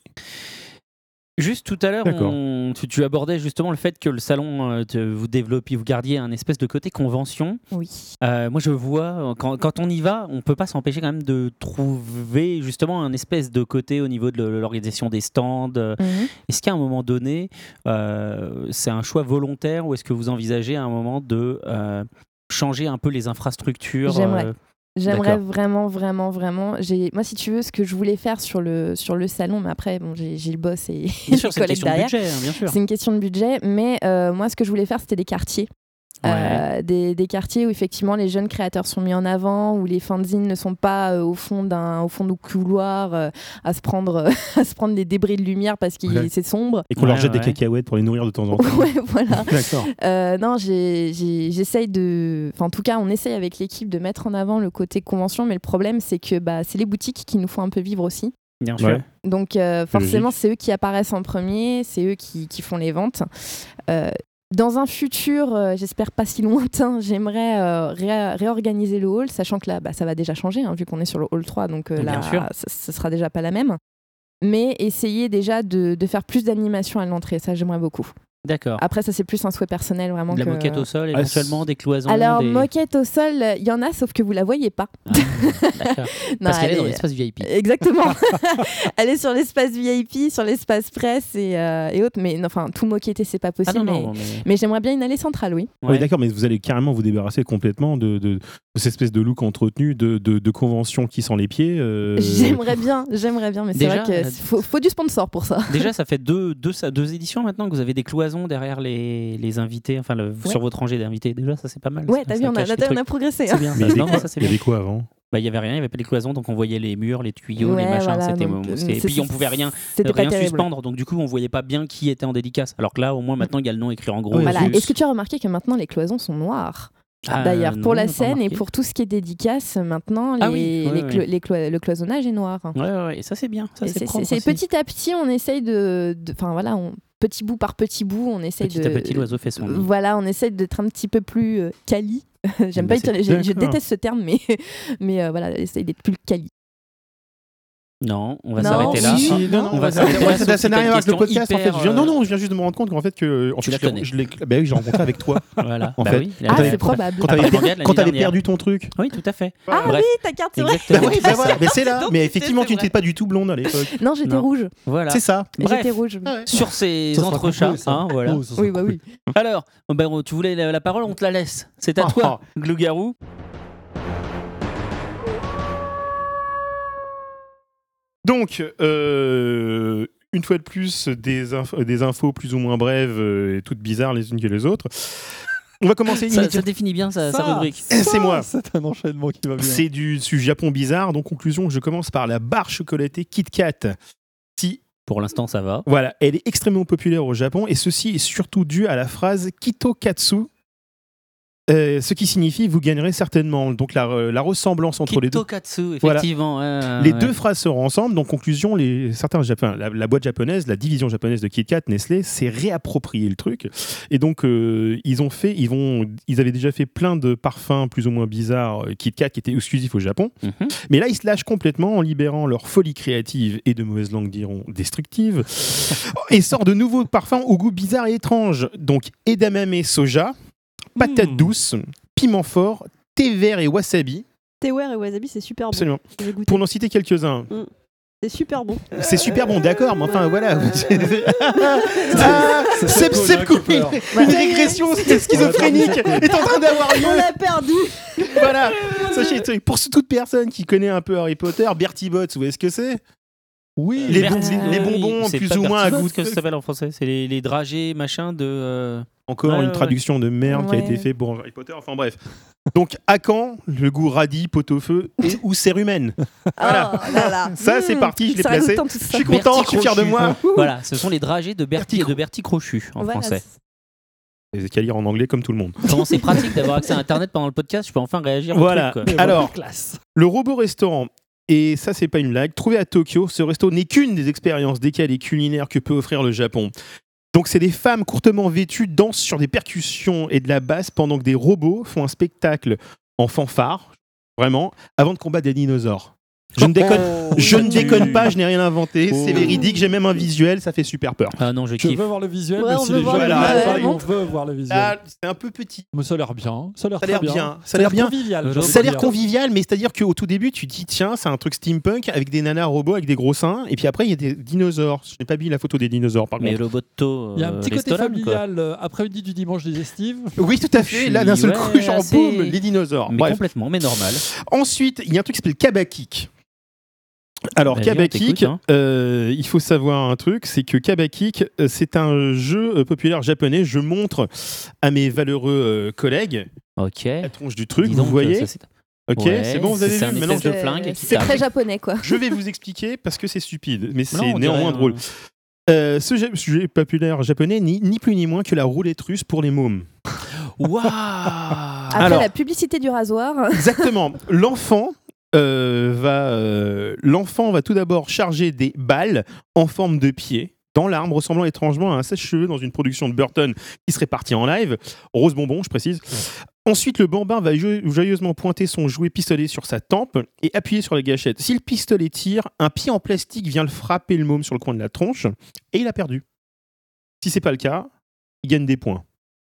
Juste tout à l'heure, D'accord. on- tu, tu abordais justement le fait que le salon, euh, te- vous développiez, vous gardiez un espèce de côté convention. Oui. Euh, moi, je vois, euh, quand, quand on y va, on peut pas s'empêcher quand même de trouver justement un espèce de côté au niveau de l'organisation des stands. Euh, Mhm. Est-ce qu'à un moment donné, euh, c'est un choix volontaire ou est-ce que vous envisagez à un moment de euh, changer un peu les infrastructures J'aimerais. euh, J'aimerais D'accord. vraiment, vraiment, vraiment. J'ai... Moi, si tu veux, ce que je voulais faire sur le, sur le salon, mais après, bon, j'ai, j'ai le boss et Bien sûr, les c'est une collègues question de derrière. budget, hein, bien sûr. C'est une question de budget, mais euh, moi, ce que je voulais faire, c'était des quartiers. Euh, des, des quartiers où effectivement les jeunes créateurs sont mis en avant, où les fanzines ne sont pas euh, au fond d'un au fond du couloir euh, à se prendre euh, à se prendre les débris de lumière parce que Ouais. c'est sombre. Et qu'on leur Ouais, jette ouais. des cacahuètes pour les nourrir de temps en temps. Ouais, voilà. D'accord. Euh, non, j'ai, j'ai- j'essaye de. Enfin, en tout cas, on essaye avec l'équipe de mettre en avant le côté convention, mais le problème, c'est que bah, c'est les boutiques qui nous font un peu vivre aussi. Bien sûr. Ouais. Donc, euh, forcément, logique. c'est eux qui apparaissent en premier, c'est eux qui, qui font les ventes. Euh, dans un futur, euh, j'espère pas si lointain, j'aimerais euh, ré- réorganiser le hall, sachant que là, bah, ça va déjà changer, hein, vu qu'on est sur le hall trois, donc euh, Bien là, sûr. ça, ça sera déjà pas la même. Mais essayer déjà de, de faire plus d'animation à l'entrée, ça, j'aimerais beaucoup. D'accord. Après, ça, c'est plus un souhait personnel, vraiment. De la que- moquette au sol, Ah, éventuellement, des cloisons. Alors, des... moquette au sol, il y en a, sauf que vous la voyez pas. Ah, d'accord. Non, Parce qu'elle elle est dans est- l'espace V I P. Exactement. Elle est sur l'espace V I P, sur l'espace presse et, euh, et autres. Mais enfin, tout moquetter, c'est pas Ah possible. non, mais, non, mais... mais j'aimerais bien une allée centrale, oui. Oui, Ouais. d'accord, mais vous allez carrément vous débarrasser complètement de, de, de cette espèce de look entretenu, de, de, de convention qui sent les pieds. euh, J'aimerais bien, j'aimerais bien, mais c'est Déjà, vrai euh, qu'il faut, faut du sponsor pour ça. Déjà, ça fait deux, deux, ça- deux éditions maintenant que vous avez des cloisons derrière les, les invités, enfin le- Ouais. sur votre rangée d'invités. Déjà, ça c'est pas mal. Ouais, Ça- t'as ça vu, on a, cache on a- le on truc. a progressé. C'est hein. bien. Mais il y Non, avait non, quoi- ça c'est il y bien. avait quoi avant Bah, il y avait rien, il y avait pas les cloisons, donc on voyait les murs, les tuyaux, Ouais, les machins. voilà, c'était, donc, c'était- euh, puis on pouvait rien, C'était pas rien terrible. suspendre, donc du coup on voyait pas bien qui était en dédicace. Alors que là, au moins maintenant, il y a le nom écrit en gros. Oui, Voilà. dessus. Est-ce que tu as remarqué que maintenant les cloisons sont noires? Ah, D'ailleurs, non, pour la j'ai pas scène et remarqué. pour tout ce qui est dédicace, maintenant, les, Ah oui, ouais, les ouais. clo- les clo- le cloisonnage est noir. Ouais, ouais, ouais, et ça c'est bien. Ça Et c'est, c'est, propre c'est- c'est aussi. petit à petit, on essaye de. de- Enfin voilà, on, petit bout par petit bout, on essaye Petit de. à petit, l'oiseau fait son nid. Voilà, on essaye d'être un petit peu plus euh, quali. J'aime Bah, pas c'est- utiliser, je, je d'accord. déteste ce terme, mais, mais euh, voilà, essaye d'être plus quali. Non, on va Non, s'arrêter là. Si, si, non, non, On va ça- s'arrêter ça- là, ça- sauf ça si n'a t'as rien une à voir avec le question podcast en fait. hyper, Je viens- non, euh, non, je viens juste de me rendre compte qu'en fait que en Tu fait, la je, connais. je l'ai, bah oui, j'ai rencontré avec toi. Voilà. En Bah fait, oui, quand Ah, t'avais- c'est probable. Quand Après t'avais le manga de quand t'avais l'année perdu ton truc. Oui, tout à fait. Ah Bref. oui, ta carte, c'est vrai. Exactement. Bah oui, bah voilà, mais c'est là. Donc, Mais c'était- effectivement, c'est tu vrai. n'étais pas du tout blonde à l'époque. Non, j'étais Non. rouge. Voilà. C'est ça. Bref. J'étais rouge. Sur ces Ça sera entrechats, coupé, ça. hein, voilà. Oh, ça sera Oui, bah coupé. oui. Alors, ben, tu voulais la, la parole, on te la laisse. C'est à Oh. toi, Glougarou. Donc, euh, une fois de plus, des, inf- des infos plus ou moins brèves euh, et toutes bizarres les unes que les autres. On va commencer Ça, limite. ça définit bien sa, sa Ça, rubrique. Eh, c'est moi. C'est un enchaînement qui va bien. C'est du, du Japon bizarre. Donc, conclusion, je commence par la barre chocolatée Kit Kat. Si, Pour l'instant, ça va. voilà, elle est extrêmement populaire au Japon et ceci est surtout dû à la phrase Kitokatsu, euh, ce qui signifie vous gagnerez certainement. Donc, la, la ressemblance entre les deux. Kitokatsu, Voilà. effectivement. ouais, Les ouais. deux phrases seront ensemble. Donc, conclusion, les, certains Japon, la, la boîte japonaise, la division japonaise de Kit Kat, Nestlé, s'est réapproprié le truc. Et donc, euh, ils ont fait, ils vont, ils avaient déjà fait plein de parfums plus ou moins bizarres euh, Kit Kat qui étaient exclusifs au Japon. Mhm. Mais là, ils se lâchent complètement en libérant leur folie créative et de mauvaises langues diront destructive et sortent de nouveaux parfums au goût bizarre et étrange. Donc, edamame soja, patate Mm. douce, piment fort, thé vert et wasabi. Tewer et wasabi, c'est super bon. Absolument. Je vais goûter. Pour n'en citer quelques-uns. C'est super bon. C'est super bon, d'accord, mais enfin voilà. C'est Ah, Seb Colin Seb qui Coury, pleure. une régression schizophrénique est en train d'avoir On lieu. l'a perdu. Voilà. Sachez, pour toute personne qui connaît un peu Harry Potter, Bertie Bott's, vous voyez ce que c'est? Oui, Les, Bertie- bon- les euh, bonbons c'est plus pas ou moins à Bertie goût. Bott's que ça s'appelle en français. C'est les, les dragées, machin de. euh, Encore Ouais, une ouais, traduction de merde qui a Ouais. été faite pour Harry Potter. Enfin bref. Donc à quand le goût radis, pot-au-feu et ou cérumen? Voilà. Oh là là. Ça c'est Mmh. parti, je l'ai Ça placé. ragoûtant, tout Je ça. suis content, Bertie je suis fier de Crochu. moi. Voilà, ce sont les dragées de Bertie, Bertie de Bertie Crochu en Voilà, français. Les qu'à lire en anglais comme tout le monde. Comment c'est pratique d'avoir accès à Internet pendant le podcast, je peux enfin réagir au Voilà. truc, quoi. Alors, classe. le robot restaurant. Et ça, c'est pas une blague. Trouvé à Tokyo, ce resto n'est qu'une des expériences décalées culinaires que peut offrir le Japon. Donc, c'est des femmes courtement vêtues dansent sur des percussions et de la basse pendant que des robots font un spectacle en fanfare, vraiment, avant de combattre des dinosaures. Je ne déconne, Oh, je ne tu- déconne pas, je n'ai rien inventé, Oh. c'est véridique, j'ai même un visuel, ça fait super peur. Ah non, je Je kiffe. veux voir le visuel, Ouais, mais on si veut les voir gens le ne visuel. pas, on Montre. veut voir le visuel. Ah, c'est un peu petit. Mais ça a l'air bien. Ça a l'air Ça a l'air très bien. Ça a l'air bien. convivial. Ça a j'ai envie Ça a de l'air dire. convivial, mais c'est-à-dire qu'au tout début, tu te dis, tiens, c'est un truc steampunk avec des nanas robots avec des gros seins, et puis après, il y a des dinosaures. Je n'ai pas mis la photo des dinosaures, par Mais contre. Roboto, Il y a un euh, petit les côté Stolam, quoi. familial euh, après-midi du dimanche digestive. Oui, tout à fait. Là, d'un seul coup, Ouais, genre, assez- boum, les dinosaures. Mais Bref. complètement, mais normal. Ensuite, il y a un truc qui s'appelle Kabakik. Alors, Vas-y, on Kabakik, t'écoute, hein. euh, il faut savoir un truc, c'est que Kabakik, euh, c'est un jeu euh, populaire japonais. Je montre à mes valeureux euh, collègues Ok. la tronche du truc, Dis vous donc, voyez. ça, c'est- Ok, Ouais, c'est bon, vous avez c'est vu. un Maintenant, espèce de C'est- flingue qui C'est tape. très japonais, quoi. je vais vous expliquer parce que c'est stupide, mais c'est Non, on néanmoins dirait, drôle. euh, Euh, ce jeu- sujet populaire japonais, ni, ni plus ni moins que la roulette russe pour les mômes. Waouh. Après Alors- la publicité du rasoir. Exactement. L'enfant euh, va, euh, l'enfant va tout d'abord charger des balles en forme de pied dans l'arme, ressemblant étrangement à un sèche-cheveux dans une production de Burton qui serait partie en live. Rose bonbon, je précise. Ensuite, le bambin va jo- joyeusement pointer son jouet pistolet sur sa tempe et appuyer sur la gâchette. Si le pistolet tire, un pied en plastique vient le frapper le môme sur le coin de la tronche et il a perdu. Si c'est pas le cas, il gagne des points.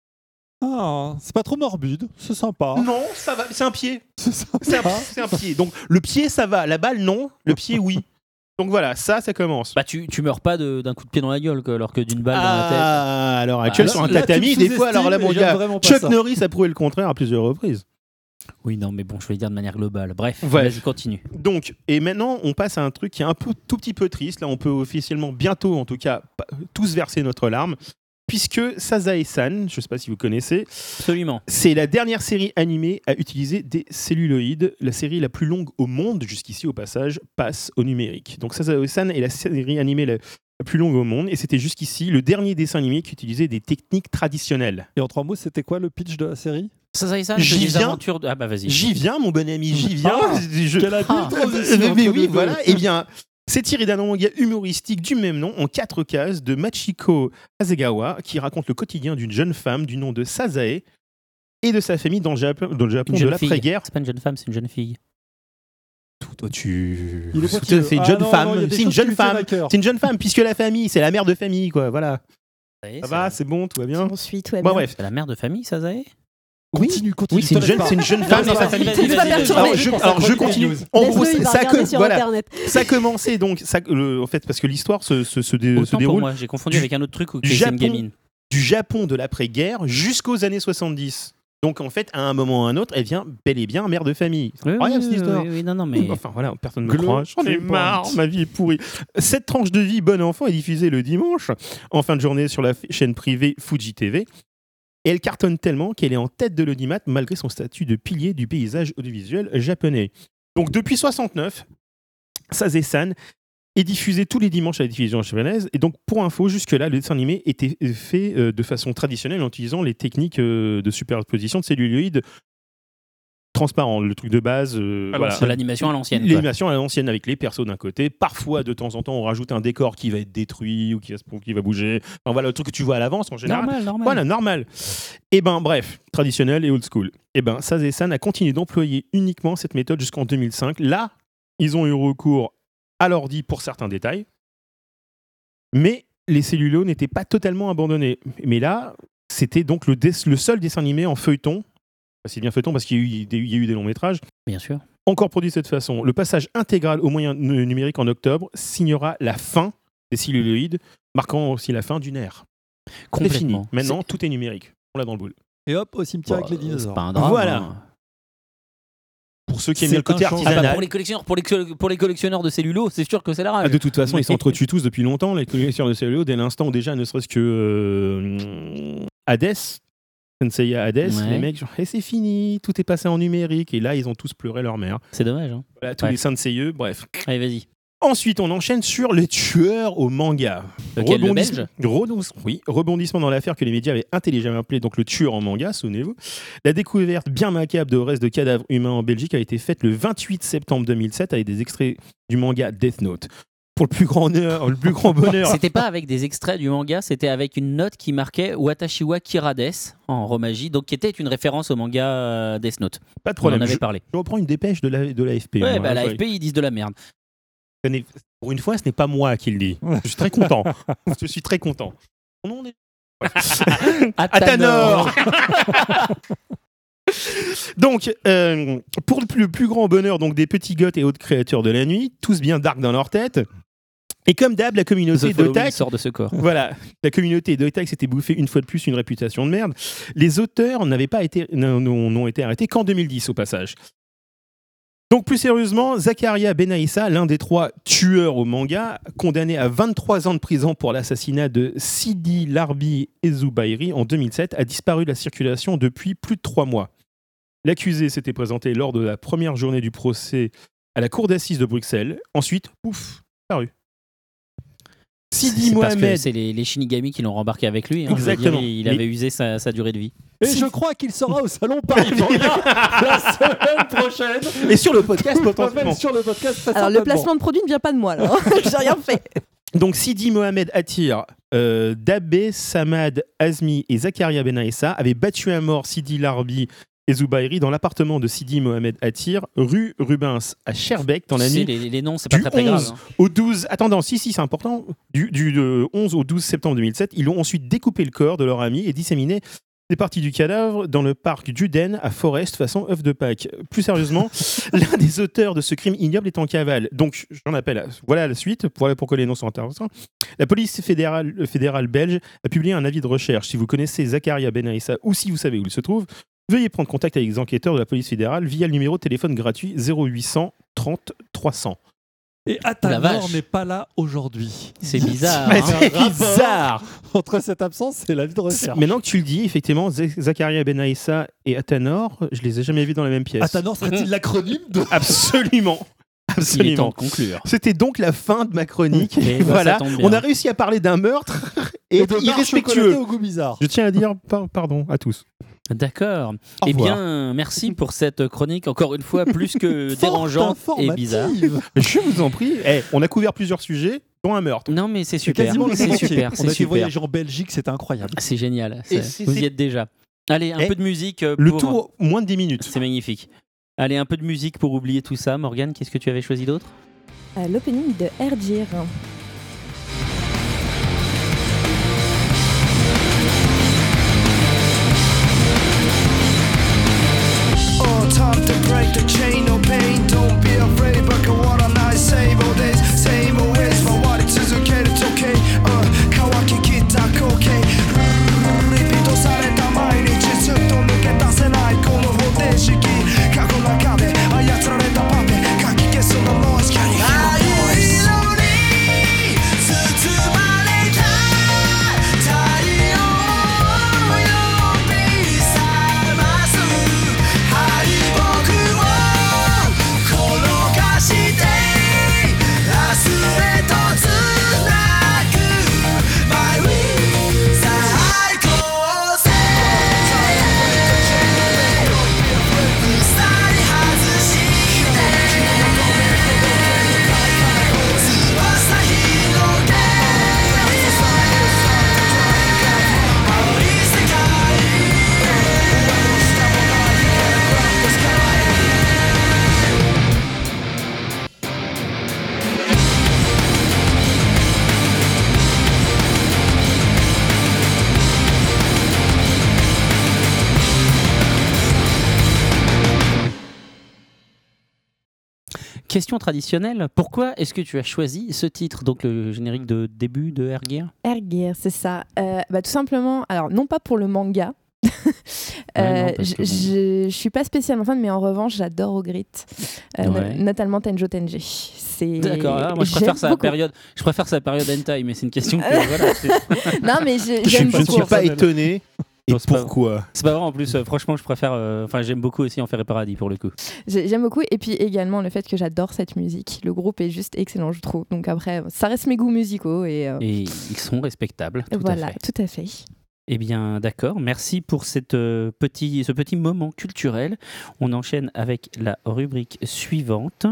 Ah, c'est pas trop morbide, c'est sympa. Non, ça va, c'est un pied. C'est sympa. C'est un, c'est un pied. Donc le pied, ça va. La balle, non. Le pied, oui. Donc voilà, ça, ça commence. Bah, tu, tu meurs pas de- d'un coup de pied dans la gueule, quoi, alors que d'une balle dans la tête. Ah, à l'heure actuelle, Là, sur un là, tu tatami, me des fois, alors là, sous-estimes mon et j'aime gars, vraiment pas Chuck ça. Norris a prouvé le contraire à plusieurs reprises. Oui, non, mais bon, je vais dire de manière globale. Bref, Ouais. vas-y, continue. Donc, et maintenant, on passe à un truc qui est un peu, tout petit peu triste. Là, on peut officiellement, bientôt, en tout cas, pa- tous verser notre larme. Puisque Sazae-san, je ne sais pas si vous connaissez, Absolument. c'est la dernière série animée à utiliser des celluloïdes. La série la plus longue au monde, jusqu'ici au passage, passe au numérique. Donc Sazae-san est la série animée la, la plus longue au monde. Et c'était jusqu'ici le dernier dessin animé qui utilisait des techniques traditionnelles. Et en trois mots, c'était quoi le pitch de la série? Ça, ça, ça, J'y les viens. aventures de... Ah bah vas-y. J'y viens, mon bon ami, j'y viens. Ah, Je- Quelle habile Ah. transition Euh, mais entre oui, les deux. voilà. Eh bien, c'est tiré d'un manga humoristique du même nom, en quatre cases, de Machiko Hasegawa, qui raconte le quotidien d'une jeune femme du nom de Sazae et de sa famille dans le Japon, dans le Japon Une de jeune fille. l'après-guerre. C'est pas une jeune femme, c'est une jeune fille. Toi, tu. Il est Tout à pointilleux. fait une Ah jeune non, femme. non, il y a des C'est une choses jeune qui lui tiennent femme. à cœur. C'est une jeune femme, puisque la famille, c'est la mère de famille, quoi. Voilà. Ouais, Ça c'est- va, c'est bon, tout va bien. On suit, tout va Bon, bien. bref. C'est la mère de famille, Sazae. Oui, Continue, continue. oui, c'est une te jeune, lève c'est une pas. jeune femme Non, dans sa vas-y, famille. vas-y, Tu ne vas vas-y, pas vas-y. perturber. Alors, je, Pour sa alors, je chronique continue. news. En gros, Laisse-le, il c'est- va ça, regarder co- sur voilà. Internet. ça commençait donc, ça, le- en fait, parce que l'histoire se, se, se, dé- se Autant pour déroule moi, j'ai confondu du- avec un autre truc où du c'est une Japon. gamine. du Japon de l'après-guerre jusqu'aux années soixante-dix. Donc en fait, à un moment ou à un autre, elle vient bel et bien mère de famille. C'est Oui, incroyable oui, cette histoire. oui, oui, non, non, mais. Enfin voilà, personne ne me Glow croit. J'en ai to marre, point. ma vie est pourrie. Cette tranche de vie bon enfant est diffusée le dimanche, en fin de journée, sur la f- chaîne privée Fuji T V. Et elle cartonne tellement qu'elle est en tête de l'audimat malgré son statut de pilier du paysage audiovisuel japonais. Donc depuis soixante-neuf, Saze-san est diffusé tous les dimanches à la diffusion japonaise. Et donc pour info, jusque-là, le dessin animé était fait euh, de façon traditionnelle en utilisant les techniques euh, de superposition de celluloïdes transparents, le truc de base. Euh, Alors, voilà. c'est l'animation à l'ancienne. quoi. L'animation à l'ancienne avec les persos d'un côté. Parfois, de temps en temps, on rajoute un décor qui va être détruit ou qui va, se- qui va bouger. Enfin, voilà, le truc que tu vois à l'avance en général. Normal, normal. Voilà, normal. Et ben, bref, traditionnel et old school. Et ben, Saze-san a continué d'employer uniquement cette méthode jusqu'en deux mille cinq. Là, ils ont eu recours à l'ordi pour certains détails. Mais les cellulos n'étaient pas totalement abandonnés. Mais là, c'était donc le, des- le seul dessin animé en feuilleton. C'est bien feuilleton parce qu'il y a eu des, il y a eu des longs métrages. Bien sûr. Encore produit de cette façon. Le passage intégral au moyen nu- numérique en octobre signera la fin des celluloïdes, marquant aussi la fin d'une ère. C'est fini. Complètement. Maintenant, tout est numérique. On l'a dans le boule. Et hop, au cimetière Bah, avec les c'est dinosaures. pas un drame. Voilà. hein. Pour ceux qui aiment C'est bien le côté un changement. Ah bah, artisanal. pour les collectionneurs, pour les, pour les collectionneurs de cellulo, c'est sûr que c'est la Ah, rage. de toute façon, Mais- ils s'entretuent tous depuis longtemps, les collectionneurs de cellulo, dès l'instant où déjà, ne serait-ce que euh, Hades, Senseiya Hades, Ouais. les mecs, genre, Eh, c'est fini, tout est passé en numérique, et là, ils ont tous pleuré leur mère. C'est dommage. Hein. Voilà, tous Ouais. les Senseiya, bref. Allez, vas-y. Ensuite, on enchaîne sur les tueurs au manga. Lequel, le Rebondissement- belge Rebondis- oui, rebondissement dans l'affaire que les médias avaient intelligemment appelé donc le tueur en manga, souvenez-vous. La découverte bien macabre de restes de cadavres humains en Belgique a été faite le vingt-huit septembre deux mille sept avec des extraits du manga Death Note. Pour le plus grand honneur, le plus grand bonheur. C'était pas avec des extraits du manga, c'était avec une note qui marquait Watashi wa Kirades en romaji, donc qui était une référence au manga euh, Death Note. Pas de On problème. en avait Je, parlé. je reprends une dépêche de la de l'A F P. Ouais, hein, bah, la ouais. F P, ils disent de la merde. Ce n'est- Pour une fois, ce n'est pas moi qui le dis. Je suis très content. Je suis très content. Mon nom est- Athanor. Donc, euh, pour le plus, le plus grand bonheur donc, des petits goths et autres créatures de la nuit, tous bien dark dans leur tête. Et comme d'hab, la communauté The Following d'Otak, sort de ce corps. voilà, la communauté d'Otak s'était bouffée une fois de plus une réputation de merde. Les auteurs n'avaient pas été, n'ont, n'ont été arrêtés qu'en deux mille dix au passage. Donc plus sérieusement, Zakaria Benaissa, l'un des trois tueurs au manga, condamné à vingt-trois ans de prison pour l'assassinat de Sidi Larbi Ezoubairi en deux mille sept, a disparu de la circulation depuis plus de trois mois. L'accusé s'était présenté lors de la première journée du procès à la cour d'assises de Bruxelles. Ensuite, pouf, disparu. Sidi C'est parce que Mohamed. c'est les, les Shinigami qui l'ont rembarqué avec lui. hein. Exactement. Je veux dire, il Mais- avait usé sa, sa durée de vie. Et je crois qu'il sera au salon Paris Manga la semaine prochaine. Et sur le podcast, Même potentiellement. sur le podcast. très Alors, le certainement. placement de produit ne vient pas de moi, là. J'ai rien fait. Donc Sidi Mohamed Attir, euh, Dabé Samad Azmi et Zakaria Benaissa avaient battu à mort Sidi Larbi et Zoubairi dans l'appartement de Sidi Mohamed Attir, rue Rubens à Schaerbeek dans la C'est nuit les, les noms, c'est pas du très très grave. onze hein. au douze. Attends, si, si, c'est important. Du, du de onze au douze septembre deux mille sept, ils ont ensuite découpé le corps de leur ami et disséminé des parties du cadavre dans le parc d'Uden à Forest façon œuf de Pâques. Plus sérieusement, l'un des auteurs de ce crime ignoble est en cavale. Donc, j'en appelle. à- Voilà la suite. Voilà pourquoi les noms sont intéressants. La police fédérale, fédérale belge a publié un avis de recherche. Si vous connaissez Zakaria Benaissa ou si vous savez où il se trouve, veuillez prendre contact avec les enquêteurs de la police fédérale via le numéro de téléphone gratuit zéro huit cent trente trois cents. Et La Athanor vache. n'est pas là aujourd'hui. C'est bizarre. Mais hein. c'est rapport. bizarre. Entre cette absence et la vie de recherche. Maintenant que tu le dis, effectivement, Z- Zakaria Benaissa et Athanor, je les ai jamais vus dans la même pièce. Athanor serait-il l'acronyme de Absolument. Il est temps Absolument. de conclure. C'était donc la fin de ma chronique. Eh ben, voilà, ça tombe bien. on a réussi à parler d'un meurtre et, et de être marche chocolatée irrespectueux. au goût bizarre. Je tiens à dire par- pardon à tous. D'accord. Au Eh revoir. bien, merci pour cette chronique, encore une fois, plus que Fort dérangeante et informative. bizarre. Je vous en prie. Eh, on a couvert plusieurs sujets, dont un meurtre. Non, mais c'est C'est super. quasiment le C'est monde entier. super. On C'est a fait super. voyager en Belgique, c'était incroyable. C'est génial. Et C'est- c'est- Vous c'est- y êtes déjà. Allez, un Eh, peu de musique. euh, Le pour- tout moins de dix minutes. C'est magnifique. Allez, un peu de musique pour oublier tout ça. Morgane, qu'est-ce que tu avais choisi d'autre? Euh, L'opening de Erdir. Oh, time to break the chain, no pain. Don't be afraid, but what a nice save all days, same always. But what it's okay, it's okay. Uh, 乾ききった光景。リピートされた毎日、ずっと抜け出せないこの方程式。過去の中で操られたパペ、かき消すのノイズ。Can you hear my voice? 色に包まれた太陽のように question traditionnelle, pourquoi est-ce que tu as choisi ce titre, donc le générique de début de Air Gear ? Air Gear, c'est ça. Euh, bah, tout simplement, alors non pas pour le manga. Ouais, euh, non, parce je, que bon. je, je suis pas spécialement fan, mais en revanche, j'adore Ogrit, euh, Ouais. no- notamment Tenjo Tenji. C'est... D'accord, là, moi je préfère j'aime sa beaucoup. période, je préfère sa période hentai, mais c'est une question que voilà, c'est, Non, mais je, Je, j'aime je ne beaucoup. suis pas étonné. Et Non, c'est pas- pourquoi c'est pas vrai en plus. euh, franchement, je préfère. euh, Enfin, j'aime beaucoup aussi Enfer et Paradis pour le coup. J'ai- J'aime beaucoup. Et puis également le fait que j'adore cette musique. Le groupe est juste excellent, je trouve. Donc après, ça reste mes goûts musicaux. Et, euh, Et ils sont respectables. Tout voilà, à fait. tout à fait. Eh bien, d'accord. Merci pour cette, euh, petit, ce petit moment culturel. On enchaîne avec la rubrique suivante.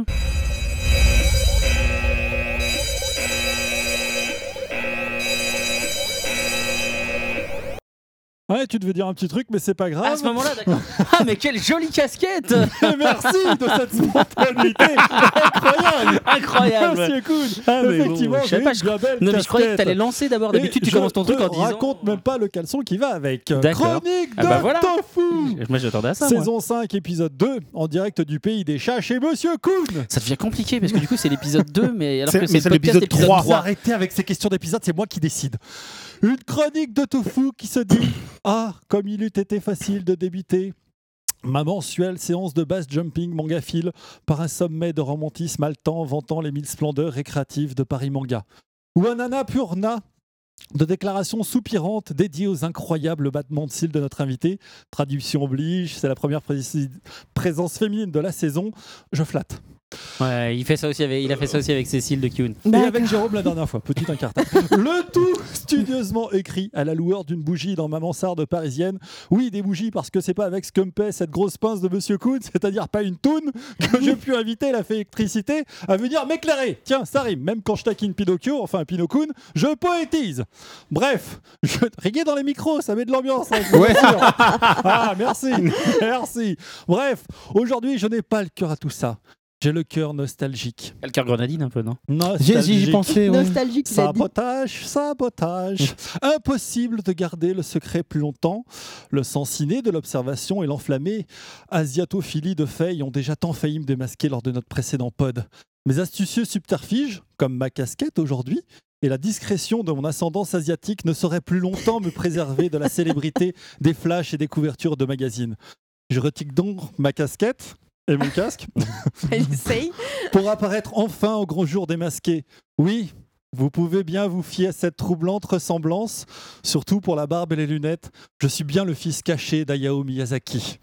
Ouais, tu devais dire un petit truc, mais c'est pas Ah, grave. à ce moment-là, d'accord. Ah, mais quelle jolie casquette. Merci de cette spontanéité incroyable. Incroyable. Monsieur Kuhn. Ah, mais bon, Effectivement, je sais j'ai pas, une je- bien belle Non, mais je croyais que casquette. t'allais lancer d'abord. Et D'habitude, tu je commences ton truc te en disant. raconte même pas le caleçon qui va avec. D'accord. Chronique de Ah bah voilà. Tofu. Moi, j'attendais à ça. moi. Saison cinq, épisode deux, en direct du pays des chats chez Monsieur Kuhn. Ça devient compliqué parce que du coup, c'est l'épisode deux, mais alors C'est- que mais c'est c'est le podcast l'épisode épisode trois. Faut trois. arrêter avec ces questions d'épisode, c'est moi qui décide. Une chronique de Tofu qui se dit Ah, comme il eût été facile de débuter ma mensuelle séance de base jumping mangaphile par un sommet de romantisme haletant vantant les mille splendeurs récréatives de Paris Manga. Ou un Nana Purna de déclarations soupirantes dédiées aux incroyables battements de cils de notre invité. Traduction oblige, c'est la première pré- présence féminine de la saison. Je flatte. Ouais, il fait ça aussi avec, il a fait ça aussi avec Cécile de Kyun. Et D'accord. avec Jérôme la dernière fois, petit incartade. Le tout studieusement écrit à la lueur d'une bougie dans ma mansarde parisienne. Oui, des bougies parce que c'est pas avec ce que me paie cette grosse pince de Monsieur Kuhn, c'est-à-dire pas une toune, que j'ai pu inviter la fée électricité à venir m'éclairer. Tiens, ça rime. Même quand je taquine Pinocchio, enfin Pinocchio, je poétise. Bref, je... riez dans les micros, ça met de l'ambiance. Hein, je vous Ouais. assure. Ah, merci, merci. Bref, aujourd'hui, je n'ai pas le cœur à tout ça. J'ai le cœur nostalgique. Le cœur grenadine un peu, non? J'ai j'y Nostalgique. pensais, ouais. Nostalgique, il a dit. Sabotage, sabotage. Impossible de garder le secret plus longtemps. Le sens ciné de l'observation et l'enflammée asiatophilie de Faye ont déjà tant failli me démasquer lors de notre précédent pod. Mes astucieux subterfuges, comme ma casquette aujourd'hui, et la discrétion de mon ascendance asiatique ne sauraient plus longtemps me préserver de la célébrité des flashs et des couvertures de magazines. Je retire donc ma casquette et mon casque Essaye. pour apparaître enfin au grand jour démasqué. Oui, vous pouvez bien vous fier à cette troublante ressemblance, surtout pour la barbe et les lunettes. Je suis bien le fils caché d'Hayao Miyazaki.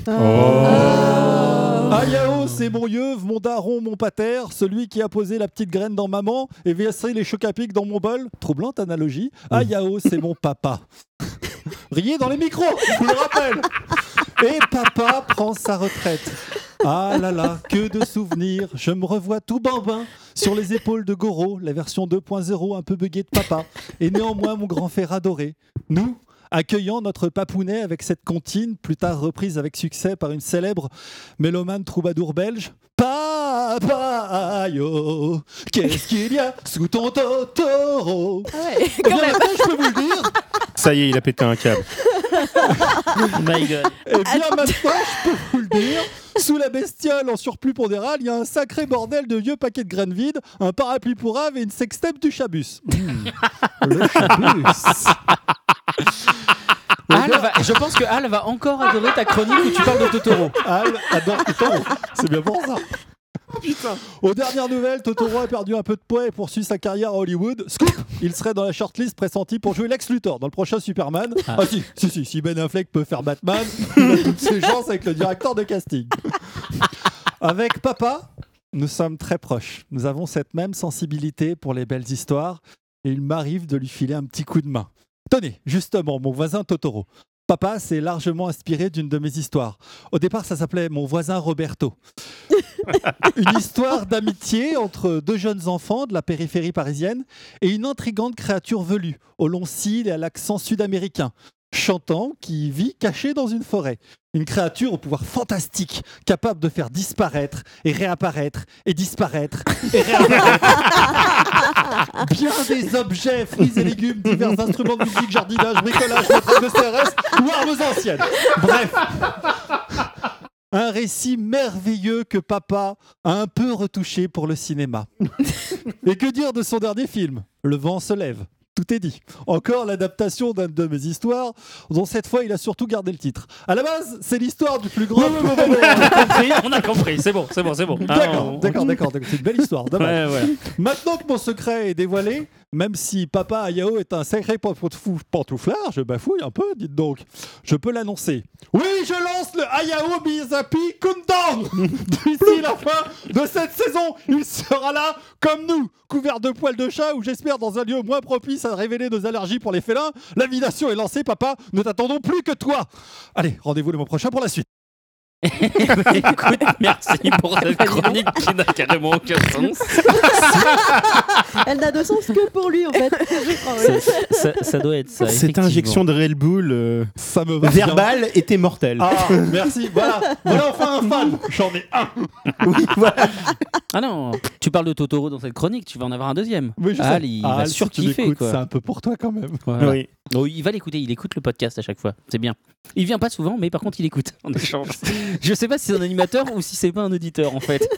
Hayao, c'est mon yeuve, mon daron, mon pater, celui qui a posé la petite graine dans maman et versé les chocs à pic dans mon bol. Troublante analogie. Hayao, c'est mon papa. Riez dans les micros, je vous le rappelle. Et papa prend sa retraite. Ah là là, que de souvenirs. Je me revois tout bambin sur les épaules de Goro, la version deux point zéro un peu buggée de papa. Et néanmoins mon grand frère adoré. Nous, accueillant notre papounet avec cette comptine, plus tard reprise avec succès par une célèbre mélomane troubadour belge. Papa, yo, qu'est-ce qu'il y a sous ton Totoro? Ah ouais, Eh quand bien, même. maintenant, je peux vous le dire. Ça y est, il a pété un câble. My God. Eh bien, maintenant, je peux vous le dire. Sous la bestiole en surplus pondéral, il y a un sacré bordel de vieux paquets de graines vides, un parapluie pour Ave et une sextape du Chabus. Mmh. Le Chabus. Al va- je pense que Al va encore adorer ta chronique où tu parles de Totoro. Al adore Totoro. C'est bien pour ça. Aux dernières nouvelles, Totoro a perdu un peu de poids et poursuit sa carrière à Hollywood. Scoop, il serait dans la shortlist pressentie pour jouer Lex Luthor dans le prochain Superman. Ah, si, si, si, si Ben Affleck peut faire Batman, il a toutes ses chances avec le directeur de casting. Avec papa, nous sommes très proches. Nous avons cette même sensibilité pour les belles histoires et il m'arrive de lui filer un petit coup de main. Tenez, justement, mon voisin Totoro. Papa s'est largement inspiré d'une de mes histoires. Au départ, ça s'appelait Mon voisin Roberto. Une histoire d'amitié entre deux jeunes enfants de la périphérie parisienne et une intrigante créature velue, aux longs cils et à l'accent sud-américain, chantant, qui vit caché dans une forêt. Une créature au pouvoir fantastique, capable de faire disparaître et réapparaître et disparaître et réapparaître. Bien des objets, fruits et légumes, divers instruments de musique, jardinage, bricolage, maîtrise de C R S ou armes anciennes. Bref, Un récit merveilleux que papa a un peu retouché pour le cinéma. Et que dire de son dernier film ? Le vent se lève. Tout est dit. Encore l'adaptation d'une de mes histoires, dont cette fois il a surtout gardé le titre. À la base, c'est l'histoire du plus grand. on a compris, on a compris, c'est bon, c'est bon, c'est bon. D'accord, Ah, on- d'accord, d'accord, d'accord. C'est une belle histoire. dommage. Ouais, ouais. Maintenant que mon secret est dévoilé, même si Papa Ayao est un sacré pantoufou- pantouflard, je bafouille un peu, dites donc, je peux l'annoncer. Oui, je lance le Ayao Miyazapi Countdown. D'ici la fin de cette saison, il sera là comme nous, couvert de poils de chat, ou j'espère dans un lieu moins propice à révéler nos allergies pour les félins. L'invitation est lancée, papa, ne t'attendons plus que toi. Allez, rendez-vous le mois prochain pour la suite. Écoute, merci pour cette chronique qui n'a carrément aucun sens. Elle n'a de sens que pour lui en fait. Je crois, ouais. Ça, ça- ça doit être ça. Cette effectivement. injection de Red Bull euh, Ça me va bien. verbale était mortelle. Ah, merci, voilà, voilà enfin un fan. J'en ai un. Oui, voilà. Ah non, tu parles de Totoro dans cette chronique, tu vas en avoir un deuxième. Oui, je sais. Al, il Ah, va si tu surkiffer l'écoutes, quoi. c'est un peu pour toi quand même. Voilà. Oui. Oh, il va l'écouter, il écoute le podcast à chaque fois, c'est bien. Il vient pas souvent, mais par contre il écoute en échange. Je sais pas si c'est un animateur ou si c'est pas un auditeur en fait.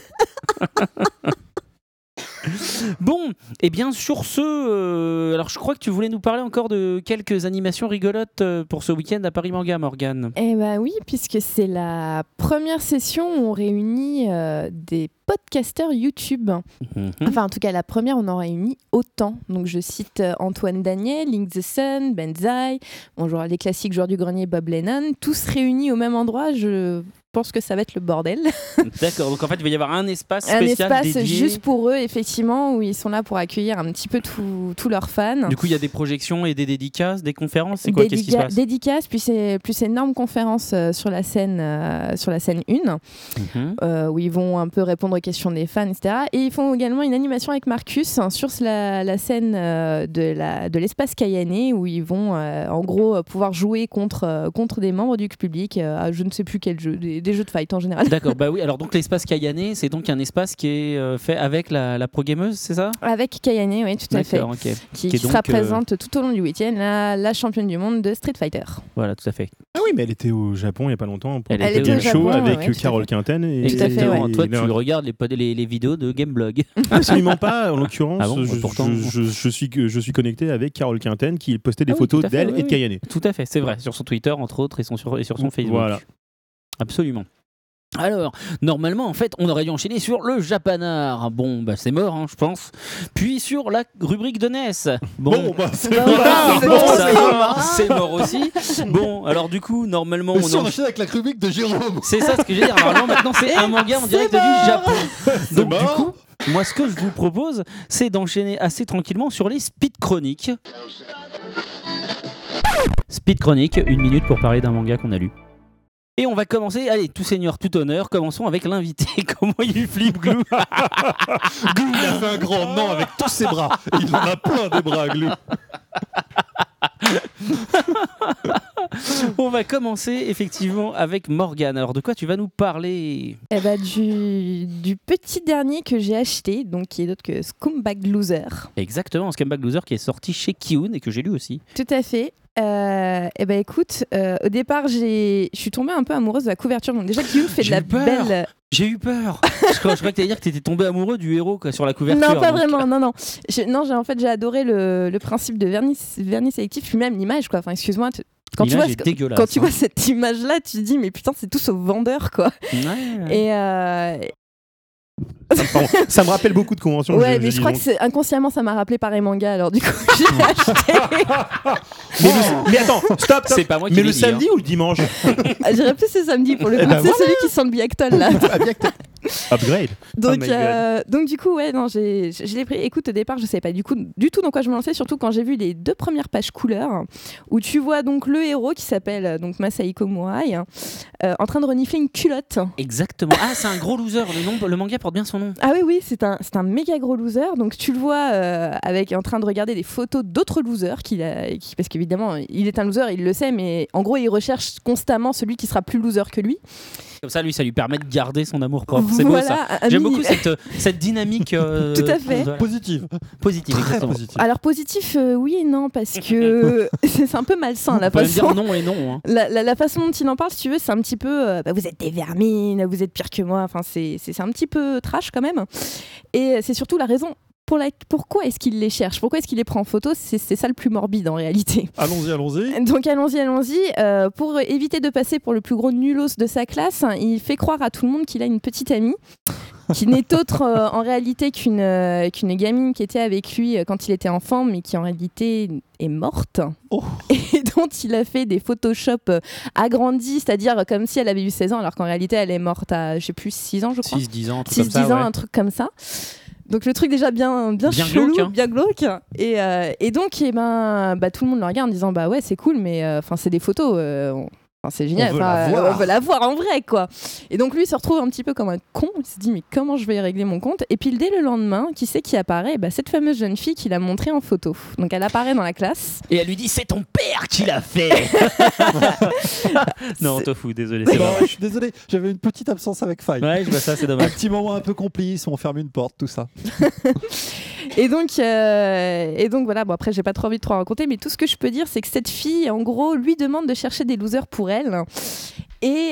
Bon, et bien sur ce, euh, alors je crois que tu voulais nous parler encore de quelques animations rigolotes euh, pour ce week-end à Paris Manga, Morgane. Eh ben oui, puisque c'est la première session où on réunit euh, des podcasteurs YouTube. Mhm. Enfin, en tout cas, la première, on en réunit autant. Donc, je cite euh, Antoine Daniel, Link the Sun, Benzaï, bonjour, les classiques Joueurs du Grenier, Bob Lennon, tous réunis au même endroit. Je pense que ça va être le bordel. D'accord, donc en fait il va y avoir un espace Un spécial espace dédié. juste pour eux, effectivement, où ils sont là pour accueillir un petit peu tous tous leurs fans. Du coup il y a des projections et des dédicaces, des conférences, c'est quoi, qu'est-ce qui se Dédica- passe? Dédicaces, puis c'est plus énorme conférence euh, sur la scène, euh, sur la scène un, Mhm. euh, où ils vont un peu répondre aux questions des fans, et cetera. Et ils font également une animation avec Marcus hein, sur la, la scène euh, de, la, de l'espace Kayane, où ils vont euh, en gros euh, pouvoir jouer contre, euh, contre des membres du public euh, à je ne sais plus quel jeu, des, des jeux de fight en général. D'accord, bah oui, alors donc l'espace Kayane, c'est donc un espace qui est euh, fait avec la, la pro gameuse, c'est ça? Avec Kayane, oui, tout à fait. D'accord, ok. Qui, Qui est qui sera donc, euh, présente tout au long du week-end, la, la championne du monde de Street Fighter. Voilà, tout à fait. Ah oui, mais elle était au Japon il n'y a pas longtemps pour Elle le était au show Japon, avec ouais, tout à Carole fait. Quinten. Et Tout à fait, Exactement. ouais. Toi, et- tu regardes les, pod- les, les vidéos de Gameblog. Absolument pas. En l'occurrence, Ah bon, je, pourtant. je, je, je suis, je suis connecté avec Carole Quinten qui postait des Ah oui, photos tout à fait, d'elle oui, et de oui. Kayane. Tout à fait, c'est vrai. Sur son Twitter, entre autres, et, son sur, et sur son Facebook. Voilà. Absolument. Alors, normalement, en fait, on aurait dû enchaîner sur le Japanard. Bon, bah c'est mort, hein, je pense. Puis sur la rubrique de N E S. Bon, bah, c'est Bon, voilà, c'est bon, bon, ça c'est va, mort. c'est mort aussi. Bon, alors du coup, normalement, Mais on si on en- enchaîne avec la rubrique de Jérôme. c'est ça ce que j'ai dire. Normalement, maintenant, c'est un manga en direct du Japon. Donc, du mort. coup, moi, ce que je vous propose, c'est d'enchaîner assez tranquillement sur les speed chroniques. Speed chronique, une minute pour parler d'un manga qu'on a lu. Et on va commencer, allez, tout seigneur, tout honneur, commençons avec l'invité. Comment il flippe, Glou? Glou, il a fait un grand nom avec tous ses bras. Et il en a plein des bras, Glou. On va commencer effectivement avec Morgane. Alors, de quoi tu vas nous parler? Eh ben, du, du petit dernier que j'ai acheté, donc qui est d'autre que Scumbag Loser. Exactement, Scumbag Loser qui est sorti chez Kiun et que j'ai lu aussi. Tout à fait. Euh, eh ben écoute, euh, au départ, j'ai, je suis tombée un peu amoureuse de la couverture. Donc déjà, Kiun fait de J'ai la eu peur. belle. J'ai eu peur. je, crois, je crois que tu allais dire que tu étais tombé amoureux du héros quoi, sur la couverture. Non, pas donc. vraiment. Non, non. Je- non, j'ai en fait, j'ai adoré le, le principe de vernis, vernis sélectif, puis même l'image, quoi. Enfin, excuse-moi. tu- Quand tu, L'image vois, est ce- dégueulasse, quand tu hein. vois cette image-là, tu te dis, mais putain, c'est tout sauf vendeur, quoi. Ouais. Et, euh, Pardon, ça me rappelle beaucoup de conventions. ouais, je, mais je, dis crois donc. que c'est, inconsciemment, ça m'a rappelé Paris Manga, alors du coup, j'ai acheté. Mais, le- mais attends, stop, stop. C'est pas moi qui Mais l'ai le dit, samedi hein. ou le dimanche? Ah, j'irais plus ce samedi pour le coup. Eh ben c'est voilà. celui qui sent le biactol, là. Ah, bien que t'as- Upgrade. Donc, Oh my euh, donc du coup, ouais, non, j'ai, je l'ai pris. Écoute, au départ, je savais pas du coup du tout dans quoi je me lançais, surtout quand j'ai vu les deux premières pages couleurs, où tu vois donc le héros qui s'appelle euh, donc Masahiko Murai, euh, en train de renifler une culotte. Exactement. Ah, c'est un gros loser. Le, nom, le manga porte bien son nom. Ah oui, oui, c'est un, c'est un méga gros loser. Donc tu le vois euh, avec en train de regarder des photos d'autres losers, qu'il a, qui, parce qu'évidemment, il est un loser, il le sait, mais en gros, il recherche constamment celui qui sera plus loser que lui. Comme ça, lui, ça lui permet de garder son amour propre. C'est Voilà, beau ça. un J'aime mini- beaucoup cette, cette dynamique. euh, Tout à fait. voilà. Positive. Positive, Très exactement. positive. Alors positif, euh, oui et non, parce que c'est un peu malsain la On peut même façon. dire non et non. Hein. La, la- la façon dont il en parle, si tu veux, c'est un petit peu euh, bah, vous êtes des vermines, vous êtes pire que moi. Enfin, c'est, c'est, c'est un petit peu trash quand même. Et c'est surtout la raison. Pour la... Pourquoi est-ce qu'il les cherche? Pourquoi est-ce qu'il les prend en photo? c'est, c'est ça le plus morbide en réalité. Allons-y, allons-y. Donc allons-y, allons-y. Euh, pour éviter de passer pour le plus gros nulos de sa classe, il fait croire à tout le monde qu'il a une petite amie qui n'est autre euh, en réalité qu'une, euh, qu'une gamine qui était avec lui euh, quand il était enfant, mais qui en réalité est morte. Oh. Et dont il a fait des Photoshop euh, agrandis, c'est-à-dire comme si elle avait eu seize ans, alors qu'en réalité elle est morte à, je sais plus, six ans je crois. six dix ans, un truc six comme ça. dix ans, ouais. un truc comme ça. Donc le truc déjà bien, bien, Bien chelou, glauque, hein. bien glauque. Et, euh, et donc eh ben, bah, tout le monde le regarde en disant bah ouais c'est cool, mais enfin c'est des photos. euh, on- Enfin, c'est génial, On veut enfin, la euh, voir. on veut la voir en vrai quoi. Et donc lui il se retrouve un petit peu comme un con, il se dit mais comment je vais régler mon compte? Et puis dès le lendemain, qui c'est qui apparaît? Bah, cette fameuse jeune fille qu'il a montrée en photo. Donc elle apparaît dans la classe. Et elle lui dit c'est ton père qui l'a fait. Non, Tofu, désolé. C'est Non, pas je suis désolé, j'avais une petite absence avec Faye. Ouais, je vois ça, c'est Un dommage. petit moment un peu complice, on ferme une porte, tout ça. Et donc, euh, et donc voilà, bon après j'ai pas trop envie de trop raconter, mais tout ce que je peux dire c'est que cette fille en gros lui demande de chercher des losers pour elle. Et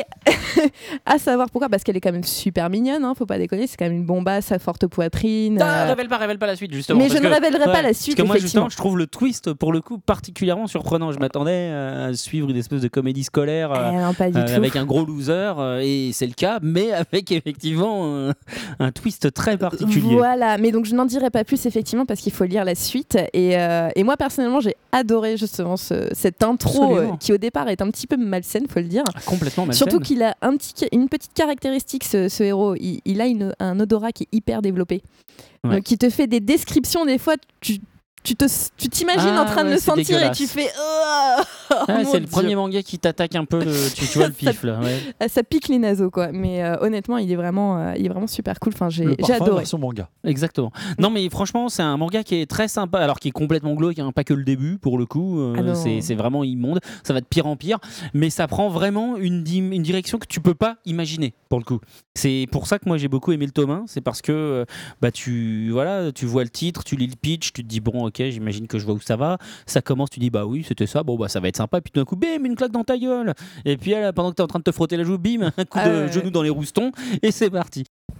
à savoir pourquoi, parce qu'elle est quand même super mignonne, hein, faut pas déconner, c'est quand même une bombasse à forte poitrine. Ah, euh, révèle pas, révèle pas la suite justement. Mais parce je ne que- révélerai pas la suite, Parce que moi effectivement. justement, je trouve le twist pour le coup particulièrement surprenant. Je m'attendais à suivre une espèce de comédie scolaire euh, Eh non, pas du euh, tout. avec un gros loser euh, et c'est le cas, mais avec effectivement euh, un twist très particulier. Voilà, mais donc je n'en dirai pas plus effectivement parce qu'il faut lire la suite. Et, euh, et moi personnellement j'ai adoré justement ce- cette intro Absolument. euh, qui au départ est un petit peu malsaine, faut le dire. Ah, complètement malsaine. Surtout qu'il a un petit, une petite caractéristique, ce, ce héros. Il, il a une- un odorat qui est hyper développé. Ouais. Donc, qui te fait des descriptions, des fois, tu, tu, te, tu t'imagines Ah, en train de ouais, le c'est sentir et dégueulasse. tu fais. Oh, Ah, mon c'est le Dieu. premier manga qui t'attaque un peu, le- tu, tu vois le pif là. Ouais. Ah, ça pique les naseaux, quoi. Mais euh, honnêtement, il est, vraiment, euh, il est vraiment super cool. Enfin, j'ai, Le j'ai parfum adoré. version manga. Exactement. Non mais franchement c'est un manga qui est très sympa, alors qui est complètement glauque, hein, pas que le début pour le coup, euh, Ah non. c'est, c'est vraiment immonde, ça va de pire en pire, mais ça prend vraiment une, dim- une direction que tu peux pas imaginer pour le coup. C'est pour ça que moi j'ai beaucoup aimé le tome un, c'est parce que euh, bah, tu, voilà, tu vois le titre, tu lis le pitch, tu te dis bon ok j'imagine que je vois où ça va, ça commence, tu dis bah oui c'était ça, bon bah ça va être sympa, puis tout d'un coup bim une claque dans ta gueule, et puis là, pendant que t'es en train de te frotter la joue, bim un coup Ah de ouais. genou dans les roustons, et c'est parti.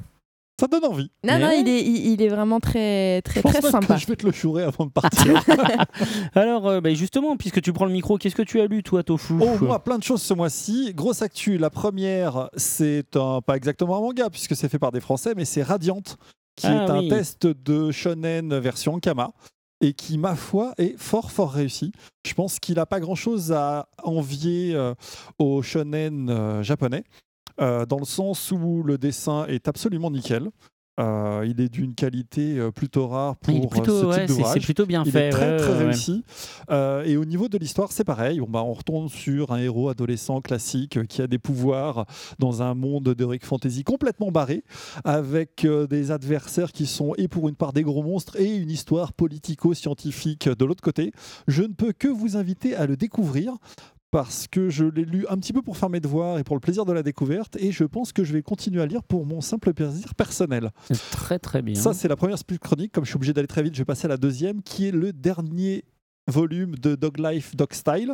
Ça donne envie. Non, Mais non, ouais. il est, il, il est vraiment très, très, Je pense très pas sympa. que je vais te le chourer avant de partir. Alors, euh, bah, justement, puisque tu prends le micro, qu'est-ce que tu as lu, toi, Tofu? Oh, moi, plein de choses ce mois-ci. Grosse actu. La première, c'est un, pas exactement un manga, puisque c'est fait par des Français, mais c'est Radiant, qui Ah est un oui. test de shonen version Ankama, et qui, ma foi, est fort, fort réussi. Je pense qu'il n'a pas grand-chose à envier euh, au shonen euh, japonais, euh, dans le sens où le dessin est absolument nickel. Euh, il est d'une qualité euh, plutôt rare pour Il est plutôt, euh, ce ouais, type c'est, d'ouvrage. c'est plutôt bien Il fait. est très ouais, très ouais, ouais. réussi. Euh, et au niveau de l'histoire, c'est pareil. Bon, bah, on retourne sur un héros adolescent classique euh, qui a des pouvoirs dans un monde d'heroic fantasy complètement barré, avec euh, des adversaires qui sont et pour une part des gros monstres et une histoire politico-scientifique de l'autre côté. Je ne peux que vous inviter à le découvrir, parce que je l'ai lu un petit peu pour faire mes devoirs et pour le plaisir de la découverte, et je pense que je vais continuer à lire pour mon simple plaisir personnel. C'est très très bien. Ça, c'est la première split chronique. Comme je suis obligé d'aller très vite, je vais passer à la deuxième, qui est le dernier volume de Dog Life, Dog Style,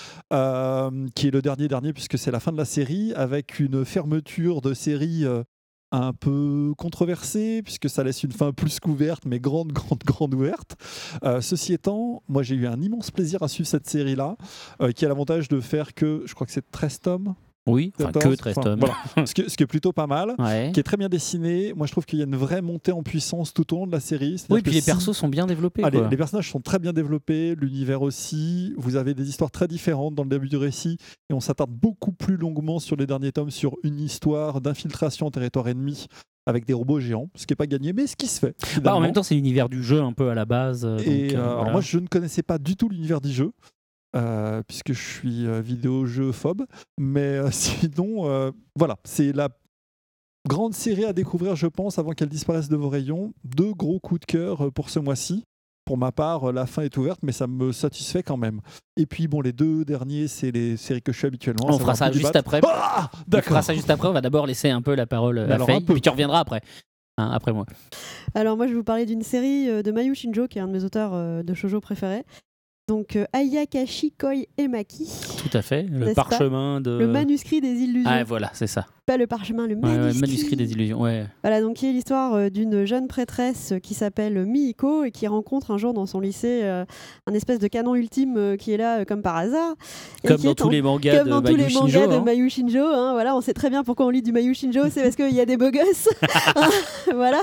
euh, qui est le dernier dernier, puisque c'est la fin de la série, avec une fermeture de série euh, un peu controversée, puisque ça laisse une fin plus qu'ouverte, mais grande, grande, grande ouverte. Euh, ceci étant, moi j'ai eu un immense plaisir à suivre cette série-là, euh, qui a l'avantage de faire que, je crois que c'est treize tomes. Oui, enfin que quatorze, treize enfin, tomes. voilà. ce, qui, ce qui est plutôt pas mal, Ouais. qui est très bien dessiné. Moi je trouve qu'il y a une vraie montée en puissance tout au long de la série. C'est-à-dire Oui, puis que les si- persos sont bien développés. Ah, les, quoi. les personnages sont très bien développés, l'univers aussi. Vous avez des histoires très différentes dans le début du récit, et on s'attarde beaucoup plus longuement sur les derniers tomes sur une histoire d'infiltration en territoire ennemi avec des robots géants, ce qui n'est pas gagné, mais ce qui se fait. Bah, en finalement. même temps, c'est l'univers du jeu un peu à la base. euh, Et donc, euh, euh, alors voilà. moi, je ne connaissais pas du tout l'univers du jeu, euh, puisque je suis euh, vidéo-jeu phobe. Mais euh, sinon, euh, voilà, c'est la grande série à découvrir, je pense, avant qu'elle disparaisse de vos rayons. Deux gros coups de cœur euh, pour ce mois-ci. pour ma part, la fin est ouverte, mais ça me satisfait quand même. Et puis, bon, les deux derniers, c'est les séries que je suis habituellement. On fera ça juste bat. après. Ah, on d'accord. fera ça juste après. On va d'abord laisser un peu la parole à alors, Faye, un peu. puis tu reviendras après. Hein, après moi. Alors moi je vais vous parler d'une série euh, de Mayu Shinjo qui est un de mes auteurs euh, de shoujo préférés. Donc euh, Ayakashi Koi Emaki, Tout à fait. Le N'est-ce pas parchemin de. le manuscrit des illusions. Ah voilà, c'est ça. Pas le parchemin, le Ouais, manuscrit. ouais, manuscrit des illusions. Ouais. Voilà, donc qui est l'histoire euh, d'une jeune prêtresse euh, qui s'appelle Mihiko et qui rencontre un jour dans son lycée euh, un espèce de canon ultime euh, qui est là euh, comme par hasard. Et Comme qui dans est tous en- les mangas Comme de dans tous Mayu les Shinjo. mangas de hein. Mayu Shinjo, hein, voilà, on sait très bien pourquoi on lit du Mayu Shinjo, c'est parce qu'il y a des beaux gosses. Voilà.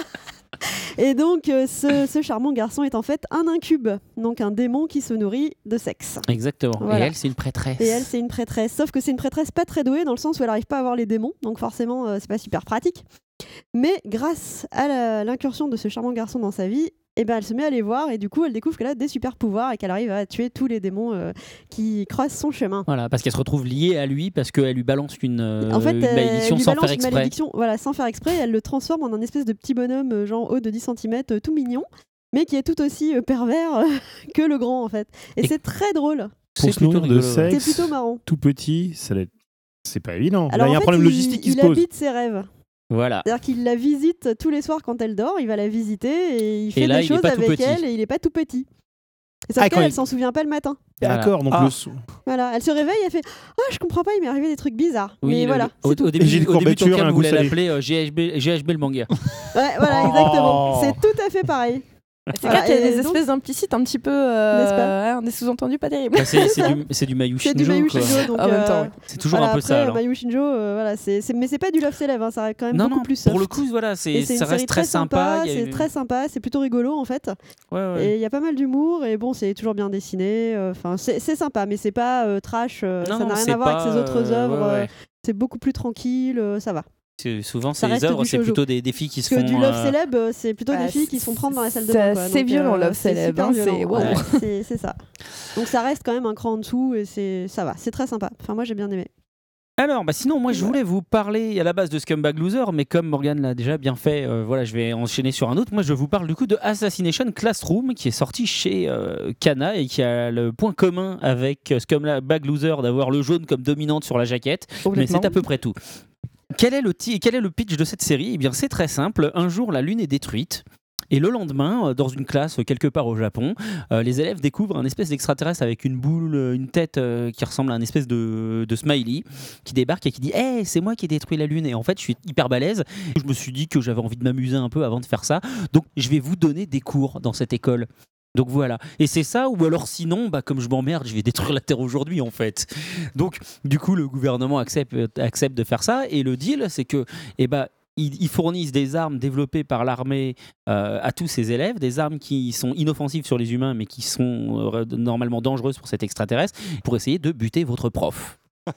Et donc, euh, ce, ce charmant garçon est en fait un incube, donc un démon qui se nourrit de sexe. Exactement. Voilà. Et elle, c'est une prêtresse. Et elle, c'est une prêtresse. Sauf que c'est une prêtresse pas très douée, dans le sens où elle n'arrive pas à voir les démons, donc forcément, euh, c'est pas super pratique. Mais grâce à la- l'incursion de ce charmant garçon dans sa vie, eh ben, elle se met à les voir et du coup, elle découvre qu'elle a des super pouvoirs et qu'elle arrive à tuer tous les démons euh, qui croisent son chemin. Voilà, parce qu'elle se retrouve liée à lui parce qu'elle lui balance une, euh, En fait, une euh, malédiction elle lui sans balance faire une exprès. malédiction, voilà, sans faire exprès, elle le transforme en un espèce de petit bonhomme, euh, genre haut de dix centimètres, euh, tout mignon, mais qui est tout aussi euh, pervers euh, que le grand en fait. Et, Et- c'est très drôle, Pour C'est se nourrir plutôt de rigolo. c'est sexe, plutôt marrant. tout petit, ça l'est- c'est pas évident. Alors Là, il y a en un fait, problème il- logistique qui il se pose. habite ses rêves. Voilà. C'est-à-dire qu'il la visite tous les soirs quand elle dort, il va la visiter et il fait là, des il est choses pas tout avec petit. elle et il est pas tout petit. Et sauf Ah, qu'elle, quand elle il- s'en souvient pas le matin. D'accord, donc Ah. le son. Voilà, elle se réveille, elle fait « Ah, je comprends pas, il m'est arrivé des trucs bizarres. Oui, Mais le- voilà, le- c'est au, tout. au début, Et j'ai des au début courbatures et Tonkam un goût voulait salé. l'appeler euh, G H B, G H B le manga. Ouais, voilà, Oh. exactement. C'est tout à fait pareil. C'est Voilà, clair qu'il y a et des donc- espèces d'implicites un petit peu. euh, N'est-ce pas ouais, des sous-entendus pas terribles. Bah, c'est c'est du, c'est du Mayu C'est Shinjo. du Mayu quoi. Shinjo, donc En même temps, euh, oui. C'est toujours voilà, un peu après, ça. Alors. Mayu Shinjo, euh, voilà, c'est, c'est- mais c'est pas du love célèbre, hein, ça reste quand même Non, beaucoup non, plus soft. pour le coup, voilà, c'est, Et c'est ça une reste série très sympa. il y a c'est eu- très sympa, c'est plutôt rigolo en fait. Ouais, ouais. Et il y a pas mal d'humour et bon, c'est toujours bien dessiné. Enfin, c'est, c'est sympa, mais c'est pas euh, trash. euh, Non, ça non, n'a rien c'est à voir pas, avec ses autres euh, œuvres. ouais, ouais. euh, C'est beaucoup plus tranquille, euh, ça va. C'est- Souvent, Ça ces reste œuvres, du c'est shoujo. plutôt des, des filles qui se Parce font. que du love euh, célèbre, euh, c'est plutôt Bah, des filles qui se font prendre dans la salle de c'est bain. quoi. assez Donc, violent, love c'est célèbre, super hein, violent. c'est- wow. Ouais, c'est, c'est ça. Donc ça reste quand même un cran en dessous et c'est, ça va, c'est très sympa. Enfin, moi j'ai bien aimé. Alors, bah sinon, moi, je voulais vous parler à la base de Scumbag Loser, mais comme Morgane l'a déjà bien fait, euh, voilà, je vais enchaîner sur un autre. Moi, je vous parle du coup de Assassination Classroom, qui est sorti chez euh, Kana et qui a le point commun avec euh, Scumbag Loser d'avoir le jaune comme dominante sur la jaquette, mais c'est à peu près tout. Quel est le, ti- quel est le pitch de cette série ? Eh bien, c'est très simple. Un jour, la Lune est détruite. Et le lendemain, euh, dans une classe euh, quelque part au Japon, euh, les élèves découvrent un espèce d'extraterrestre avec une boule, euh, une tête euh, qui ressemble à un espèce de, de smiley qui débarque et qui dit « Hey, c'est moi qui ai détruit la Lune !» Et en fait, je suis hyper balèze. Je me suis dit que j'avais envie de m'amuser un peu avant de faire ça. Donc, je vais vous donner des cours dans cette école. Donc voilà, et c'est ça, ou alors sinon, bah, comme je m'emmerde, je vais détruire la Terre aujourd'hui en fait. Donc du coup, le gouvernement accepte, accepte de faire ça, et le deal, c'est que eh bah, ils, ils fournissent des armes développées par l'armée euh, à tous ces élèves, des armes qui sont inoffensives sur les humains, mais qui sont euh, normalement dangereuses pour cet extraterrestre, pour essayer de buter votre prof.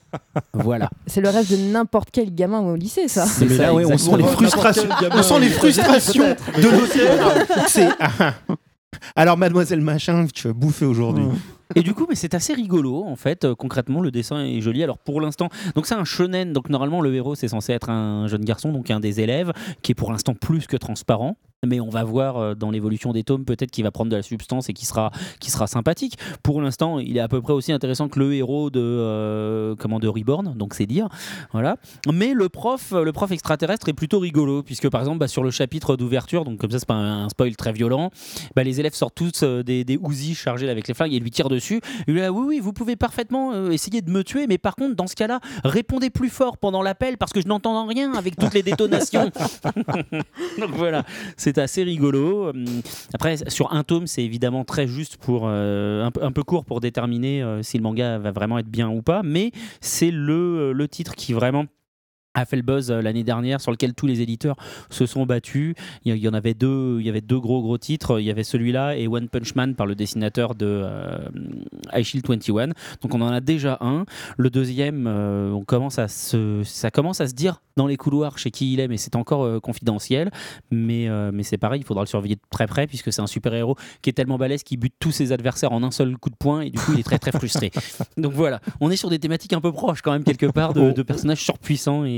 Voilà. C'est le rêve de n'importe quel gamin au lycée, ça. C'est Mais ça, là, ouais, on exactement. sent les frustrations. On sent les frustrations de l'océan. C'est. Alors, mademoiselle machin, tu vas bouffer aujourd'hui. Et du coup, mais c'est assez rigolo en fait. Euh, concrètement, le dessin est joli. Alors pour l'instant, donc c'est un shonen. Donc normalement, le héros c'est censé être un jeune garçon, donc un des élèves, qui est pour l'instant plus que transparent. Mais on va voir euh, dans l'évolution des tomes peut-être qu'il va prendre de la substance et qui sera, qui sera sympathique. Pour l'instant, il est à peu près aussi intéressant que le héros de euh, comment de Reborn, donc c'est dire. Voilà. Mais le prof, le prof extraterrestre est plutôt rigolo puisque par exemple bah, sur le chapitre d'ouverture, donc comme ça c'est pas un, un spoil très violent, bah, les élèves sortent tous euh, des, des Uzi chargés avec les flingues et lui tirent dessus. Il lui dit, oui oui, vous pouvez parfaitement euh, essayer de me tuer, mais par contre dans ce cas-là, répondez plus fort pendant l'appel parce que je n'entends rien avec toutes les détonations. Donc voilà. C'est assez rigolo. Après, sur un tome, c'est évidemment très juste pour euh, un, peu, un peu court pour déterminer euh, si le manga va vraiment être bien ou pas, mais c'est le, le titre qui vraiment a fait le buzz l'année dernière, sur lequel tous les éditeurs se sont battus. Il y en avait deux, il y avait deux gros gros titres. Il y avait celui-là et One Punch Man par le dessinateur de euh, iShield vingt et un. Donc on en a déjà un. Le deuxième, euh, on commence à se, ça commence à se dire dans les couloirs chez qui il est, mais c'est encore euh, confidentiel. Mais, euh, mais c'est pareil, il faudra le surveiller de très près puisque c'est un super-héros qui est tellement balèze qu'il bute tous ses adversaires en un seul coup de poing et du coup il est très très frustré. Donc voilà, on est sur des thématiques un peu proches quand même quelque part de, de personnages surpuissants et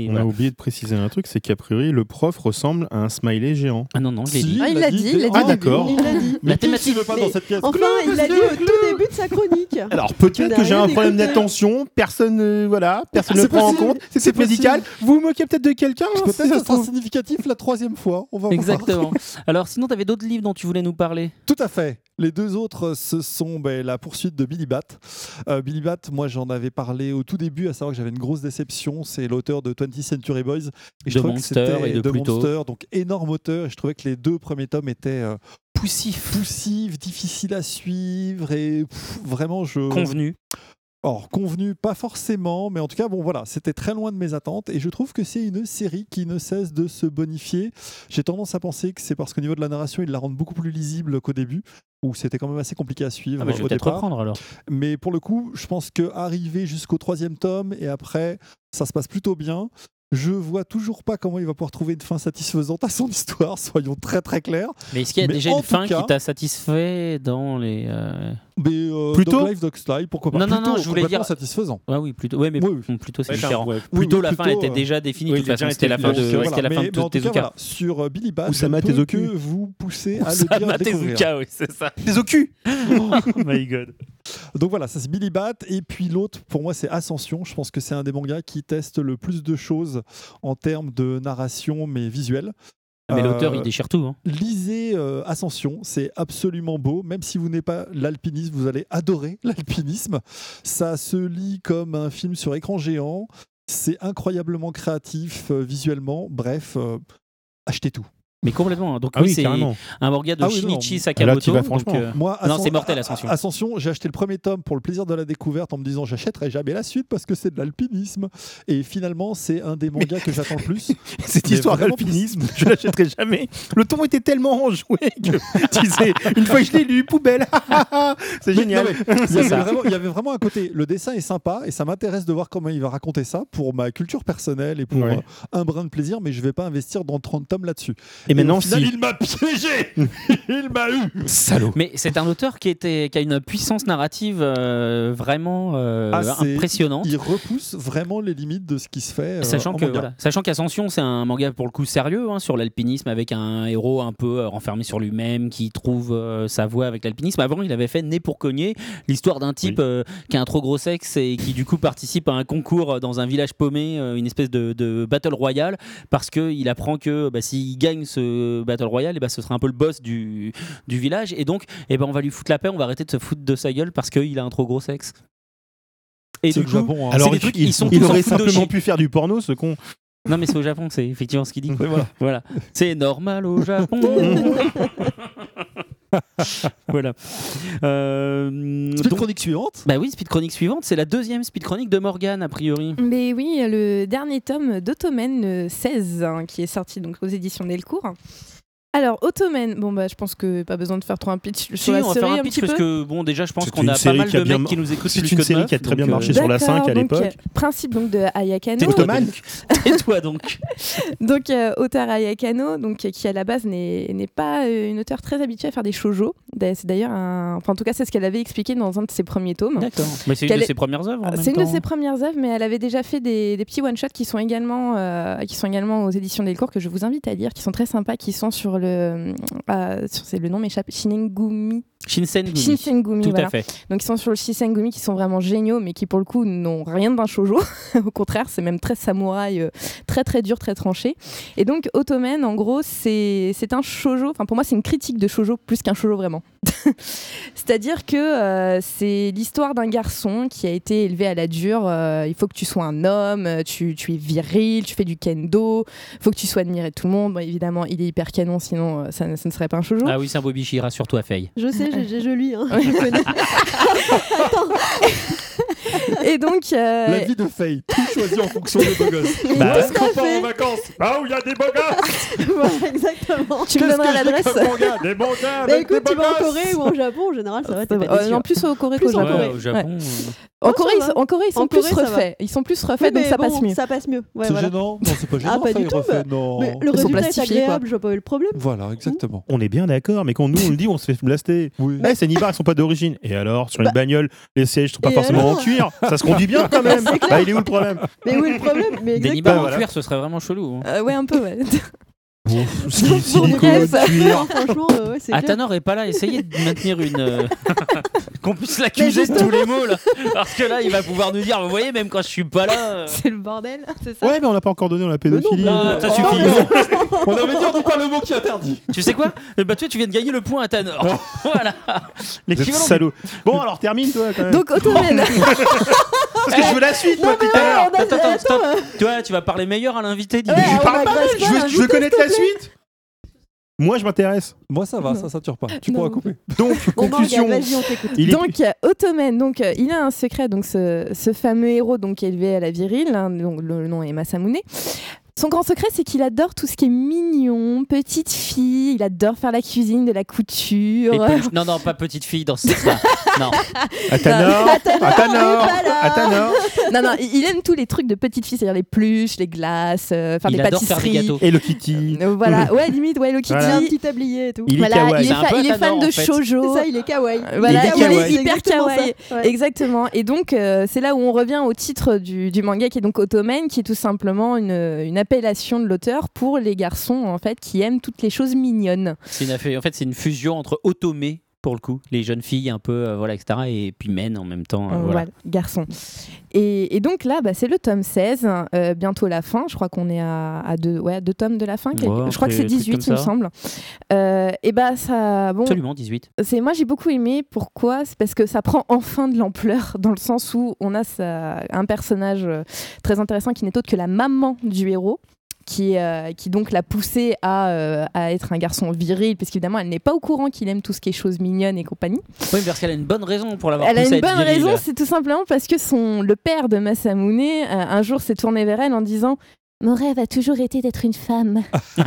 On voilà. a oublié de préciser un truc, c'est qu'a priori, le prof ressemble à un smiley géant. Ah non, non, je l'ai Si, dit. Ah, il l'a dit, il l'a Ah, dit. d'accord. Il l'a dit. Mais La qui ne thématique- suivait pas mais- dans cette pièce. Enfin, il l'a dit au tout début de sa chronique. Alors peut-être Tu que n'as j'ai rien un problème écouté. d'attention, personne euh, voilà, personne ne C'est le prend en possible, compte, c'est c'est médical. Vous vous moquez peut-être de quelqu'un hein, si Peut-être ça que se ça sera trouve. significatif la troisième fois. On va voir. Exactement. Alors, sinon, tu avais d'autres livres dont tu voulais nous parler. Tout à fait. Les deux autres, ce sont ben, la poursuite de Billy Bat. Euh, Billy Bat, moi j'en avais parlé au tout début, à savoir que j'avais une grosse déception. C'est l'auteur de twentieth Century Boys. Et je De trouvais que Monster c'était- et de Pluto. Monster, donc énorme auteur. Et je trouvais que les deux premiers tomes étaient euh, Poussif. poussifs, difficiles à suivre. Et pff, vraiment, je. Convenu. Or, convenu, pas forcément, mais en tout cas, bon voilà, c'était très loin de mes attentes et je trouve que c'est une série qui ne cesse de se bonifier. J'ai tendance à penser que c'est parce qu'au niveau de la narration, ils la rendent beaucoup plus lisible qu'au début, où c'était quand même assez compliqué à suivre Ah bah, je vais au peut-être départ. reprendre alors. Mais pour le coup, je pense qu'arriver jusqu'au troisième tome et après, ça se passe plutôt bien. Je vois toujours pas comment il va pouvoir trouver une fin satisfaisante à son histoire, soyons très très clairs. Mais est-ce qu'il y a Mais déjà en une fin tout cas- qui t'a satisfait dans les. euh, Mais euh, Plutôt Dog Life, Dog Style, pourquoi pas Non, non, Plutôt, non, je voulais complètement dire- satisfaisant. Ah oui, plutôt. Ouais, mais Oui, bon, plutôt c'est Ouais, différent. ouais. Oui, Plutôt mais la fin plutôt, était euh, déjà définie. oui, de toute il a façon, déjà c'était été la fin fait, de, donc, c'était Voilà, la fin mais, de mais en tout cas, Tezuka. voilà, sur euh, Billy Bat, Oussama je ne peux Tezuka. que vous pousser à le Osama lire, à découvrir. Tezuka, oui, c'est ça. Des au cul. Oh my god. Donc voilà, ça c'est Billy Bat. Et puis l'autre, pour moi, c'est Ascension. Je pense que c'est un des mangas qui teste le plus de choses en termes de narration, mais visuelle. Mais Euh, l'auteur, il déchire tout. Hein. Lisez euh, Ascension, c'est absolument beau. Même si vous n'êtes pas l'alpinisme, vous allez adorer l'alpinisme. Ça se lit comme un film sur écran géant. C'est incroyablement créatif euh, visuellement. Bref, euh, achetez tout. Mais complètement. hein. Donc, Ah oui, oui, c'est carrément. un manga de Ah oui, non. Shinichi Là, Sakamoto. tu vas donc, franchement. euh, Moi, Non, Ascen- c'est mortel, Ascension. Ascension, j'ai acheté le premier tome pour le plaisir de la découverte en me disant j'achèterai jamais la suite parce que c'est de l'alpinisme. Et finalement, c'est un des mangas que j'attends le plus. Cette Mais histoire vraiment, d'alpinisme, je l'achèterai jamais. Le ton était tellement enjoué que, tu sais, une fois que je l'ai lu, poubelle. C'est Mais génial. non, mais il, y C'est avait ça. vraiment, il y avait vraiment un côté. Le dessin est sympa et ça m'intéresse de voir comment il va raconter ça pour ma culture personnelle et pour Ouais. euh, un brin de plaisir, mais je vais pas investir dans trente tomes là-dessus. Et maintenant, au final, si. il m'a piégé. Il m'a eu. Salaud. Mais c'est un auteur qui, était, qui a une puissance narrative euh, vraiment euh, Ah, c'est- impressionnante. Il repousse vraiment les limites de ce qui se fait. euh, Sachant en que manga. voilà. Sachant qu'Ascension, c'est un manga pour le coup sérieux hein, sur l'alpinisme avec un héros un peu euh, renfermé sur lui-même qui trouve euh, sa voie avec l'alpinisme. Avant, il avait fait Né pour cogner, l'histoire d'un type Oui. euh, qui a un trop gros sexe et qui du coup participe à un concours euh, dans un village paumé, euh, une espèce de, de battle royale, parce que il apprend que bah, s'il gagne ce battle royale, et bah, ce sera un peu le boss du, du village et donc eh ben on va lui foutre la paix, on va arrêter de se foutre de sa gueule parce qu'il a un trop gros sexe. Et C'est du le coup, Japon. hein. c'est Alors, des il, trucs, il- ils sont il tous en aurait fudoshi. simplement pu faire du porno, ce con. Non, mais c'est au Japon, c'est effectivement ce qu'il dit. Oui, voilà. Voilà. C'est normal au Japon. Voilà. Euh, Speed donc- chronique suivante. bah oui, Speed Chronique suivante, c'est la deuxième Speed Chronique de Morgane, a priori. Mais oui, le dernier tome d'Ottomen euh, seize, hein, qui est sorti donc aux éditions Delcourt. Alors, Ottomen, bon bah je pense que pas besoin de faire trop un pitch sur Si, la on va série faire un un pitch petit parce peu. que, bon, déjà, je pense C'est qu'on une a pas série mal qui a de bien mecs mar- qui nous écoutent c'est plus une que série neuf, qui a très bien donc, marché euh, sur la D'accord, cinq à donc, l'époque. euh, principe donc de Ayakano. Tais-toi Ottoman. donc. Tais-toi donc. Donc euh, auteur Ayakano, donc euh, qui à la base n'est n'est pas euh, une auteure très habituée à faire des shoujo. D'a- C'est d'ailleurs un, enfin en tout cas c'est ce qu'elle avait expliqué dans un de ses premiers tomes. D'accord. Mais c'est une Qu'elle de est- ses premières œuvres. en même C'est une de temps. ses premières œuvres, mais elle avait déjà fait des, des petits one shots qui sont également euh, qui sont également aux éditions Delcourt que je vous invite à lire, qui sont très sympas, qui sont sur le euh, sur c'est le nom m'échappe, Shinengumi. Shinsengumi. Shinsengumi, Tout voilà. à fait. Donc ils sont sur le Shinsengumi qui sont vraiment géniaux, mais qui pour le coup n'ont rien d'un shoujo. Au contraire, c'est même très samouraï, euh, très très dur, très tranché. Et donc Ottomen, en gros, c'est c'est un shoujo. Enfin pour moi, c'est une critique de shoujo plus qu'un shoujo vraiment. C'est-à-dire que euh, c'est l'histoire d'un garçon qui a été élevé à la dure. euh, il faut que tu sois un homme, tu, tu es viril, tu fais du kendo. Il faut que tu sois admiré de tout le monde. Bon, évidemment, il est hyper canon, sinon euh, ça, ça ne serait pas un shoujo. Ah oui, c'est un Bobishi, rassure-toi, Faye. Je sais, j'ai- j'ai- je lis. Hein. Je connais. Et donc, euh, La vie de Faye, tout choisi en fonction des beaux gosses. Bah, Où est-ce qu'on tout à part fait. en vacances? Ah, où il y a des beaux gosses. Voilà, exactement. tu me Qu'est-ce donneras que je dis l'adresse. comme manga? Des mangas Bah avec des écoute, tu beaux vas en gosses. Corée ou en Japon, en général, ça va, t'es Euh, pas déçu. non, plus au Corée Plus qu'au en Japon. Ouais, Corée. au Japon. euh, En, Oh, Corée, ça ils, va. en Corée, ils sont En plus Corée, ça va. refaits. Ils sont plus Oui, refaits, donc mais ça bon, passe mieux. Ça passe mieux. Ouais, C'est voilà. gênant? Non, c'est pas gênant. Ah, pas Faye du tout, refait. bah. Non. Mais le Ils sont résultat est plastifiés, agréable, je vois pas eu le problème. Voilà, exactement. On est bien d'accord, mais quand nous on le dit, on se fait blaster. Oui. Eh, ces nibards, ils sont pas d'origine. Et alors, sur une Bah. bagnole, les sièges sont pas Et forcément alors en cuir. Ça se conduit bien quand même. C'est clair. Bah, il est où le problème? Mais où est le problème? Mais Des exactement. nibards en voilà. cuir, ce serait vraiment chelou. hein. Euh, ouais, un peu, ouais. Si- silicone, Bref. cuir. Franchement, euh, ouais, c'est Ah, clair. Tanor est pas là, essayez de maintenir une. euh, qu'on puisse l'accuser de tous les mots là. Parce que là, il va pouvoir nous dire, vous voyez, même quand je suis pas là. euh, C'est le bordel, c'est ça. Ouais, mais on l'a pas encore donné dans la pédophilie. non, ça Oh, suffit. non. On avait dit on dit pas le mot qui est interdit. Tu sais quoi? Bah, tu, vois, tu viens de gagner le point à Tanor. voilà. Vous êtes L'équivalent. du- salaud. Bon, alors termine toi quand même. Donc, Ottoman. Parce que je veux la suite, moi, tout à l'heure. on a- Attends, attends, attends, stop. euh, Tu vois, tu vas parler meilleur à l'invité. dis Ouais, donc. Je on parle pas, agresse je pas, veux, un je veux goût, connaître s'il la te plaît. suite. Moi, je m'intéresse. Moi ça va, Non. ça sature pas. Tu Non. pourras couper. Donc, Bon, conclusion. Morgane, vas-y, on t'écoute. Il est- Donc euh, Ottoman, donc euh, il a un secret, donc ce, ce fameux héros donc qui est élevé à la virile, hein, donc le nom est Masamune. Son grand secret, c'est qu'il adore tout ce qui est mignon, petite fille. Il adore faire la cuisine, de la couture. Les peluches- Non, non, pas petite fille dans ce sens-là. Non. Atanor, Atanor, pas là. Atanor. Non, non, il il aime tous les trucs de petite fille, c'est-à-dire les peluches, les glaces, euh, faire Il des adore faire des pâtisseries. gâteaux. Et le Kitty. Euh, voilà, ouais, limite, ouais, le Kitty. Voilà. Un petit tablier et tout. Il est Voilà, kawaii. il est, C'est un fa- peu il est fan Tanor, de en fait. shoujo. C'est ça, il est kawaii. Voilà, Il est il est kawaii. hyper C'est exactement kawaii. ça. Ouais. Exactement. Et donc, euh, c'est là où on revient au titre du, du manga qui est donc Ottoman, qui est tout simplement une, une appellation de l'auteur pour les garçons en fait qui aiment toutes les choses mignonnes. C'est une affaire- en fait, c'est une fusion entre Otome, pour le coup, les jeunes filles un peu, euh, voilà, et cetera, et puis men en même temps. euh, Euh, voilà. voilà, garçons. Et, et donc là, bah, c'est le tome seize, euh, bientôt la fin. Je crois qu'on est à, à deux, ouais, deux tomes de la fin. quelque- Ouais, je crois que un c'est truc dix-huit, comme il me ça. semble. Euh, et bah ça, bon, Absolument, dix-huit. c'est moi j'ai beaucoup aimé. Pourquoi? C'est parce que ça prend enfin de l'ampleur dans le sens où on a ça, un personnage euh, très intéressant qui n'est autre que la maman du héros. Qui, euh, qui donc l'a poussé à, euh, à être un garçon viril, parce qu'évidemment elle n'est pas au courant qu'il aime tout ce qui est choses mignonnes et compagnie. Oui, parce qu'elle a une bonne raison pour l'avoir Elle a poussé à une être bonne virile. raison, c'est tout simplement parce que son, le père de Masamune euh, un jour s'est tourné vers elle en disant « Mon rêve a toujours été d'être une femme.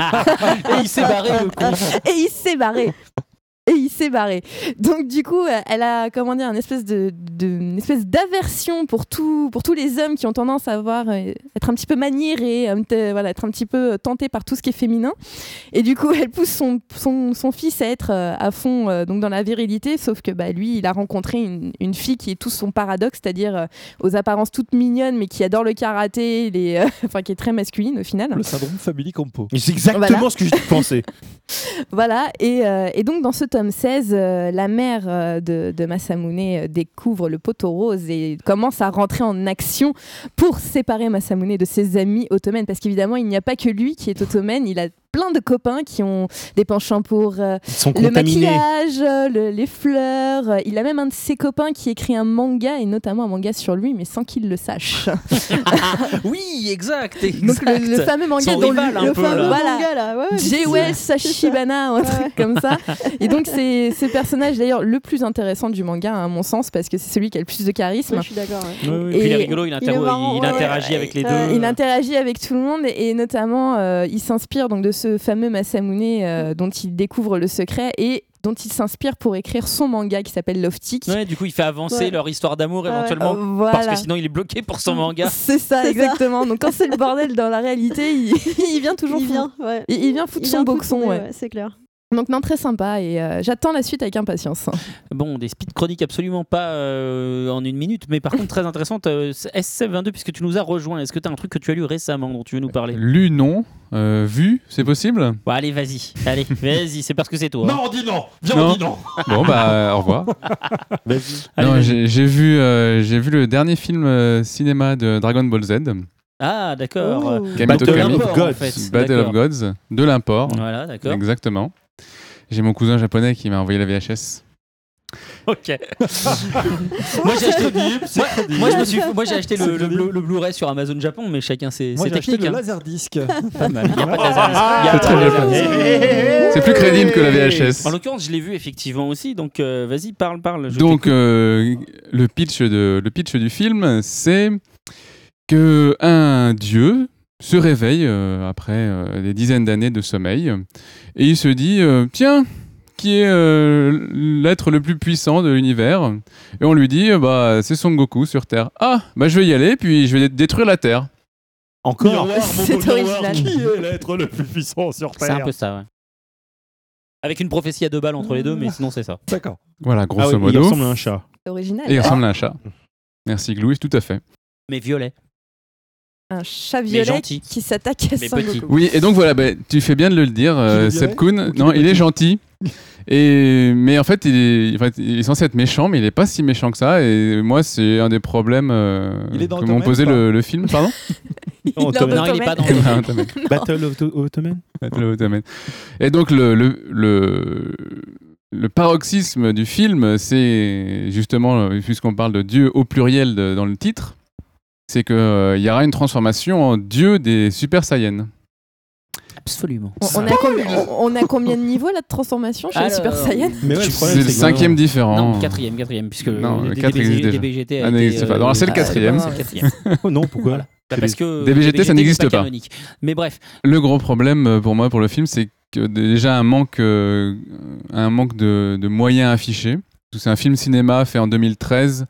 Et il s'est barré, le con. » Et il s'est barré. Et il s'est barré. Donc du coup, euh, elle a comment dire, une espèce de, de une espèce d'aversion pour tout, pour tous les hommes qui ont tendance à avoir euh, être un petit peu maniérés, un petit- voilà, être un petit peu tentés par tout ce qui est féminin. Et du coup, elle pousse son, son, son fils à être euh, à fond euh, donc dans la virilité, sauf que bah, lui, il a rencontré une, une fille qui est tout son paradoxe, c'est-à-dire euh, aux apparences toutes mignonnes, mais qui adore le karaté, les, euh, enfin qui est très masculine au final. Le syndrome Family Compo. C'est exactement Voilà. ce que je pensais. Voilà, et, euh, et donc dans ce tome seize, euh, la mère euh, de, de Masamune euh, découvre le poteau rose et commence à rentrer en action pour séparer Masamune de ses amis ottomans. Parce qu'évidemment, il n'y a pas que lui qui est ottoman, il a plein de copains qui ont des penchants pour euh, Ils sont le contaminés. maquillage, euh, le- les fleurs. Euh, Il a même un de ses copains qui écrit un manga, et notamment un manga sur lui, mais sans qu'il le sache. Oui, exact, exact. Donc le, le fameux manga Son dont rival, lui- un le peu, fameux- là. voilà. Manga, là, ouais, ouais, J. Wells Sashibana ou un Ouais. truc comme ça. Et donc c'est ce personnage d'ailleurs le plus intéressant du manga à mon sens parce que c'est celui qui a le plus de charisme. Ouais, je suis d'accord. ouais. Oui, oui, Et- puis il est rigolo, il, il est interro- marrant, il ouais, interagit ouais. avec les Euh, deux. Il interagit avec tout le monde et, et notamment euh, il s'inspire donc de ce fameux Masamune euh, dont il découvre le secret et dont il s'inspire pour écrire son manga qui s'appelle Loftic. Ouais, du coup, il fait avancer Ouais. leur histoire d'amour Ah ouais. éventuellement. Euh, voilà. Parce que sinon, il est bloqué pour son manga. C'est ça, C'est exactement. Donc quand c'est le bordel dans la réalité, il, il vient toujours Il fou- vient, ouais. Il, il vient foutre Il son vient boxon. foutre, Ouais. ouais, c'est clair. Donc non, très sympa et euh, j'attends la suite avec impatience. Bon, des speed chroniques absolument pas euh, en une minute, mais par contre très intéressantes. Euh, S C vingt-deux, puisque tu nous as rejoint, est-ce que tu as un truc que tu as lu récemment dont tu veux nous parler? Lu, non. Euh, vu, c'est possible? Bon, allez, vas-y. Allez, vas-y, c'est parce que c'est toi. Non, on dit non. Viens, Non. on dit non. Bon, bah, au revoir. Vas-y. Allez, Non, vas-y. j'ai j'ai vu, euh, j'ai vu le dernier film euh, cinéma de Dragon Ball Z, Ah, d'accord. Oh. Kamito Battle De Kami, of l'import, Gods. en fait. Battle D'accord. of Gods, de l'import. Voilà, d'accord. Exactement. J'ai mon cousin japonais qui m'a envoyé la V H S. Ok. moi, j'ai acheté, moi, moi, je me suis, moi, j'ai acheté le, le, Blu- le Blu-ray sur Amazon Japon, mais chacun ses, Moi, ses j'ai acheté techniques. le hein. Laserdisc. Pas mal. Il y a pas de Laserdisc. Il y a C'est pas très de bien Laserdisc. C'est plus crédible que la V H S. En l'occurrence, je l'ai vu effectivement aussi, donc euh, vas-y, parle, parle. je Donc, t'écoute. euh, le, pitch de, le pitch du film, c'est que un dieu se réveille euh, après euh, des dizaines d'années de sommeil et il se dit euh, tiens, qui est euh, l'être le plus puissant de l'univers? Et on lui dit euh, bah c'est Son Goku sur Terre. Ah, bah je vais y aller, puis je vais dé- détruire la Terre. Encore. C'est original. Qui est l'être le plus puissant sur c'est Terre? un peu ça, ouais. Avec une prophétie à deux balles entre les deux, mais sinon c'est ça. D'accord. Voilà, Ah grosso oui, il modo. ressemble à un chat. C'est original. Et il ressemble à un chat. Merci Glouis, tout à fait. Mais violet. un chat Mais violet gentil. qui s'attaque à Mais Son petit. Goku. Oui, et donc voilà, bah, tu fais bien de le dire, euh, Qu'il est Seb violet Kuhn. ou qu'il Non, est il est petit gentil. Et, mais en fait il, est, en fait, il est censé être méchant, mais il est pas si méchant que ça. Et moi, c'est un des problèmes euh, Il est dans que Ottoman m'ont posé ou pas le, le film. Pardon Il Non, est Ottoman. Non, il est pas dans Ah, le. Ottoman. Battle of the Ottoman. Le Ottoman. Et donc le, le, le, le paroxysme du film, c'est justement, euh, puisqu'on parle de Dieu au pluriel de- dans le titre, c'est qu'il euh, y aura une transformation en Dieu des Super Saiyans. Absolument. On, on a combien, on, on a combien de niveaux là de transformation chez les Alors, Super Saiyan? Mais ouais, le C'est problème, le c'est que- cinquième différent. Non, quatrième, quatrième, puisque Non, le le D- quatre D B G existe déjà. D B G T a Ah, été, n'existe pas. euh, Alors, c'est le ah, quatrième. c'est le quatrième. Oh non, pourquoi Voilà. Bah, parce que D B G T, ça n'est n'existe pas. canonique. Mais bref, Le gros problème euh, pour moi, pour le film, c'est que déjà un manque, euh, un manque de, de moyens affichés. C'est un film cinéma fait en deux mille treize.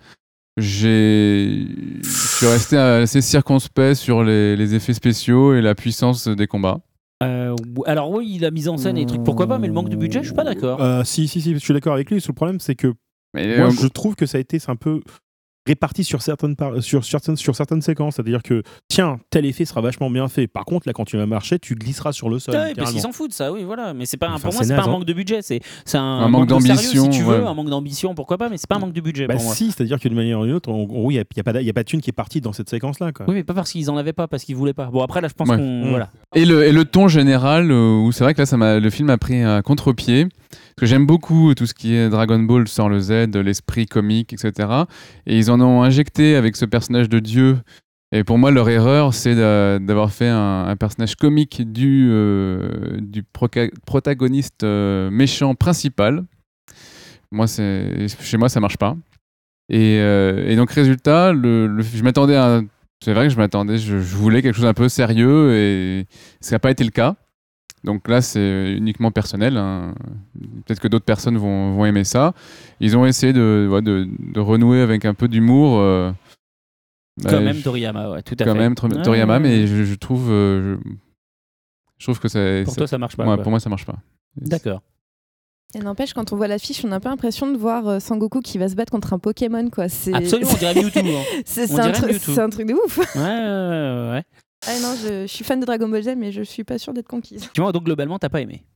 J'ai, je suis resté assez circonspect sur les, les effets spéciaux et la puissance des combats. euh, alors oui, la mise en scène et les trucs, pourquoi pas, mais le manque de budget, je suis pas d'accord. Euh, si, si, si, je suis d'accord avec lui. Le problème, c'est que Mais, moi, euh, je trouve que ça a été c'est un peu réparti sur certaines, par- sur, certaines, sur certaines séquences. C'est-à-dire que, tiens, tel effet sera vachement bien fait. Par contre, là, quand tu vas marcher, tu glisseras sur le sol. Ouais, parce littéralement. qu'ils s'en foutent, ça, oui, voilà. Mais c'est pas un- Enfin, pour moi, c'est c'est pas naze, un hein. manque de budget, c'est c'est un, Un manque de sérieux, d'ambition, si tu veux, ouais. un manque d'ambition, pourquoi pas, mais c'est pas un manque de budget Bah pour moi. si, c'est-à-dire que d'une manière ou d'une autre, en gros, il n'y a, il y a, pas d'a- il y a pas de thune qui est partie dans cette séquence-là. Quoi. Oui, mais pas parce qu'ils en avaient pas, parce qu'ils voulaient pas. Bon, après, là, je pense Ouais. qu'on. Mm. Voilà. Et le, et le ton général, euh, où c'est vrai que là, ça m'a, le film a pris un contre-pied. Parce que j'aime beaucoup tout ce qui est Dragon Ball sans le Z, l'esprit comique, et cetera. Et ils en ont injecté avec ce personnage de Dieu. Et pour moi, leur erreur, c'est d'a- d'avoir fait un, un personnage comique du, euh, du proca- protagoniste euh, méchant principal. Moi, c'est, chez moi, ça marche pas. Et, euh, et donc, résultat, le, le- je m'attendais à. un- C'est vrai que je m'attendais, je, je voulais quelque chose un peu sérieux et ça n'a pas été le cas. Donc là, c'est uniquement personnel. hein. Peut-être que d'autres personnes vont, vont aimer ça. Ils ont essayé de, ouais, de, de renouer avec un peu d'humour. euh, Quand bah, même je- Toriyama, ouais, tout à quand fait. même Tor- Ouais, Toriyama, ouais, mais ouais. je, je trouve, euh, je, je trouve que ça. Pour ça- toi, ça marche pas. ouais, quoi. pour moi, ça marche pas. D'accord. Et n'empêche, quand on voit l'affiche, on a pas l'impression de voir euh, Sangoku qui va se battre contre un Pokémon, quoi. C'est... Absolument, on dirait Mewtwo. hein. C'est, On c'est un, dirait truc- Mewtwo. c'est un truc de ouf. Ouais, ouais, ouais, ouais. Ah non, je, je suis fan de Dragon Ball Z, mais je suis pas sûre d'être conquise. Tu vois, donc globalement, t'as pas aimé.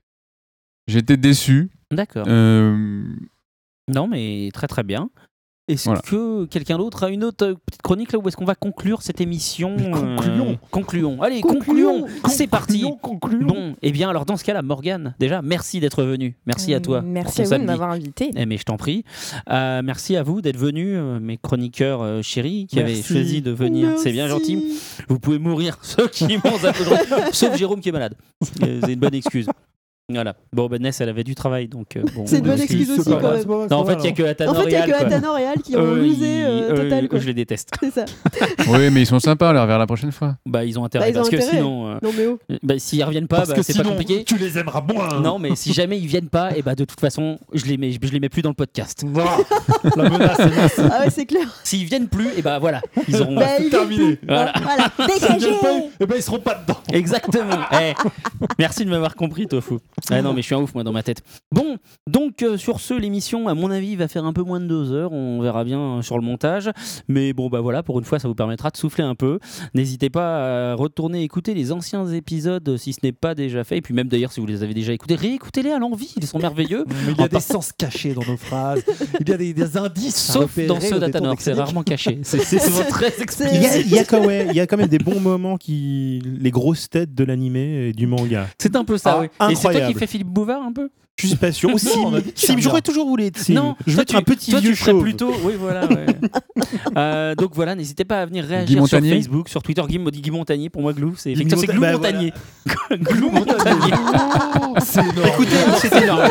J'étais déçu. D'accord. Euh, Non, mais très très bien. Est-ce Voilà. que quelqu'un d'autre a une autre euh, petite chronique là où est-ce qu'on va conclure cette émission Mais concluons. euh, Concluons. Allez, Concluons. concluons. C'est parti. Concluons, concluons. Bon, et bien alors dans ce cas-là, Morgane, déjà merci d'être venue. Merci à toi. Euh, Merci pour à ce vous de samedi. m'avoir invité. Eh, mais je t'en prie. Euh, merci à vous d'être venus, euh, mes chroniqueurs euh, chéris qui Merci. avaient choisi de venir. C'est bien gentil. Vous pouvez mourir ceux qui m'ont applaudi, sauf Jérôme qui est malade. Euh, C'est une bonne excuse. Voilà. Bon, ben Ness, elle avait du travail, donc euh, bon. C'est une bonne euh, excuse C'est aussi, pas quand mal, même. c'est pas mal, Non, en c'est fait, il n'y a pas que mal. Atano En fait, il n'y a Real, que quoi. Atano Real qui ont Eux, losé ils- euh, eux, total. Quoi. je les déteste. C'est ça. oui, mais ils sont sympas, alors vers la prochaine fois. Bah, ils ont intérêt. Bah, ils ont parce que intérêt. sinon, euh, Non mais oh. bah, s'ils reviennent pas, Parce bah, que c'est sinon, pas compliqué. tu les aimeras moins. Non, mais si jamais ils viennent pas, et bah, de toute façon, je les mets, je les mets plus dans le podcast. Voilà. La menace est lancée. Ah ouais, c'est clair. S'ils viennent plus, et bah voilà, ils auront. Bah, il est terminé. plus. Voilà. Voilà. S'ils Dégagez. viennent pas, eh ben, ils seront pas dedans. Exactement. Eh, merci de m'avoir compris, Tofu. Ah non, mais je suis un ouf, moi, dans ma tête. Bon, donc, euh, sur ce, l'émission, à mon avis, va faire un peu moins de deux heures. On verra bien euh, sur le montage. Mais bon, bah voilà, pour une fois, ça vous permettra de souffler un peu. N'hésitez pas à retourner écouter les anciens épisodes si ce n'est pas déjà fait. Et puis, même d'ailleurs, si vous les avez déjà écoutés, réécoutez-les à l'envie. Ils sont merveilleux. Mais il y a En des par- sens cachés dans nos phrases. Il y a des, des indices. à Sauf repérer dans ceux au détour d'Athanor, des c'est chroniques. rarement caché. C'est c'est souvent très Il y, a, explicite. il, y a quand, ouais, il y a quand même des bons moments qui. Les grosses têtes de l'animé et du manga. C'est un peu ça, Ah, oui. Et c'est toi qui incroyable. fais Philippe Bouvard un peu Je suis pas sûr. Aussi, Non, on a dit Sim, Charles. j'aurais toujours voulu être Sim. Non, je toi, veux être tu- un petit toi, vieux tu ferais chauve. plutôt. Oui, voilà. ouais. Euh, donc voilà, n'hésitez pas à venir Guy réagir sur Montagnier Facebook, sur Twitter. Guy, Guy Montagnier, pour moi, Glou, c'est Guy effectivement c'est Glou Monta- bah, Montagnier. Glou Montagnier. C'est énorme. Écoutez, c'est énorme.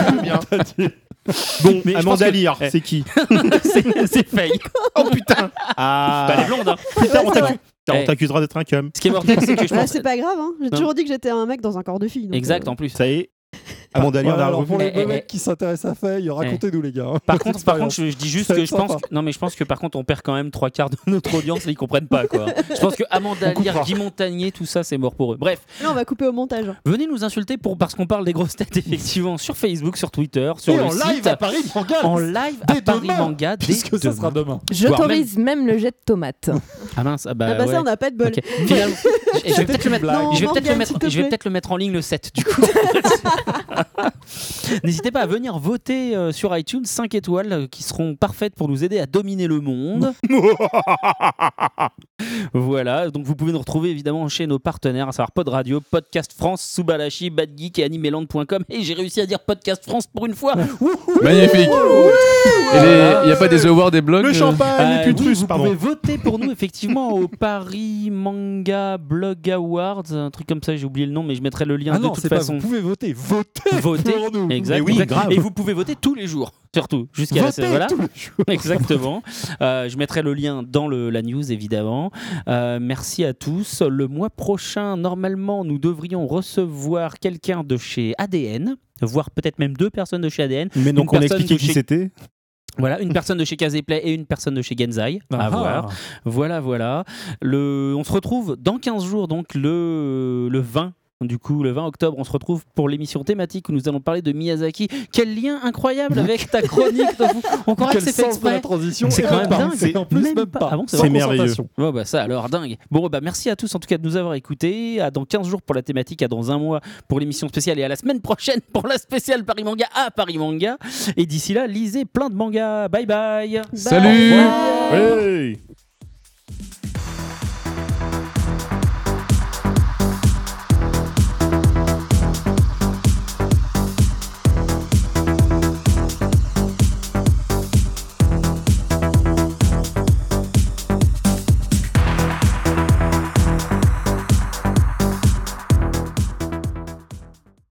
Bon, Mais je pense Amanda que- Lear, Eh. c'est qui C'est c'est fake. Oh putain Ah Bah, elle est blonde. Hein. Plus tard, Ouais, on c'est t'accu- vrai. on t'accusera d'être un cum. Ce qui est mortel, c'est que je Bah, pense. c'est pas grave, hein. J'ai Non. toujours dit que j'étais un mec dans un corps de fille. donc, Exact, euh, en plus. Ça y est, Amanda Lear Voilà, va alors pour les Eh, eh, mecs qui s'intéressent à Faye, racontez-nous les gars. Par contre, par contre, je, je dis juste Ça va que être je pense sympa. que, non mais je pense que par contre on perd quand même trois quarts de notre audience et ils comprennent pas quoi. Je pense que Amanda On Lear, coupera. Guy Montagnier, tout ça c'est mort pour eux. Bref, Non, on va couper au montage. venez nous insulter pour parce qu'on parle des grosses têtes effectivement sur Facebook, sur Twitter, sur Et le en site, live à Paris Manga. en live dès à Paris demain, Manga dès puisque ça demain. sera demain. J'autorise même... le jet de tomates. Ah mince, ah bah, Ah bah ouais. ça, on n'a pas de bol. Ok. Finalement, je je vais peut-être le mettre. Non, Je vais peut-être le Morgane, mettre. s'il te Je vais plaît. peut-être le mettre en ligne le sept du coup. N'hésitez pas à venir voter euh, sur iTunes cinq étoiles euh, qui seront parfaites pour nous aider à dominer le monde. Voilà, donc vous pouvez nous retrouver évidemment chez nos partenaires, à savoir Pod Radio, Podcast France, Subalashi, Bad Geek et Animeland point com. Et j'ai réussi à dire Podcast France pour une fois. Magnifique. Il n'y a pas des awards des blogs Le euh, champagne Euh, et plus de oui, russe, vous pardon. pouvez voter pour nous effectivement au Paris Manga Blog Awards, un truc comme ça, j'ai oublié le nom, mais je mettrai le lien Ah de non, toute c'est pas façon. vous pouvez voter, votez Voter. pour nous. Exact. Mais oui, Exact. grave. Et vous pouvez voter tous les jours, surtout jusqu'à la Votez voilà. tous les jours. Exactement. Euh, je mettrai le lien dans le, la news évidemment. Euh, merci à tous. Le mois prochain, normalement, nous devrions recevoir quelqu'un de chez A D N, voire peut-être même deux personnes de chez A D N. Mais donc Une on a personne expliqué de qui chez- c'était. Voilà, une personne de chez Caseplay et une personne de chez Genzai. À Ah. voir. Voilà, voilà. Le, on se retrouve dans quinze jours, donc le, le vingt. Du coup, le vingt octobre, on se retrouve pour l'émission thématique où nous allons parler de Miyazaki. Quel lien incroyable avec ta chronique de vous. On croirait que Quel c'est fait sens de la exprès. transition. C'est et quand même même pas. dingue. C'est en plus Même même pas. pas. Ah bon, c'est Sans C'est merveilleux. concentration. Ouais, bah ça alors dingue. Bon bah merci à tous en tout cas de nous avoir écoutés. À dans quinze jours pour la thématique, à dans un mois pour l'émission spéciale et à la semaine prochaine pour la spéciale Paris Manga à Paris Manga. Et d'ici là, lisez plein de mangas. Bye bye. Salut. Au revoir. Hey